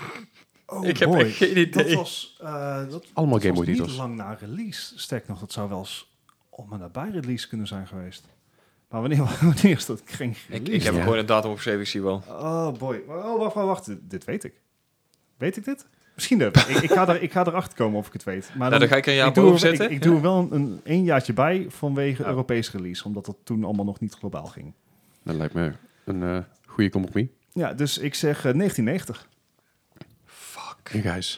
Oh Ik heb boy. echt geen idee. Dat was, uh, dat, Allemaal dat Game was Boy niet titels. lang na release. Sterk nog, dat zou wel eens om en nabij release kunnen zijn geweest. Maar wanneer, wanneer is dat? Geen Ik, release. ik heb Ja. gewoon een datum opgeschreven, ik zie wel. Oh boy. Oh, wacht, wacht, wacht. Dit, dit weet ik. Weet ik dit? Misschien dat. ik, ik, ga er, ik ga erachter komen of ik het weet. Maar Nou, dan, dan ga ik er een jaar ik doe, boven er, ik, zetten. ik doe er wel een, een, een jaartje bij vanwege Ja. Europees release. Omdat dat toen allemaal nog niet globaal ging. Dat lijkt me een uh, goede compromis. Ja, dus ik zeg uh, negentien negentig. Fuck. En Gijs?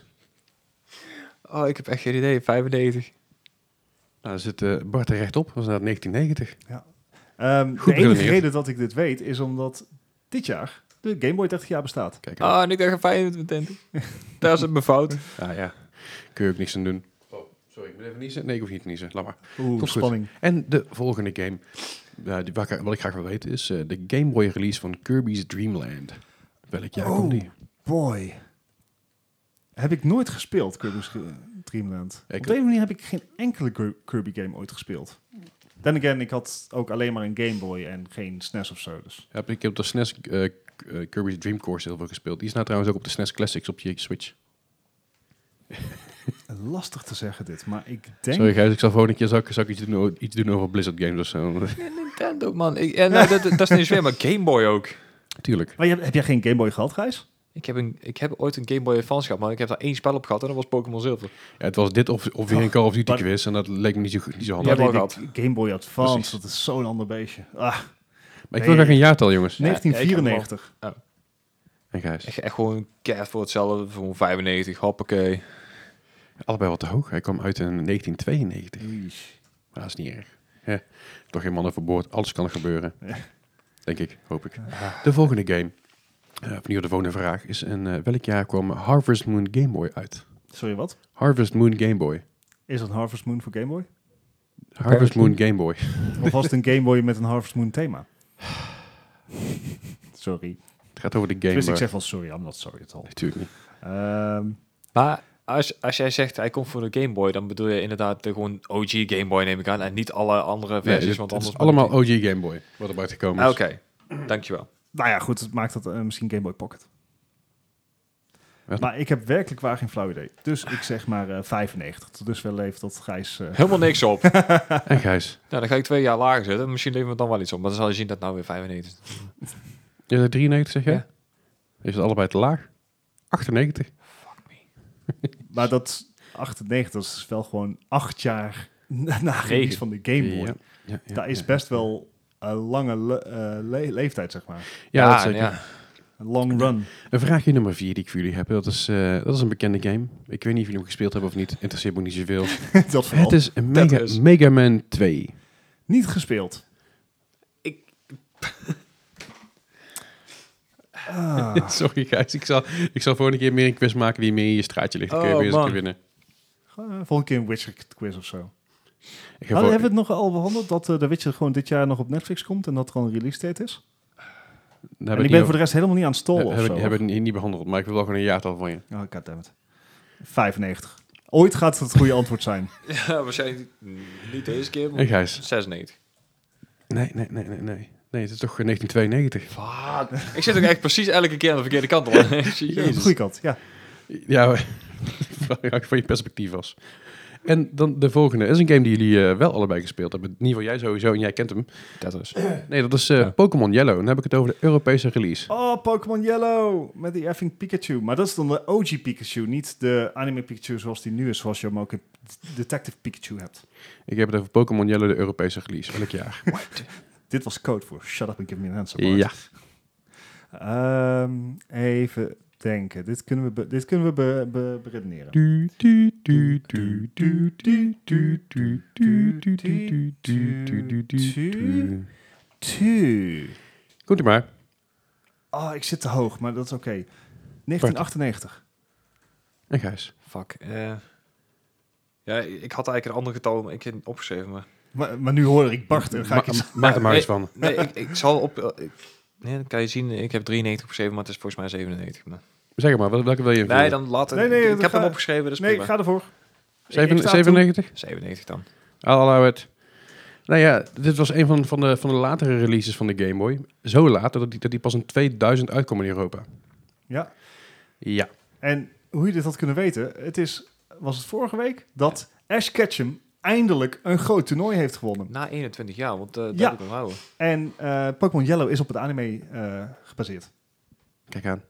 Oh, ik heb echt geen idee. vijfennegentig. Nou, zit uh, Bart er rechtop. Dat was naar negentien negentig. Um, Goed de enige beredeneerd. reden dat ik dit weet is omdat dit jaar de Game Boy dertig jaar bestaat. Kijk, Ah, en ik dacht vijfentwintig. Daar zit mijn fout. ja, ja. Kun je ook niks aan doen. Oh, sorry, ik moet even niezen. Nee, ik hoef niet te niezen. Laat maar. Oeh, Komt goed. spanning. En de volgende game, uh, die, wat, ik, wat ik graag wil weten, is uh, de Game Boy release van Kirby's Dream Land. Welk jaar Oh. komt die? Boy. Heb ik nooit gespeeld, Kirby's uh, Dream Land. Ik- Op de een manier heb ik geen enkele Kir- Kirby game ooit gespeeld. Then again, ik had ook alleen maar een Game Boy en geen S N E S of zo. Dus. Heb ik heb op de S N E S uh, Kirby's Dream Course heel veel gespeeld. Die is nou trouwens ook op de S N E S Classics op je Switch. Lastig te zeggen dit, maar ik denk... Sorry Gijs, ik zal volgende keer zal ik, zal ik iets, doen, o- iets doen over Blizzard games of zo. Nintendo, man. Ik, ja, nou, dat, dat is niet zwaar, maar Game Boy ook. Tuurlijk. Maar je, heb jij geen Game Boy gehad, Gijs? Ik heb, een, ik heb ooit een Game Boy Advance gehad, maar ik heb daar één spel op gehad en dat was Pokémon Zilver. Ja, het was dit of, of weer een Call of Duty maar- quiz en dat leek me niet zo, niet zo Ja, handig. maar- die, wel die Game Boy Advance, Precies. dat is zo'n ander beestje. Ah, Maar ik wil Nee. graag een jaartal, jongens. Ja, negentien ja, ik heb hem vierennegentig. En Gijs. Echt, echt gewoon keihard voor hetzelfde, gewoon vijfennegentig, hoppakee. Allebei wat te hoog. Hij kwam uit in negentien tweeënnegentig. Oei. Maar dat is niet erg. Hè? Toch geen man overboord. Alles kan er gebeuren. Ja. Denk ik, hoop ik. De volgende game, uh, opnieuw de volgende vraag, is in uh, welk jaar kwam Harvest Moon Game Boy uit? Sorry, wat? Harvest Moon Game Boy. Is dat Harvest Moon voor Game Boy? Harvest Moon Game Boy. Of was het een Game Boy met een Harvest Moon thema? Sorry. Het gaat over de game. Dus ik maar- zeg wel sorry, I'm not sorry at all. Natuurlijk niet. Ehm, Maar als, als jij zegt hij komt voor de Game Boy, dan bedoel je inderdaad de gewoon O G Game Boy neem ik aan en niet alle andere Nee, versies. het, want het anders is allemaal O G Game Boy wat erbij gekomen Ah, is. Oké, dankjewel. nou ja, goed, het maakt dat eh, misschien Game Boy Pocket. Wat? Maar ik heb werkelijk waar geen flauw idee. Dus ik zeg maar eh, vijfennegentig. Tot dus wel leeft dat Gijs... eh, Helemaal niks op. En Gijs, Nou, dan ga ik twee jaar lager zetten. Misschien levert het dan wel iets op. Maar dan zal je zien dat het nou weer vijfennegentig is. je zei drieënnegentig zeg jij? Ja. Is het allebei te laag? achtennegentig. maar dat achtennegentig, dat is wel gewoon acht jaar na na release Negen. van de Game Boy. Ja, ja, ja, Dat is ja. best wel een lange le- eh, le- leeftijd, zeg maar. Ja, dat zeker. ja. Een long run. Een vraagje nummer vier die ik voor jullie heb. Dat is, eh, dat is een bekende game. Ik weet niet of jullie hem gespeeld hebben of niet. Interesseert me niet zoveel. dat vooral. Het is een Mega, Tetris. Mega Man twee. Niet gespeeld. Ik- Ah. Sorry Gijs, ik zal, ik zal volgende keer meer een quiz maken die meer in je straatje ligt. Dan kun je Oh, weer eens een keer man. winnen. Uh, volgende keer een Witcher quiz of zo. Ik ga Hadden, voor- hebben we het nog al behandeld dat uh, de Witcher gewoon dit jaar nog op Netflix komt en dat er al een release date is? Daar En hebben ik we ben voor de rest helemaal niet aan het stallen of hebben, zo. hebben we het niet- niet behandeld, maar ik wil wel gewoon een jaartal van je. Oh, goddammit. vijfennegentig. Ooit gaat het het goede antwoord zijn. Ja, waarschijnlijk niet deze keer, maar En Gijs? zesennegentig. Nee, nee, nee, nee, nee. Nee, het is toch negentien tweeënnegentig. Fuck. Ik zit ook echt precies elke keer aan de verkeerde kant op. Ja, de Jezus. goede kant, ja. Ja, maar- vraag van je perspectief was. En dan de volgende. is een game die jullie eh, wel allebei gespeeld hebben. In ieder geval jij sowieso en jij kent hem. Dat is. Nee, dat is eh, Ja. Pokémon Yellow. Dan heb ik het over de Europese release. Oh, Pokémon Yellow met die effing Pikachu. Maar dat is dan de O G Pikachu, niet de anime Pikachu zoals die nu is, zoals je hem ook in Detective Pikachu hebt. Ik heb het over Pokémon Yellow, de Europese release. Elk jaar. Dit was code voor Shut Up and Give Me an Answer. Ja. Ehm, even denken. Dit kunnen we, be- dit kunnen we be- be- beredeneren. Du, du, du, du, du, du, du, du, du, du, du, du, du, du, du, du. Tu. Komt u maar. Oh, ik zit te hoog, maar dat is oké. negentien achtennegentig. Oh, En Gijs. Fuck. eh. ja, ik had eigenlijk een ander getal maar ik heb het opgeschreven. Maar... Maar, maar nu hoor ik Bart en dan ga ik Ma- iets... Maak er maar Nee. eens van. Nee, ik, ik zal op... eh, ik, nee, dan kan je zien, ik heb drieënnegentig opgeschreven, maar het is volgens mij zevenennegentig. Maar... Zeg maar, wel- welke wil je invullen? Nee, dan later. Nee, nee, ik dat heb ga- hem opgeschreven, dus Nee, ik prima. ga ervoor. Zeven- Ik sta zevenennegentig? zevenennegentig dan. Allow it. Nou ja, dit was een van, van, de, van de latere releases van de Game Boy. Zo laat dat die, dat die pas in tweeduizend uitkwam in Europa. Ja. Ja. En hoe je dit had kunnen weten, het is, was het vorige week, dat Ash Ketchum eindelijk een groot toernooi heeft gewonnen. Na eenentwintig jaar, want uh, dat Ja. heb ik onthouden. En eh, Pokémon Yellow is op het anime eh, gebaseerd. Kijk aan.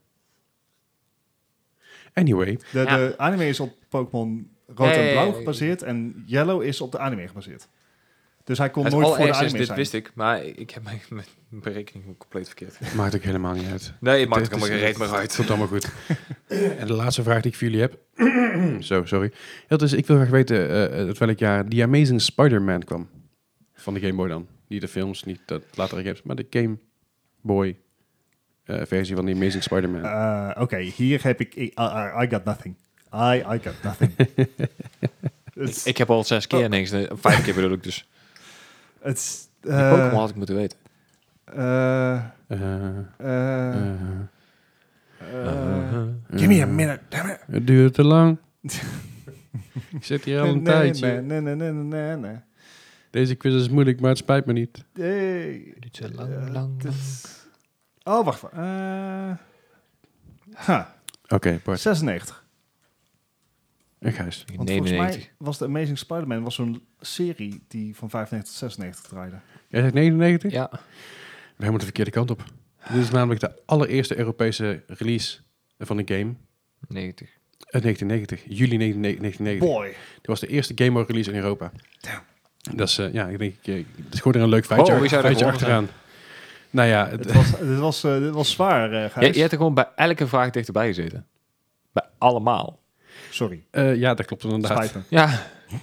Anyway. De, Ja. de anime is op Pokémon Rood Ja, ja, en ja, Blauw ja. gebaseerd en Yellow is op de anime gebaseerd. Dus hij kon Het nooit voor de allerergste is, anime dit zijn. wist ik, maar ik heb mijn, mijn berekening compleet verkeerd. Maakt ook helemaal niet uit. Nee, het maakt Dit er helemaal is- geen reet meer uit. Het komt allemaal goed. En de laatste vraag die ik voor jullie heb. Zo, sorry. Dat is, ik wil graag weten uh, uit welk jaar The Amazing Spider-Man kwam. Van de Game Boy dan. Niet de films, niet de latere games, maar de Game Boy uh, versie van The Amazing Spider-Man. Eh, Oké, hier heb ik... I, I, I got nothing. I, I got nothing. Het is- Ik heb al zes keer niks, nee, vijf keer bedoel ik dus. het is, Die eh, Pokémon had ik moeten weten. eh, Uh, eh, uh, eh, Give me a minute, damn it. Het duurt te lang. Ik zit hier al een Nee, tijdje. nee, nee, nee, nee, nee, nee. Deze quiz is moeilijk, maar het spijt me niet. Hey. Duurt zo lang, Eh, lang, dit- lang. Oh, wacht. Uh, ha, Oké, okay, Bart. zesennegentig. En Gijs. Want volgens negenennegentig. mij was de Amazing Spider-Man was zo'n serie die van vijfennegentig tot zesennegentig draaide. Jij zegt negenennegentig? Ja. We hebben de verkeerde kant op. Dit is namelijk de allereerste Europese release van een game negentig. uit negentien negentig. Juli negentien negentig. Boy. Dat was de eerste Game Boy release in Europa. Damn. Dat is, uh, ja, ik denk, uh, het is gewoon er een leuk feitje, Oh, wie zou er feitje gewonnen achteraan. Nou ja, het, Het was, dit, was, uh, dit was zwaar, uh, Je, Gijs. je hebt er gewoon bij elke vraag dichterbij gezeten. Bij allemaal. Sorry. uh, ja, dat klopt inderdaad. Spijt me. Ja.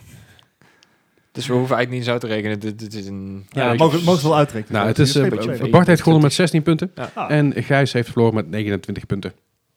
Dus we hoeven eigenlijk niet eens uit te rekenen. Dit, dit is een... Ja, Ja, ik- mogen mogen we wel uitrekenen. Nou, het is, geen uh, probleem. beetje- Bart heeft gewonnen met zestien punten. Ah, En Gijs heeft verloren met negenentwintig punten.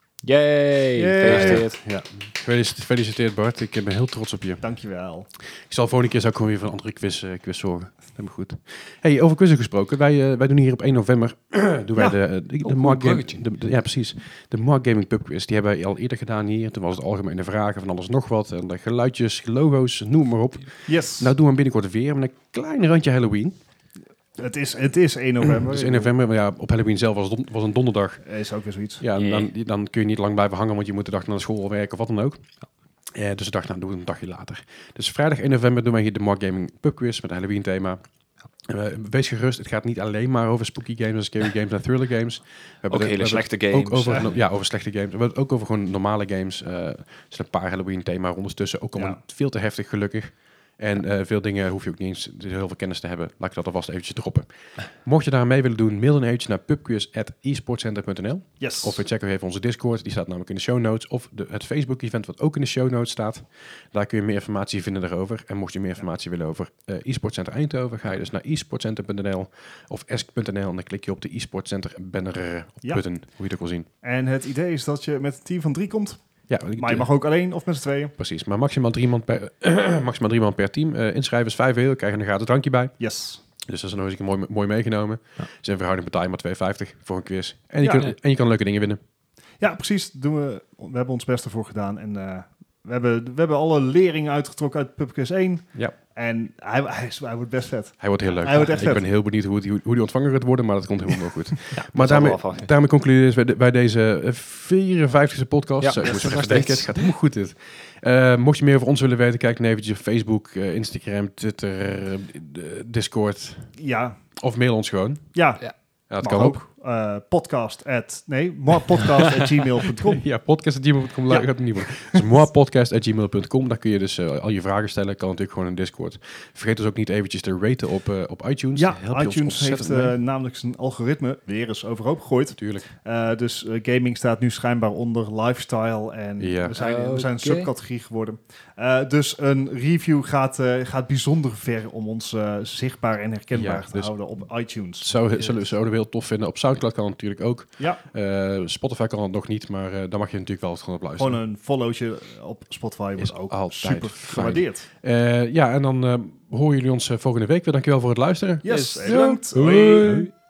Yay! Yay. Gefeliciteerd. Ja, Felicit- gefeliciteerd Bart. Ik ben heel trots op je. dankjewel. Ik zal volgende keer zou ik gewoon weer voor een andere quiz, uh, quiz zorgen. Dat is goed. Hey, over quizzen gesproken. Wij, uh, wij doen hier op één november doen wij Ja. de, uh, de, de, Oh, Mark Game, bruggetje. de, de- ja, precies. De Mark Gaming Pub Quiz. Die hebben wij al eerder gedaan hier. Toen was het algemene vragen van alles nog wat. En de geluidjes, logo's, noem het maar op. Yes. Nou doen we hem binnenkort weer met een klein randje Halloween. het, is, het is één november. Dus in november, maar ja, op Halloween zelf was het don- was een donderdag. Is ook weer zoiets. Ja, Yeah. dan, dan kun je niet lang blijven hangen, want je moet de dag naar de school of werken of wat dan ook. Eh, dus ik dacht, nou, doen we het een dagje later. Dus vrijdag één november doen wij hier de Mark Gaming Pub Quiz met een Halloween thema. Uh, wees gerust, het gaat niet alleen maar over spooky games en scary games en thriller games. We hebben Ook de- hele we hebben slechte het games. Ook over, hè? no- ja, over slechte games. We hebben het ook over gewoon normale games. Uh, er zijn een paar Halloween thema rondes tussen. Ook allemaal Ja. veel te heftig, gelukkig. En uh, veel dingen hoef je ook niet eens dus heel veel kennis te hebben. Laat ik dat alvast eventjes droppen. Mocht je daar mee willen doen, mail dan eventjes naar pubquiz at e sportcenter punt n l. Yes. Of we checken even onze Discord, die staat namelijk in de show notes. Of de, het Facebook-event wat ook in de show notes staat. Daar kun je meer informatie vinden daarover. En mocht je meer informatie willen over uh, e-sportcenter Eindhoven, ga je dus naar e sportcenter punt n l of esk punt n l en dan klik je op de e-sportcenter banner op Ja. button, hoe je het ook wil zien. En het idee is dat je met een team van drie komt. Ja, Maar je mag ook alleen of met z'n tweeën. precies, maar maximaal drie man per, maximaal drie man per team. Uh, inschrijven is vijf euro, krijg je een gratis drankje bij. Yes. Dus dat is nog eens een keer mooi, mooi meegenomen. Ja. Dus in verhouding betaal je maar twee vijftig voor een quiz. En je, Ja. kunt, en je kan leuke dingen winnen. Ja, precies. Doen we, we hebben ons best ervoor gedaan. En uh, we, hebben, we hebben alle leringen uitgetrokken uit Pubquiz één. Ja. En hij, hij, is, hij wordt best vet. Hij wordt heel leuk. Hij wordt echt ik vet. ben heel benieuwd hoe, het, hoe, hoe die ontvanger gaat worden, maar dat komt helemaal goed. Ja, Maar dat zal daarmee, wel afwachten. daarmee concluderen we bij, bij deze uh, vierenvijftigste podcast. Ja, Zo, ik dat moet is even nog denken, steeds. het gaat helemaal goed dit. Uh, mocht je meer over ons willen weten, kijk dan eventjes op Facebook, uh, Instagram, Twitter, uh, Discord. Ja. Of mail ons gewoon. Ja. Ja. Ja, dat Mag kan ook. Uh, podcast at... Nee, podcast at gmail punt com. Ja, podcast at gmail punt com. Ja. Gaat het niet worden. Dus moapodcast at gmail punt com. Daar kun je dus uh, al je vragen stellen. Kan natuurlijk gewoon in Discord. Vergeet dus ook niet eventjes te raten op, uh, op iTunes. Ja, Daar help je ons iTunes heeft ontzettend mee. uh, namelijk zijn algoritme weer eens overhoop gegooid. Natuurlijk. Uh, dus uh, gaming staat nu schijnbaar onder lifestyle en Ja. we, zijn, Uh, we zijn een oké. subcategorie geworden. Uh, dus een review gaat, uh, gaat bijzonder ver om ons uh, zichtbaar en herkenbaar Ja, te dus- houden op iTunes. Zou, zullen, zouden we heel tof vinden. Op Soundcloud kan het natuurlijk ook. Ja, Uh, Spotify kan het nog niet, maar uh, daar mag je natuurlijk wel gewoon op luisteren. gewoon een followtje op Spotify Is wordt ook altijd super fijn. gewaardeerd. Uh, ja, en dan uh, horen jullie ons uh, volgende week weer. Dankjewel voor het luisteren. Yes, Yes. hey, bedankt. Hoi. Hoi.